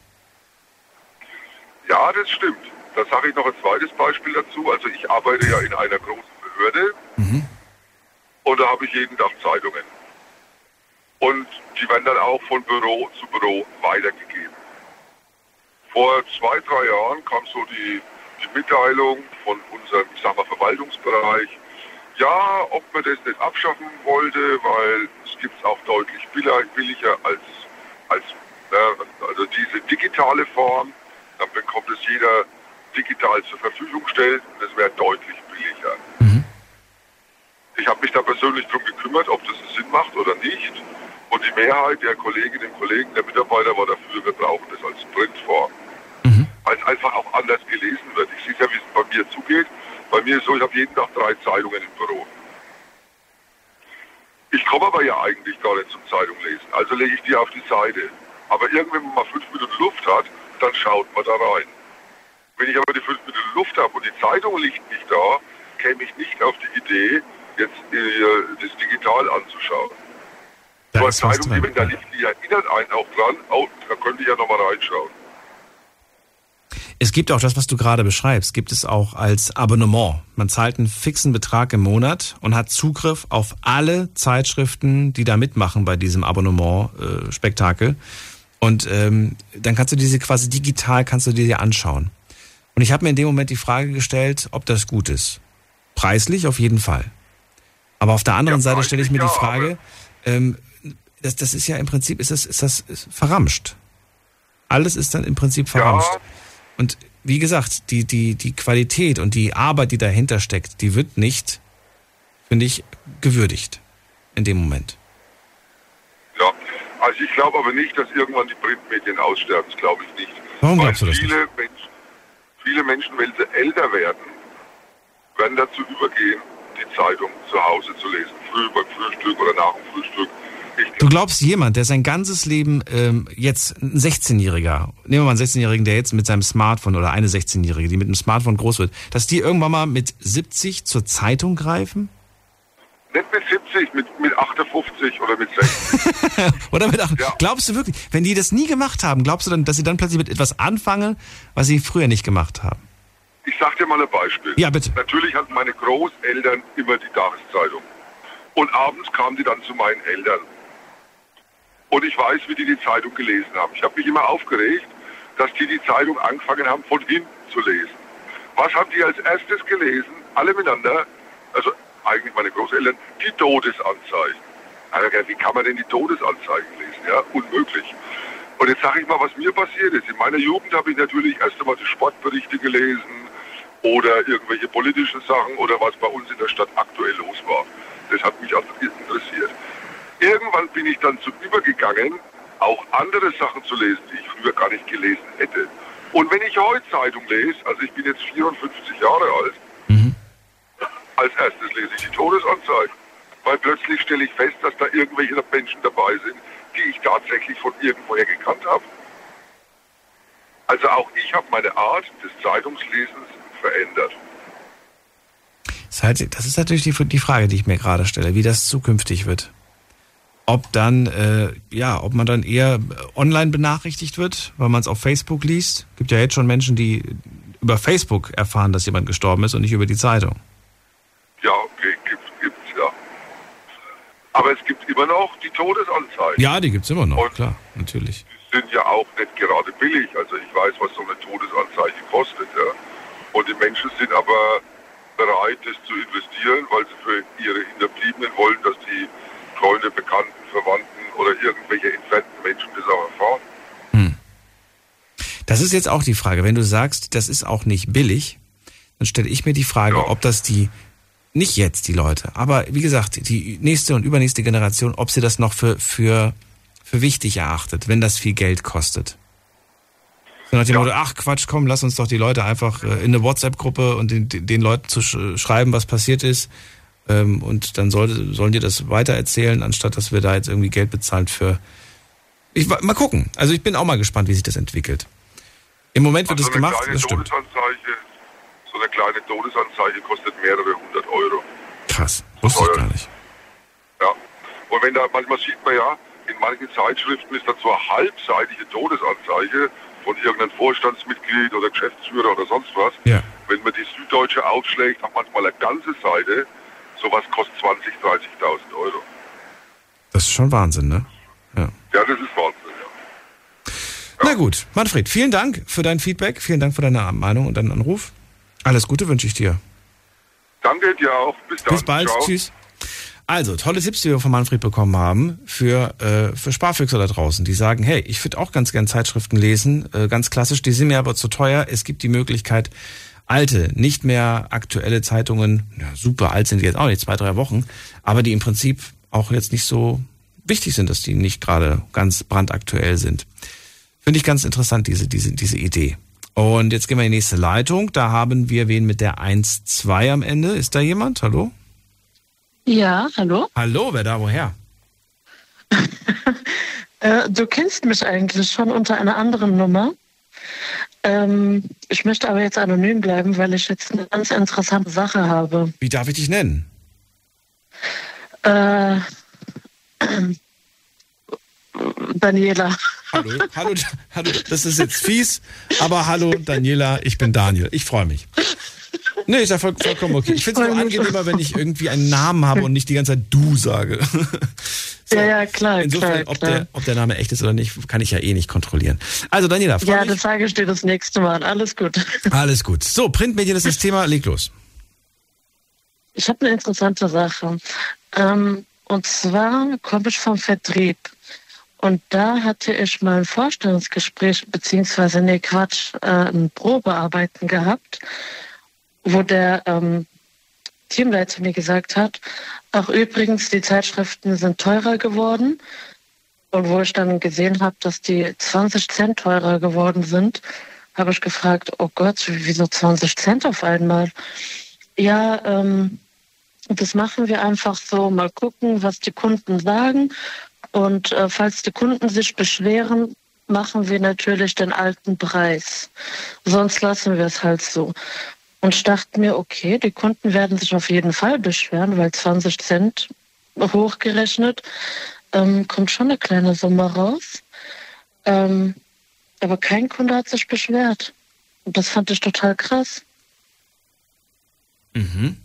Speaker 12: Ja, das stimmt. Da sage ich noch ein zweites Beispiel dazu. Also ich arbeite ja in einer großen Behörde und da habe ich jeden Tag Zeitungen. Und die werden dann auch von Büro zu Büro weitergegeben. Vor 2-3 Jahren kam so die Mitteilung von unserem, ich sag mal, Verwaltungsbereich, ja, ob man das nicht abschaffen wollte, weil es gibt es auch deutlich billiger als also diese digitale Form. Dann bekommt es jeder digital zur Verfügung gestellt und es wäre deutlich billiger. Ich habe mich da persönlich darum gekümmert, ob das Sinn macht oder nicht. Und die Mehrheit der Kolleginnen und Kollegen, der Mitarbeiter war dafür, wir brauchen das als Printform. Weil es einfach auch anders gelesen wird. Ich sehe ja, wie es bei mir zugeht. Bei mir ist so, ich habe jeden Tag 3 Zeitungen im Büro. Ich komme aber ja eigentlich gar nicht zum Zeitung lesen. Also lege ich die auf die Seite. Aber irgendwann, wenn man mal 5 Minuten Luft hat, dann schaut man da rein. Wenn ich aber die 5 Minuten Luft habe und die Zeitung liegt nicht da, käme ich nicht auf die Idee, jetzt das digital anzuschauen. So eine Zeitung, die, wenn da liegt, die erinnert einen auch dran, da könnte ich ja nochmal reinschauen.
Speaker 3: Es gibt auch das, was du gerade beschreibst, gibt es auch als Abonnement. Man zahlt einen fixen Betrag im Monat und hat Zugriff auf alle Zeitschriften, die da mitmachen bei diesem Abonnement-Spektakel. Und dann kannst du diese quasi digital, kannst du dir anschauen. Und ich habe mir in dem Moment die Frage gestellt, ob das gut ist. Preislich auf jeden Fall. Aber auf der anderen Seite stelle ich mir die Frage, das ist ja im Prinzip, ist das verramscht. Alles ist dann im Prinzip verramscht. Ja. Und wie gesagt, die Qualität und die Arbeit, die dahinter steckt, die wird nicht, finde ich, gewürdigt in dem Moment.
Speaker 12: Ja, also ich glaube aber nicht, dass irgendwann die Printmedien aussterben. Das glaube ich nicht.
Speaker 3: Warum glaubst du das nicht?
Speaker 12: Viele Menschen, wenn sie älter werden dazu übergehen, die Zeitung zu Hause zu lesen. Früh beim Frühstück oder nach dem Frühstück.
Speaker 3: Du glaubst, jemand, der sein ganzes Leben jetzt, ein 16-Jähriger, nehmen wir mal einen 16-Jährigen, der jetzt mit seinem Smartphone oder eine 16-Jährige, die mit einem Smartphone groß wird, dass die irgendwann mal mit 70 zur Zeitung greifen?
Speaker 12: Nicht mit 70, mit 58 oder mit 60.
Speaker 3: Oder mit 8. Ja. Glaubst du wirklich, wenn die das nie gemacht haben, glaubst du dann, dass sie dann plötzlich mit etwas anfangen, was sie früher nicht gemacht haben?
Speaker 12: Ich sag dir mal ein Beispiel.
Speaker 3: Ja, bitte.
Speaker 12: Natürlich hatten meine Großeltern immer die Tageszeitung. Und abends kamen die dann zu meinen Eltern. Und ich weiß, wie die Zeitung gelesen haben. Ich habe mich immer aufgeregt, dass die Zeitung angefangen haben, von hinten zu lesen. Was haben die als erstes gelesen? Alle miteinander, also eigentlich meine Großeltern, die Todesanzeigen. Also, wie kann man denn die Todesanzeigen lesen? Ja, unmöglich. Und jetzt sage ich mal, was mir passiert ist. In meiner Jugend habe ich natürlich erst einmal die Sportberichte gelesen, oder irgendwelche politischen Sachen oder was bei uns in der Stadt aktuell los war. Das hat mich also interessiert. Irgendwann bin ich dann übergegangen, auch andere Sachen zu lesen, die ich früher gar nicht gelesen hätte. Und wenn ich heute Zeitung lese, also ich bin jetzt 54 Jahre alt, als erstes lese ich die Todesanzeigen. Weil plötzlich stelle ich fest, dass da irgendwelche Menschen dabei sind, die ich tatsächlich von irgendwoher gekannt habe. Also auch ich habe meine Art des Zeitungslesens verändert.
Speaker 3: Das ist natürlich die Frage, die ich mir gerade stelle, wie das zukünftig wird. Ob dann, ob man dann eher online benachrichtigt wird, weil man es auf Facebook liest. Gibt ja jetzt schon Menschen, die über Facebook erfahren, dass jemand gestorben ist und nicht über die Zeitung.
Speaker 12: Ja, okay, gibt's ja. Aber es gibt immer noch die Todesanzeigen.
Speaker 3: Ja, die gibt's immer noch, und klar, natürlich.
Speaker 12: Die sind ja auch nicht gerade billig. Also ich weiß, was so eine Todesanzeige kostet, ja. Und die Menschen sind aber bereit, das zu investieren, weil sie für ihre Hinterbliebenen wollen, dass die Freunde, Bekannten, Verwandten oder irgendwelche entfernten Menschen das auch erfahren.
Speaker 3: Das ist jetzt auch die Frage. Wenn du sagst, das ist auch nicht billig, dann stelle ich mir die Frage, ob das nicht jetzt die Leute, aber wie gesagt, die nächste und übernächste Generation, ob sie das noch für wichtig erachtet, wenn das viel Geld kostet. So nach dem Motto, ach Quatsch, komm, lass uns doch die Leute einfach in eine WhatsApp-Gruppe und den Leuten zu schreiben, was passiert ist. Und dann sollen die das weitererzählen, anstatt dass wir da jetzt irgendwie Geld bezahlen für... Mal gucken. Also ich bin auch mal gespannt, wie sich das entwickelt. Im Moment wird es gemacht, das stimmt.
Speaker 12: So eine kleine Todesanzeige kostet mehrere 100 Euro.
Speaker 3: Krass, wusste ich gar nicht.
Speaker 12: Ja, und wenn da, manchmal sieht man ja, in manchen Zeitschriften ist da so eine halbseitige Todesanzeige von irgendeinem Vorstandsmitglied oder Geschäftsführer oder sonst was. Ja. Wenn man die Süddeutsche aufschlägt, hat manchmal eine ganze Seite, sowas kostet 20.000, 30.000 Euro.
Speaker 3: Das ist schon Wahnsinn, ne? Ja,
Speaker 12: das ist Wahnsinn, ja.
Speaker 3: Na gut, Manfred, vielen Dank für dein Feedback, vielen Dank für deine Meinung und deinen Anruf. Alles Gute wünsche ich dir.
Speaker 12: Danke dir auch. Bis dann.
Speaker 3: Bis bald.
Speaker 12: Ciao.
Speaker 3: Tschüss. Also, tolle Tipps, die wir von Manfred bekommen haben für Sparfüchser da draußen, die sagen, hey, ich würde auch ganz gern Zeitschriften lesen, ganz klassisch, die sind mir aber zu teuer. Es gibt die Möglichkeit, alte, nicht mehr aktuelle Zeitungen, ja, super alt sind die jetzt auch nicht, 2-3 Wochen, aber die im Prinzip auch jetzt nicht so wichtig sind, dass die nicht gerade ganz brandaktuell sind. Finde ich ganz interessant, diese Idee. Und jetzt gehen wir in die nächste Leitung. Da haben wir wen mit der 1-2 am Ende. Ist da jemand? Hallo?
Speaker 14: Ja, hallo?
Speaker 3: Hallo, wer da, woher?
Speaker 14: Du kennst mich eigentlich schon unter einer anderen Nummer. Ich möchte aber jetzt anonym bleiben, weil ich jetzt eine ganz interessante Sache habe.
Speaker 3: Wie darf ich dich nennen?
Speaker 14: Daniela.
Speaker 3: Hallo, das ist jetzt fies, aber hallo Daniela, ich bin Daniel. Ich freue mich. Nee, ist ja vollkommen okay. Ich finde es nur angenehmer, wenn ich irgendwie einen Namen habe und nicht die ganze Zeit du sage. So.
Speaker 14: Ja, klar.
Speaker 3: Insofern,
Speaker 14: klar.
Speaker 3: Ob der Name echt ist oder nicht, kann ich ja eh nicht kontrollieren. Also Daniela, freue mich.
Speaker 14: Ja, das sage ich dir das nächste Mal. Alles gut.
Speaker 3: Alles gut. So, Printmedien ist das Thema, leg los.
Speaker 14: Ich habe eine interessante Sache. Und zwar komme ich vom Vertrieb. Und da hatte ich mal ein Vorstellungsgespräch, beziehungsweise, ein Probearbeiten gehabt, wo der Teamleiter mir gesagt hat, ach übrigens, die Zeitschriften sind teurer geworden. Und wo ich dann gesehen habe, dass die 20 Cent teurer geworden sind, habe ich gefragt, oh Gott, wieso 20 Cent auf einmal? Ja, das machen wir einfach so, mal gucken, was die Kunden sagen. Und falls die Kunden sich beschweren, machen wir natürlich den alten Preis. Sonst lassen wir es halt so. Und ich dachte mir, okay, die Kunden werden sich auf jeden Fall beschweren, weil 20 Cent hochgerechnet kommt schon eine kleine Summe raus. Aber kein Kunde hat sich beschwert. Und das fand ich total krass.
Speaker 3: Mhm.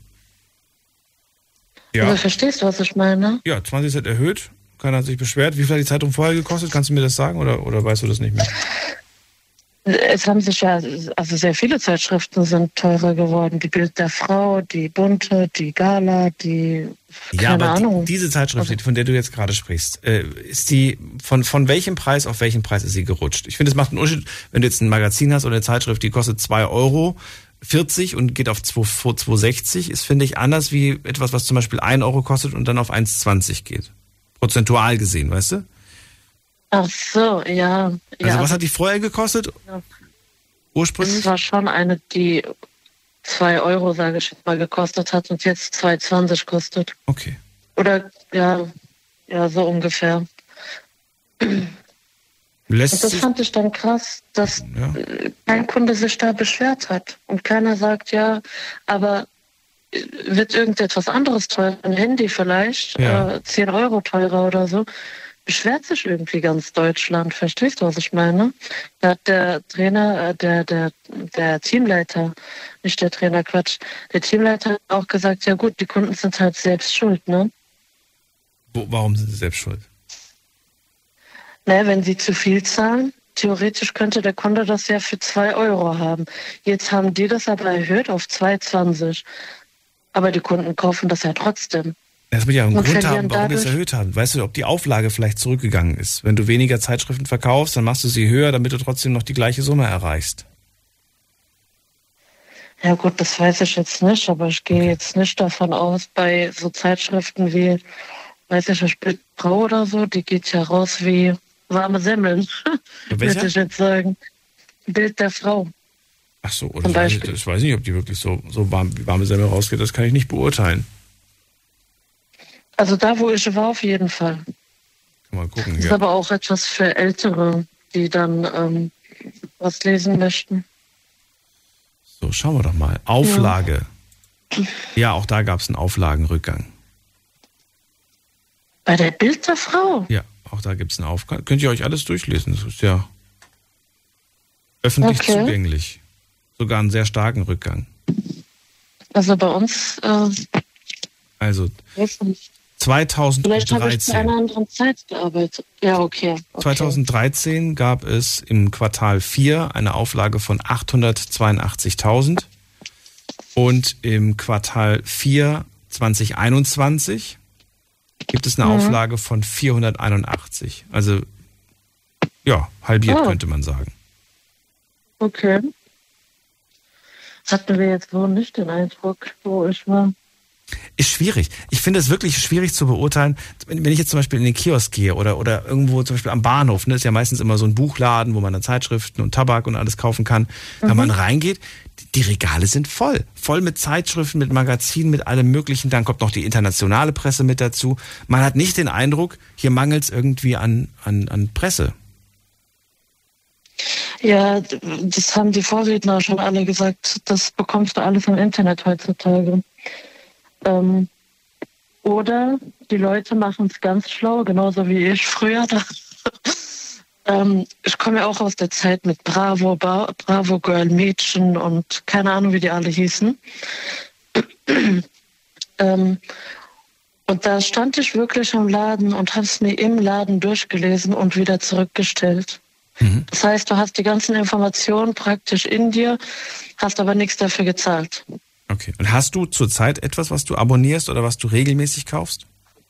Speaker 3: Ja.
Speaker 14: Also verstehst du, was ich meine?
Speaker 3: Ja, 20 Cent erhöht. Keiner hat sich beschwert. Wie viel hat die Zeitung vorher gekostet? Kannst du mir das sagen oder weißt du das nicht mehr?
Speaker 14: Es haben sich ja, also sehr viele Zeitschriften sind teurer geworden. Die Bild der Frau, die Bunte, die Gala, die, keine Ahnung.
Speaker 3: Diese Zeitschrift, von der du jetzt gerade sprichst, ist die, von welchem Preis auf welchen Preis ist sie gerutscht? Ich finde, es macht einen Unterschied, wenn du jetzt ein Magazin hast oder eine Zeitschrift, die kostet 2 Euro, 40 und geht auf 2,60 ist, finde ich, anders wie etwas, was zum Beispiel 1 Euro kostet und dann auf 1,20 geht. Prozentual gesehen, weißt du?
Speaker 14: Ach so, ja.
Speaker 3: Also was hat die vorher gekostet?
Speaker 14: Ja.
Speaker 3: Ursprünglich?
Speaker 14: Es war schon eine, die 2 Euro, sage ich jetzt mal, gekostet hat und jetzt 2,20 kostet.
Speaker 3: Okay.
Speaker 14: Oder, ja, so ungefähr. Und das fand ich dann krass, dass kein Kunde sich da beschwert hat. Und keiner sagt, ja, aber wird irgendetwas anderes teurer, ein Handy vielleicht, 10 Euro teurer oder so, beschwert sich irgendwie ganz Deutschland. Verstehst du, was ich meine? Da hat der Trainer, der Teamleiter, nicht der Trainer, Quatsch, der Teamleiter hat auch gesagt, ja gut, die Kunden sind halt selbst schuld, ne?
Speaker 3: Warum sind sie selbst schuld?
Speaker 14: Na, wenn sie zu viel zahlen, theoretisch könnte der Kunde das ja für 2 Euro haben. Jetzt haben die das aber erhöht auf 2,20. Aber die Kunden kaufen das ja trotzdem.
Speaker 3: Das wird ja einen Grund haben, warum die es erhöht haben. Weißt du, ob die Auflage vielleicht zurückgegangen ist? Wenn du weniger Zeitschriften verkaufst, dann machst du sie höher, damit du trotzdem noch die gleiche Summe erreichst.
Speaker 14: Ja gut, das weiß ich jetzt nicht, aber ich gehe jetzt nicht davon aus, bei so Zeitschriften wie, weiß ich nicht, Bild Frau oder so, die geht ja raus wie warme Semmeln, würde ich jetzt sagen. Bild der Frau.
Speaker 3: Ach so, oder ich weiß nicht, ob die wirklich so warm, wie warme Semmel rausgeht, das kann ich nicht beurteilen.
Speaker 14: Also da, wo ich war, auf jeden Fall.
Speaker 3: Kann mal gucken.
Speaker 14: Das ist aber auch etwas für Ältere, die dann was lesen möchten.
Speaker 3: So, schauen wir doch mal. Auflage. Ja, auch da gab es einen Auflagenrückgang.
Speaker 14: Bei der Bild der Frau?
Speaker 3: Ja, auch da gibt es einen Aufgang. Könnt ihr euch alles durchlesen. Das ist ja öffentlich zugänglich. Sogar einen sehr starken Rückgang.
Speaker 14: Also bei uns...
Speaker 3: also 2013.
Speaker 14: Vielleicht habe ich zu einer anderen Zeit gearbeitet. Ja, okay.
Speaker 3: 2013 gab es im Quartal 4 eine Auflage von 882.000 und im Quartal 4 2021 gibt es eine Auflage von 481. Also ja, halbiert könnte man sagen.
Speaker 14: Okay. Das hatten wir jetzt wohl nicht den Eindruck, wo ich war.
Speaker 3: Ist schwierig. Ich finde es wirklich schwierig zu beurteilen. Wenn ich jetzt zum Beispiel in den Kiosk gehe oder irgendwo zum Beispiel am Bahnhof, ne, ist ja meistens immer so ein Buchladen, wo man dann Zeitschriften und Tabak und alles kaufen kann. Wenn man reingeht, die Regale sind voll. Voll mit Zeitschriften, mit Magazinen, mit allem Möglichen. Dann kommt noch die internationale Presse mit dazu. Man hat nicht den Eindruck, hier mangelt es irgendwie an Presse.
Speaker 14: Ja, das haben die Vorredner schon alle gesagt. Das bekommst du alles im Internet heutzutage. Oder die Leute machen es ganz schlau, genauso wie ich früher. Ich komme ja auch aus der Zeit mit Bravo Girl, Mädchen und keine Ahnung, wie die alle hießen. Und da stand ich wirklich am Laden und habe es mir im Laden durchgelesen und wieder zurückgestellt. Das heißt, du hast die ganzen Informationen praktisch in dir, hast aber nichts dafür gezahlt.
Speaker 3: Okay. Und hast du zurzeit etwas, was du abonnierst oder was du regelmäßig kaufst?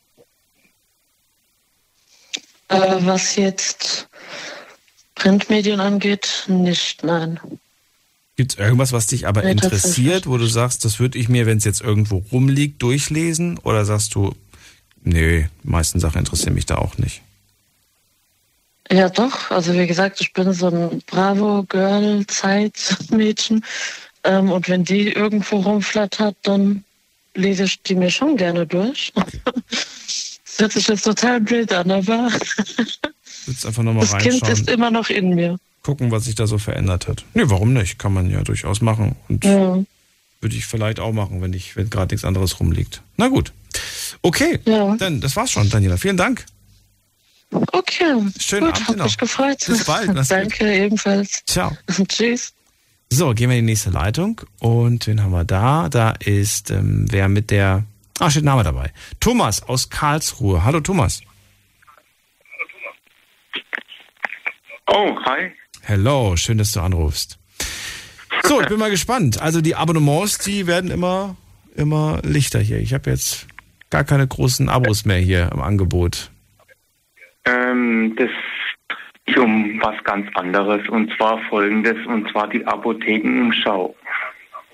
Speaker 14: Was jetzt Printmedien angeht, nicht, nein.
Speaker 3: Gibt es irgendwas, was dich aber interessiert, wo du sagst, das würde ich mir, wenn es jetzt irgendwo rumliegt, durchlesen? Oder sagst du, nee, die meisten Sachen interessieren mich da auch nicht?
Speaker 14: Ja doch, also wie gesagt, ich bin so ein Bravo-Girl-Zeitmädchen. Und wenn die irgendwo rumflattert, dann lese ich die mir schon gerne durch. Das hört sich jetzt total blöd an, aber
Speaker 3: jetzt einfach nochmal
Speaker 14: das Kind ist immer noch in mir.
Speaker 3: Gucken, was sich da so verändert hat. Nee, warum nicht? Kann man ja durchaus machen. Und würde ich vielleicht auch machen, wenn gerade nichts anderes rumliegt. Na gut. Okay, dann das war's schon, Daniela. Vielen Dank.
Speaker 14: Okay,
Speaker 3: schönen
Speaker 14: gut,
Speaker 3: Abend
Speaker 14: hat
Speaker 3: noch.
Speaker 14: mich gefreut.
Speaker 3: Bis bald.
Speaker 14: Danke, ebenfalls.
Speaker 3: Ciao.
Speaker 14: Tschüss.
Speaker 3: So, gehen wir in die nächste Leitung. Und wen haben wir da? Da ist wer mit der... steht Name dabei. Thomas aus Karlsruhe. Hallo Thomas.
Speaker 15: Oh, hi.
Speaker 3: Hello, schön, dass du anrufst. So, ich bin mal gespannt. Also die Abonnements, die werden immer lichter hier. Ich habe jetzt gar keine großen Abos mehr hier im Angebot.
Speaker 15: Das ist um was ganz anderes, und zwar folgendes, und zwar die Apothekenumschau.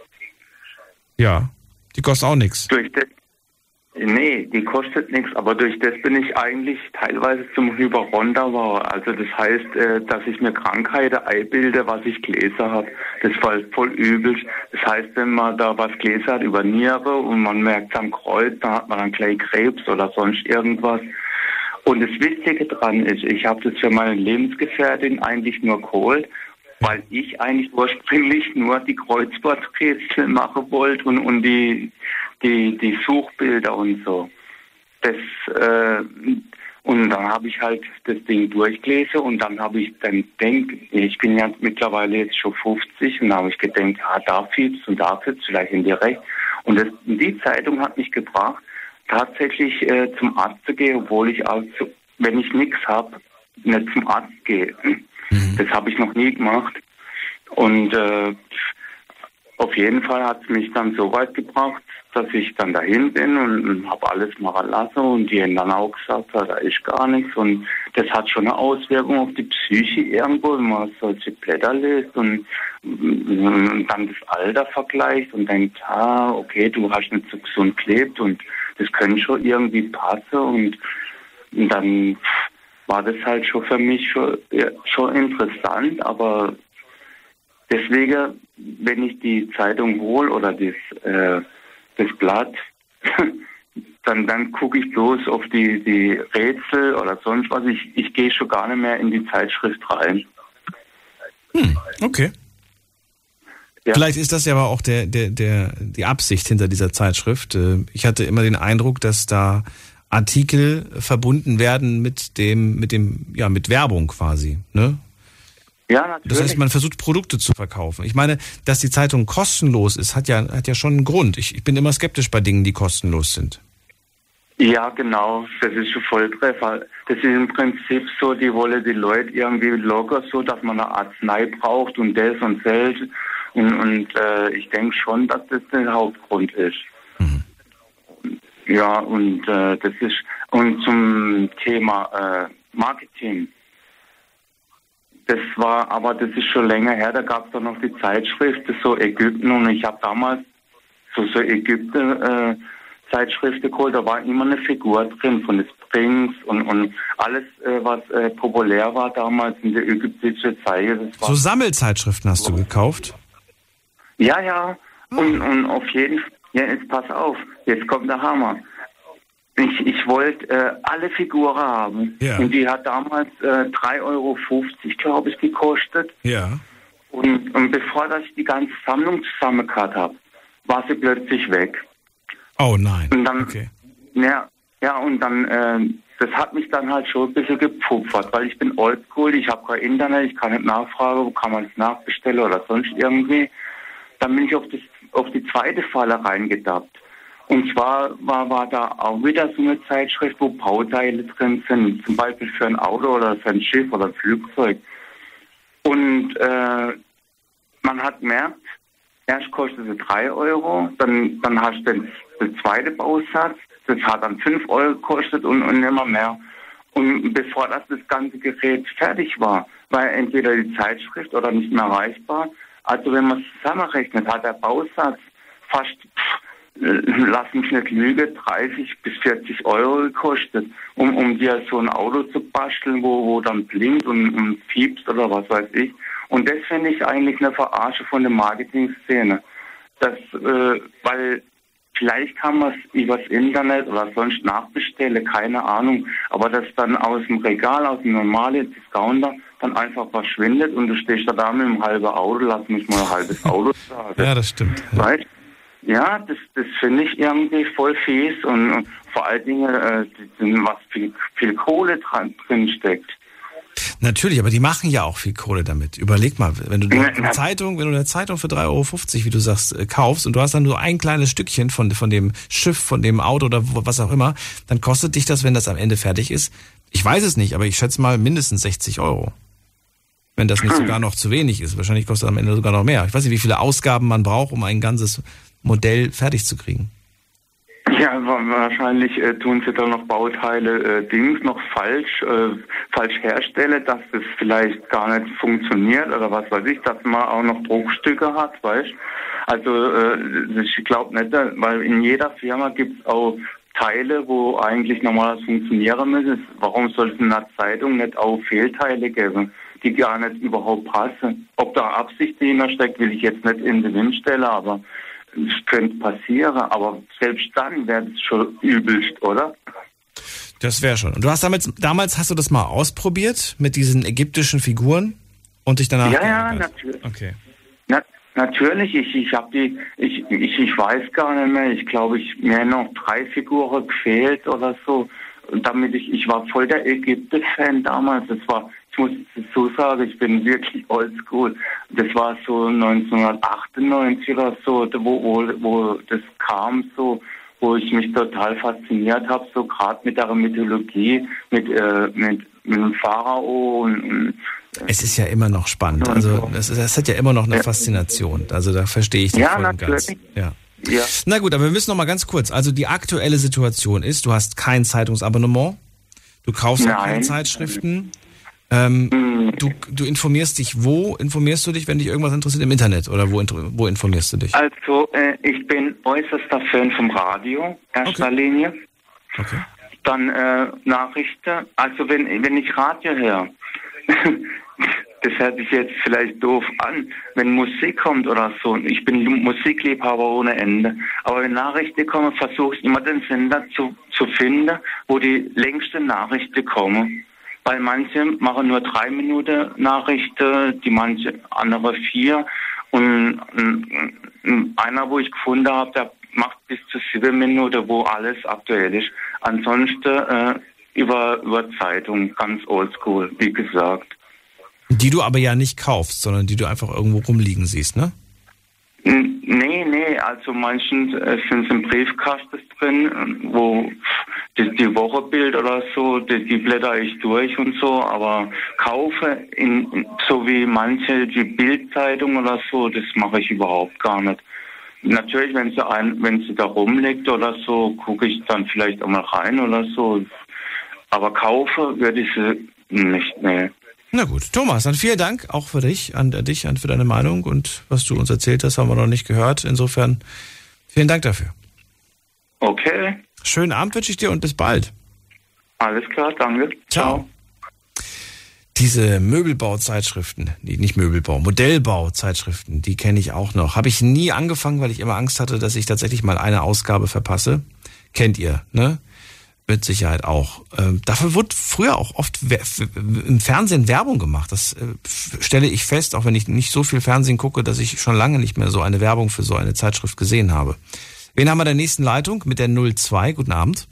Speaker 3: Ja, die kostet auch nichts.
Speaker 15: Nee, die kostet nichts, aber durch das bin ich eigentlich teilweise zum Hyperondauer. Also das heißt, dass ich mir Krankheiten einbilde, was ich gelesen habe. Das war voll übel. Das heißt, wenn man da was gelesen hat über Niere und man merkt es am Kreuz, dann hat man dann gleich Krebs oder sonst irgendwas. Und das Wichtige dran ist, ich habe das für meine Lebensgefährtin eigentlich nur geholt, weil ich eigentlich ursprünglich nur die Kreuzworträtsel machen wollte und die Suchbilder und so. Und dann habe ich halt das Ding durchgelesen und dann habe ich dann gedacht, ich bin ja mittlerweile jetzt schon 50 und da habe ich gedacht, da fehlt und da fehlt vielleicht in dir recht. Und die Zeitung hat mich gebracht, tatsächlich zum Arzt zu gehen, obwohl ich auch, wenn ich nichts habe, nicht zum Arzt gehe. Das habe ich noch nie gemacht. Und auf jeden Fall hat es mich dann so weit gebracht, dass ich dann dahin bin und habe alles machen lassen und die haben dann auch gesagt, da ist gar nichts und das hat schon eine Auswirkung auf die Psyche irgendwo, wenn man solche Blätter liest und dann das Alter vergleicht und denkt, okay, du hast nicht so gesund gelebt und das könnte schon irgendwie passen und dann war das halt schon für mich schon interessant, aber deswegen, wenn ich die Zeitung hole oder das Blatt, dann gucke ich bloß auf die Rätsel oder sonst was. Ich gehe schon gar nicht mehr in die Zeitschrift rein.
Speaker 3: Okay. Ja. Vielleicht ist das ja aber auch die Absicht hinter dieser Zeitschrift. Ich hatte immer den Eindruck, dass da Artikel verbunden werden mit Werbung quasi, ne?
Speaker 15: Ja, natürlich.
Speaker 3: Das heißt, man versucht Produkte zu verkaufen. Ich meine, dass die Zeitung kostenlos ist, hat ja schon einen Grund. Ich bin immer skeptisch bei Dingen, die kostenlos sind.
Speaker 15: Ja, genau. Das ist schon Volltreffer. Das ist im Prinzip so, die wollen die Leute irgendwie locker, so dass man eine Arznei braucht und das und das. Und ich denke schon, dass das der Hauptgrund ist. Ja, und das ist, und zum Thema Marketing. Das ist schon länger her, da gab es doch noch die Zeitschrift, so Ägypten, und ich habe damals so Ägypten Zeitschriften geholt, da war immer eine Figur drin von den Springs und alles, was populär war damals in der ägyptischen Zeit.
Speaker 3: So Sammelzeitschriften hast du gekauft?
Speaker 15: Ja, und auf jeden Fall, ja, jetzt pass auf, jetzt kommt der Hammer. Ich wollte alle Figuren haben. Ja. Und die hat damals 3,50 Euro, glaube ich, gekostet.
Speaker 3: Ja.
Speaker 15: Und bevor ich die ganze Sammlung zusammengehabt habe, war sie plötzlich weg.
Speaker 3: Oh nein.
Speaker 15: Und dann,
Speaker 3: okay.
Speaker 15: Ja, und dann, das hat mich dann halt schon ein bisschen gepfupfert, weil ich bin oldschool, ich habe kein Internet, ich kann nicht nachfragen, wo kann man es nachbestellen oder sonst irgendwie. Dann bin ich auf die zweite Falle reingetappt. Und zwar war da auch wieder so eine Zeitschrift, wo Bauteile drin sind, zum Beispiel für ein Auto oder für ein Schiff oder ein Flugzeug. Und man hat gemerkt, erst kostet es 3 Euro, dann hast du den zweiten Bausatz, das hat dann 5 Euro gekostet und immer mehr. Und bevor das ganze Gerät fertig war entweder die Zeitschrift oder nicht mehr erreichbar. Also wenn man es zusammenrechnet, hat der Bausatz fast, lass mich nicht lügen, 30 bis 40 Euro gekostet, um dir so ein Auto zu basteln, wo dann blinkt und piepst oder was weiß ich. Und das finde ich eigentlich eine Verarsche von der Marketing-Szene. Weil vielleicht kann man es übers Internet oder sonst nachbestellen, keine Ahnung, aber das dann aus dem Regal, aus dem normalen Discounter, dann einfach verschwindet und du stehst da mit einem halben Auto, lass mich mal ein halbes Auto sagen.
Speaker 3: Ja, das stimmt.
Speaker 15: Weißt? Ja, das finde ich irgendwie voll fies und vor allen Dingen, was viel Kohle drin steckt.
Speaker 3: Natürlich, aber die machen ja auch viel Kohle damit. Überleg mal, wenn du eine Zeitung für 3,50 Euro, wie du sagst, kaufst und du hast dann nur ein kleines Stückchen von dem Schiff, von dem Auto oder was auch immer, dann kostet dich das, wenn das am Ende fertig ist, ich weiß es nicht, aber ich schätze mal mindestens 60 Euro. Wenn das nicht sogar noch zu wenig ist. Wahrscheinlich kostet es am Ende sogar noch mehr. Ich weiß nicht, wie viele Ausgaben man braucht, um ein ganzes Modell fertig zu kriegen.
Speaker 15: Ja, wahrscheinlich tun sie dann noch Bauteile noch falsch herstellen, dass das vielleicht gar nicht funktioniert oder was weiß ich, dass man auch noch Bruchstücke hat, weißt. Also ich glaube nicht, weil in jeder Firma gibt es auch Teile, wo eigentlich normalerweise funktionieren müssen. Warum soll es in einer Zeitung nicht auch Fehlteile geben, die gar nicht überhaupt passen? Ob da Absicht dahinter steckt, will ich jetzt nicht in den Wind stellen, aber es könnte passieren. Aber selbst dann wäre es schon übelst, oder?
Speaker 3: Das wäre schon. Und du hast damals hast du das mal ausprobiert mit diesen ägyptischen Figuren und dich danach...
Speaker 15: Ja, natürlich.
Speaker 3: Okay.
Speaker 15: Natürlich, ich weiß gar nicht mehr. Ich glaube, mir haben noch 3 Figuren gefehlt oder so. Und ich war voll der Ägypten-Fan damals. Ich muss es so sagen, ich bin wirklich oldschool. Das war so 1998 oder so, wo das kam, so, wo ich mich total fasziniert habe, so gerade mit der Mythologie, mit dem Pharao und
Speaker 3: es ist ja immer noch spannend. Also das hat ja immer noch eine Faszination. Also da verstehe ich dich voll und ganz. Ja. Na gut, aber wir müssen noch mal ganz kurz. Also die aktuelle Situation ist, du hast kein Zeitungsabonnement, du kaufst auch keine Zeitschriften. Du informierst dich. Wo informierst du dich, wenn dich irgendwas interessiert? Im Internet oder wo informierst du dich?
Speaker 15: Also ich bin äußerster Fan vom Radio, erster Linie.
Speaker 3: Okay.
Speaker 15: Dann Nachrichten. Also wenn ich Radio höre, das hört sich jetzt vielleicht doof an, wenn Musik kommt oder so. Ich bin Musikliebhaber ohne Ende. Aber wenn Nachrichten kommen, versuche ich immer den Sender zu finden, wo die längste Nachrichten kommen. Weil manche machen nur 3 Minuten Nachrichten, die manche andere 4. Und einer, wo ich gefunden habe, der macht bis zu 7 Minuten, wo alles aktuell ist. Ansonsten über Zeitung, ganz oldschool, wie gesagt.
Speaker 3: Die du aber ja nicht kaufst, sondern die du einfach irgendwo rumliegen siehst, ne?
Speaker 15: Nee, also manchen sind im Briefkasten drin, wo die Wochenbild oder so, die blätter ich durch und so, aber kaufe, so wie manche die Bildzeitung oder so, das mache ich überhaupt gar nicht. Natürlich, wenn sie da rumliegt oder so, gucke ich dann vielleicht auch mal rein oder so, aber kaufe würde ich sie nicht, nee.
Speaker 3: Na gut, Thomas, dann vielen Dank auch für dich für deine Meinung und was du uns erzählt hast, haben wir noch nicht gehört. Insofern vielen Dank dafür.
Speaker 15: Okay.
Speaker 3: Schönen Abend wünsche ich dir und bis bald.
Speaker 15: Alles klar, danke.
Speaker 3: Ciao. Diese Möbelbauzeitschriften, nicht Möbelbau, Modellbauzeitschriften, die kenne ich auch noch. Habe ich nie angefangen, weil ich immer Angst hatte, dass ich tatsächlich mal eine Ausgabe verpasse. Kennt ihr, ne? Mit Sicherheit auch. Dafür wurde früher auch oft im Fernsehen Werbung gemacht. Das stelle ich fest, auch wenn ich nicht so viel Fernsehen gucke, dass ich schon lange nicht mehr so eine Werbung für so eine Zeitschrift gesehen habe. Wen haben wir in der nächsten Leitung? Mit der 02. Guten Abend.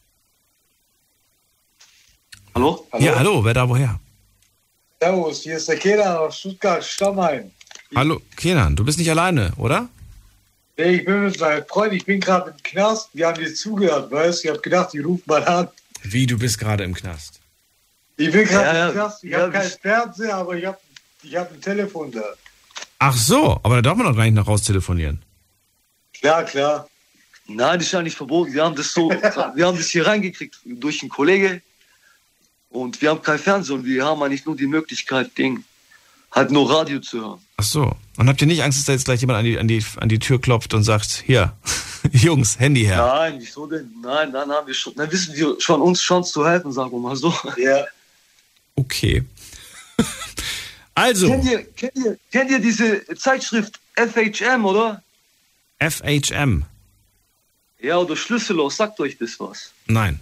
Speaker 16: Hallo?
Speaker 3: Ja, hallo. Wer da woher?
Speaker 16: Servus, hier ist der Kenan aus Stuttgart, Stammheim.
Speaker 3: Hallo, Kenan. Du bist nicht alleine, oder?
Speaker 16: Nee, ich bin mit meinem Freund, ich bin gerade im Knast, wir haben dir zugehört, weißt du? Ich habe gedacht, ich rufe mal an.
Speaker 3: Wie, du bist gerade im Knast?
Speaker 16: Ich bin gerade im Knast, ich habe keinen Fernseher, aber ich hab ein Telefon da.
Speaker 3: Ach so, aber da darf man doch gar nicht nach raus telefonieren.
Speaker 16: Klar.
Speaker 17: Nein, das ist ja nicht verboten. Wir haben das hier reingekriegt durch einen Kollege und wir haben kein Fernseher und wir haben eigentlich nur die Möglichkeit, halt nur Radio zu hören.
Speaker 3: Ach so. Und habt ihr nicht Angst, dass da jetzt gleich jemand an die Tür klopft und sagt, hier, Jungs, Handy her?
Speaker 17: Nein, wieso denn? Nein, dann haben wir schon, dann wissen wir schon, uns schon zu helfen, sagen wir mal so.
Speaker 16: Ja.
Speaker 3: Okay. Also.
Speaker 17: Kennt ihr diese Zeitschrift FHM, oder?
Speaker 3: FHM?
Speaker 17: Ja, oder Schlüssellos, sagt euch das was?
Speaker 3: Nein.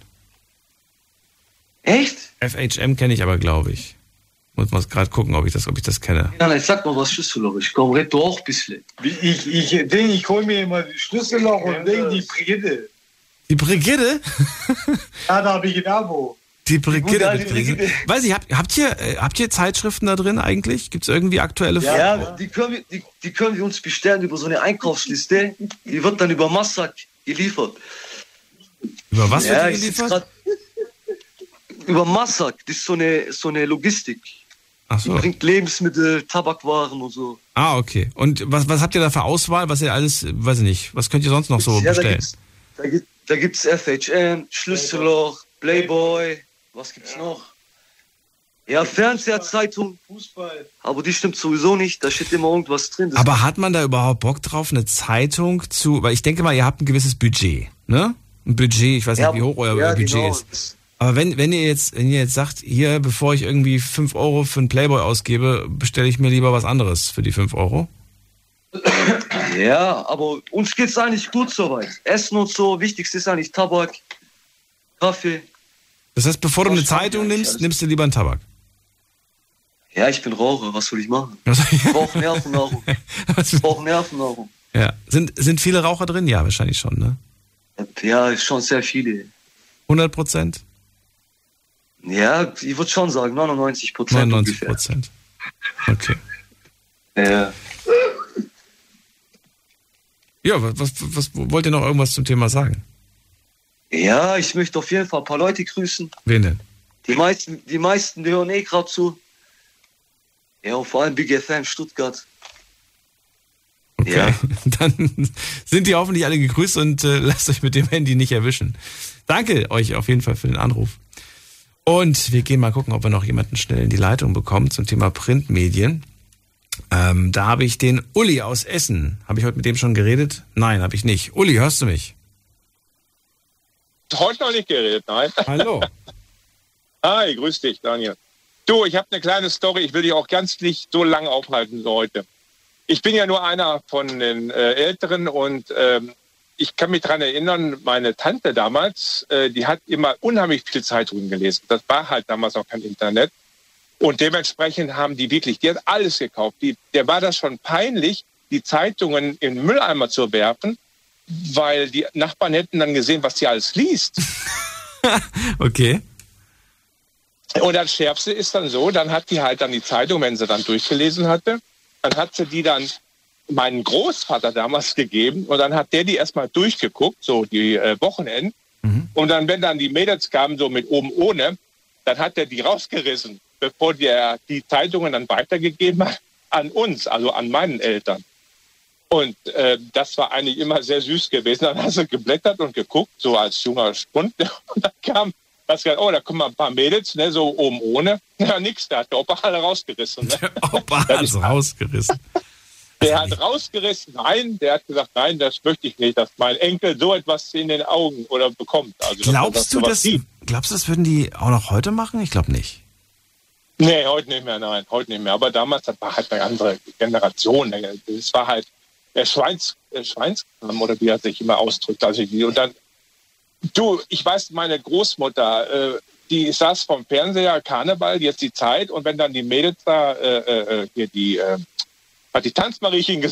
Speaker 17: Echt?
Speaker 3: FHM kenne ich aber, glaube ich. Muss mal gerade gucken, ob ich das kenne.
Speaker 17: Nein, sag mal was Schlüsselloch. Ich komm, red du auch ein bisschen.
Speaker 16: Ich hol mir immer die Schlüsselloch und die Brigitte.
Speaker 3: Die Brigitte?
Speaker 16: Ja, da habe ich ein Abo.
Speaker 3: Die Brigitte. Weiß ich, habt ihr Zeitschriften da drin eigentlich? Gibt es irgendwie aktuelle Fragen?
Speaker 17: Ja, die können wir uns bestellen über so eine Einkaufsliste. Die wird dann über Massak geliefert.
Speaker 3: Über was wird die geliefert?
Speaker 17: Über Massak. Das ist so eine Logistik.
Speaker 3: Ach so.
Speaker 17: Die bringt Lebensmittel, Tabakwaren und so.
Speaker 3: Ah, okay. Und was habt ihr da für Auswahl? Was ihr alles, weiß ich nicht, was könnt ihr sonst noch so bestellen?
Speaker 17: Da Da gibt's FHM, Schlüsselloch, Playboy, was gibt's noch? Ja, Fernsehzeitung, Fußball. Aber die stimmt sowieso nicht, da steht immer irgendwas drin.
Speaker 3: Aber hat man da überhaupt Bock drauf, eine Zeitung zu, weil ich denke mal, ihr habt ein gewisses Budget, ne? Ein Budget, ich weiß nicht, wie hoch euer Budget ist. Aber wenn ihr jetzt sagt, hier, bevor ich irgendwie 5 Euro für einen Playboy ausgebe, bestelle ich mir lieber was anderes für die 5 Euro.
Speaker 17: Ja, aber uns geht's eigentlich gut soweit. Essen und so, wichtigste ist eigentlich Tabak, Kaffee.
Speaker 3: Das heißt, bevor du eine Zeitung nimmst, nimmst du lieber einen Tabak?
Speaker 17: Ja, ich bin Raucher, was soll ich machen? Ich brauche Nervennahrung.
Speaker 3: Ja. Sind viele Raucher drin? Ja, wahrscheinlich schon, ne?
Speaker 17: Ja, schon sehr viele.
Speaker 3: 100%?
Speaker 17: Ja, ich würde schon sagen, 99%.
Speaker 3: 99%. Okay.
Speaker 17: Ja.
Speaker 3: Ja, was wollt ihr noch irgendwas zum Thema sagen?
Speaker 17: Ja, ich möchte auf jeden Fall ein paar Leute grüßen.
Speaker 3: Wen denn?
Speaker 17: Die meisten hören gerade zu. Ja, und vor allem Big FM Stuttgart.
Speaker 3: Okay, ja. Dann sind die hoffentlich alle gegrüßt und lasst euch mit dem Handy nicht erwischen. Danke euch auf jeden Fall für den Anruf. Und wir gehen mal gucken, ob wir noch jemanden schnell in die Leitung bekommen zum Thema Printmedien. Da habe ich den Uli aus Essen. Habe ich heute mit dem schon geredet? Nein, habe ich nicht. Uli, hörst du mich?
Speaker 18: Heute noch nicht geredet, nein.
Speaker 3: Hallo.
Speaker 18: Hi, grüß dich, Daniel. Du, ich habe eine kleine Story. Ich will dich auch ganz nicht so lange aufhalten heute. Ich bin ja nur einer von den Älteren und ich kann mich daran erinnern, meine Tante damals, die hat immer unheimlich viele Zeitungen gelesen. Das war halt damals auch kein Internet. Und dementsprechend haben die hat alles gekauft. Der war das schon peinlich, die Zeitungen in den Mülleimer zu werfen, weil die Nachbarn hätten dann gesehen, was sie alles liest.
Speaker 3: Okay.
Speaker 18: Und das Schärfste ist dann so, dann hat die halt dann die Zeitung, wenn sie dann durchgelesen hatte, dann hat sie die dann meinen Großvater damals gegeben und dann hat der die erstmal durchgeguckt, so die Wochenenden. Und dann, wenn dann die Mädels kamen, so mit oben ohne, dann hat er die rausgerissen, bevor der die Zeitungen dann weitergegeben hat an uns, also an meinen Eltern. Und das war eigentlich immer sehr süß gewesen. Dann hast du geblättert und geguckt, so als junger Spund. Und dann kam das, da kommen mal ein paar Mädels, ne, so oben ohne. Ja, nix, da hat der Opa alle rausgerissen. Ne?
Speaker 3: Der Opa hat rausgerissen.
Speaker 18: Der hat rausgerissen, nein, der hat gesagt, nein, das möchte ich nicht, dass mein Enkel so etwas in den Augen oder bekommt. Also,
Speaker 3: glaubst du, das würden die auch noch heute machen? Ich glaube nicht.
Speaker 18: Nee, heute nicht mehr, nein, heute nicht mehr. Aber damals, das war halt eine andere Generation. Das war halt der Schweinskram, oder wie er sich immer ausdrückt. Also und dann, ich weiß, meine Großmutter, die saß vom Fernseher, Karneval, jetzt die Zeit, und wenn dann die Mädels da hier die Tanzmariechen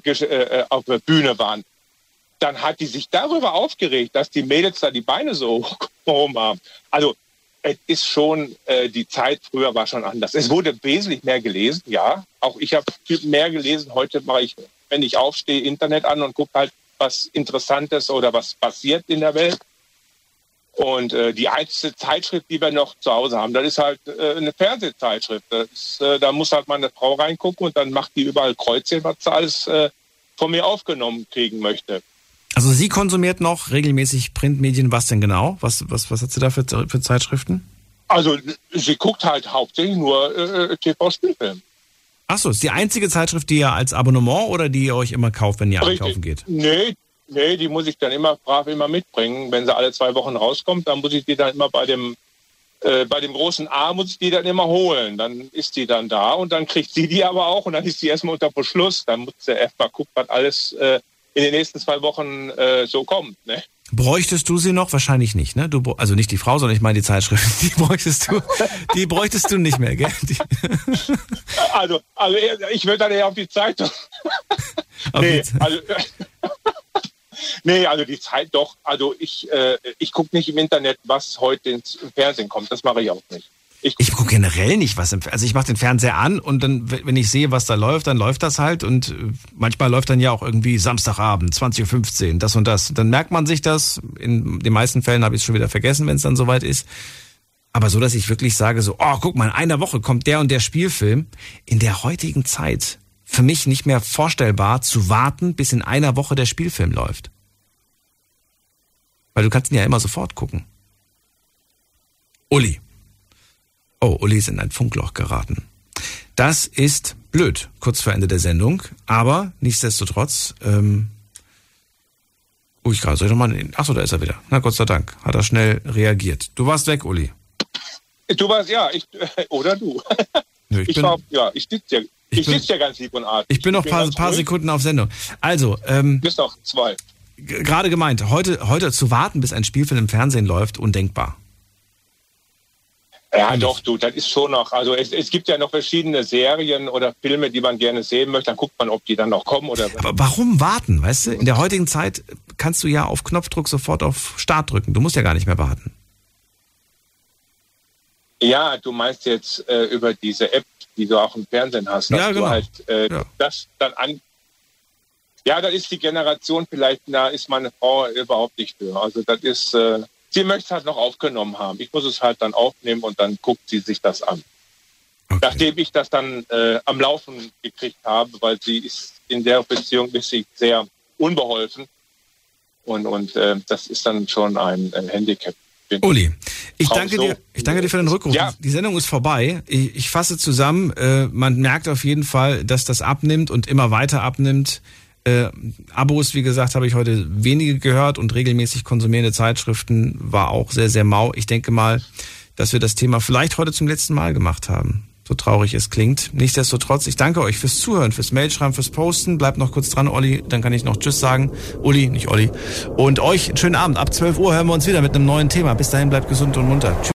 Speaker 18: auf der Bühne waren, dann hat die sich darüber aufgeregt, dass die Mädels da die Beine so hochgehoben haben. Also es ist schon, die Zeit früher war schon anders. Es wurde wesentlich mehr gelesen, ja. Auch ich habe mehr gelesen. Heute mache ich, wenn ich aufstehe, Internet an und gucke halt, was Interessantes oder was passiert in der Welt. Und die einzige Zeitschrift, die wir noch zu Hause haben, das ist halt eine Fernsehzeitschrift. Da muss halt meine Frau reingucken und dann macht die überall Kreuzchen, was sie alles von mir aufgenommen kriegen möchte.
Speaker 3: Also sie konsumiert noch regelmäßig Printmedien, was denn genau? Was hat sie da für Zeitschriften?
Speaker 18: Also sie guckt halt hauptsächlich nur TV-Spielfilm.
Speaker 3: Achso, ist die einzige Zeitschrift, die ihr als Abonnement oder die ihr euch immer kauft, wenn ihr
Speaker 18: Richtig.
Speaker 3: Einkaufen geht?
Speaker 18: Nee, die muss ich dann immer brav mitbringen. Wenn sie alle 2 Wochen rauskommt, dann muss ich die dann immer bei dem großen A muss ich die dann immer holen. Dann ist die dann da und dann kriegt sie die aber auch und dann ist die erstmal unter Verschluss. Dann muss sie erstmal gucken, was alles in den nächsten 2 Wochen so kommt. Ne?
Speaker 3: Bräuchtest du sie noch? Wahrscheinlich nicht, ne? Also nicht die Frau, sondern ich meine die Zeitschrift. Die bräuchtest du nicht mehr, gell?
Speaker 18: Also ich würde dann eher auf die Zeitung. Nee, also die Zeit doch. Also ich gucke nicht im Internet, was heute ins Fernsehen kommt. Das mache ich auch nicht.
Speaker 3: Ich gucke generell nicht, also ich mache den Fernseher an und dann, wenn ich sehe, was da läuft, dann läuft das halt und manchmal läuft dann ja auch irgendwie Samstagabend, 20.15 Uhr, das und das. Dann merkt man sich das. In den meisten Fällen habe ich es schon wieder vergessen, wenn es dann soweit ist. Aber so, dass ich wirklich sage so, oh, guck mal, in einer Woche kommt der und der Spielfilm. In der heutigen Zeit für mich nicht mehr vorstellbar zu warten, bis in einer Woche der Spielfilm läuft. Weil du kannst ihn ja immer sofort gucken. Uli. Oh, Uli ist in ein Funkloch geraten. Das ist blöd, kurz vor Ende der Sendung. Aber nichtsdestotrotz, soll ich nochmal, achso, da ist er wieder. Na, Gott sei Dank, hat er schnell reagiert. Du warst weg, Uli.
Speaker 18: Du warst, ja, oder du.
Speaker 3: Nö, ich
Speaker 18: sitze ja ganz lieb und artig.
Speaker 3: Ich bin noch ein paar Sekunden auf Sendung. Also,
Speaker 18: bist noch 2.
Speaker 3: Gerade gemeint, heute zu warten, bis ein Spielfilm im Fernsehen läuft, undenkbar.
Speaker 18: Ja, doch, du, das ist schon noch, also es gibt ja noch verschiedene Serien oder Filme, die man gerne sehen möchte, dann guckt man, ob die dann noch kommen oder...
Speaker 3: Aber warum warten, weißt du? In der heutigen Zeit kannst du ja auf Knopfdruck sofort auf Start drücken, du musst ja gar nicht mehr warten.
Speaker 18: Ja, du meinst jetzt über diese App, die du auch im Fernsehen hast, dass du halt das dann an... Ja, das ist die Generation vielleicht, da ist meine Frau überhaupt nicht für. Also das ist... Sie möchte es halt noch aufgenommen haben. Ich muss es halt dann aufnehmen und dann guckt sie sich das an. Okay. Nachdem ich das dann am Laufen gekriegt habe, weil sie ist in der Beziehung wirklich sehr unbeholfen. Und das ist dann schon ein Handicap.
Speaker 3: Uli, ich danke dir für den Rückruf. Ja. Die Sendung ist vorbei. Ich fasse zusammen, man merkt auf jeden Fall, dass das abnimmt und immer weiter abnimmt. Abos, wie gesagt, habe ich heute wenige gehört und regelmäßig konsumierende Zeitschriften war auch sehr, sehr mau. Ich denke mal, dass wir das Thema vielleicht heute zum letzten Mal gemacht haben. So traurig es klingt. Nichtsdestotrotz, ich danke euch fürs Zuhören, fürs Mailschreiben, fürs Posten. Bleibt noch kurz dran, Olli, dann kann ich noch Tschüss sagen. Uli, nicht Olli. Und euch einen schönen Abend. Ab 12 Uhr hören wir uns wieder mit einem neuen Thema. Bis dahin, bleibt gesund und munter. Tschüss.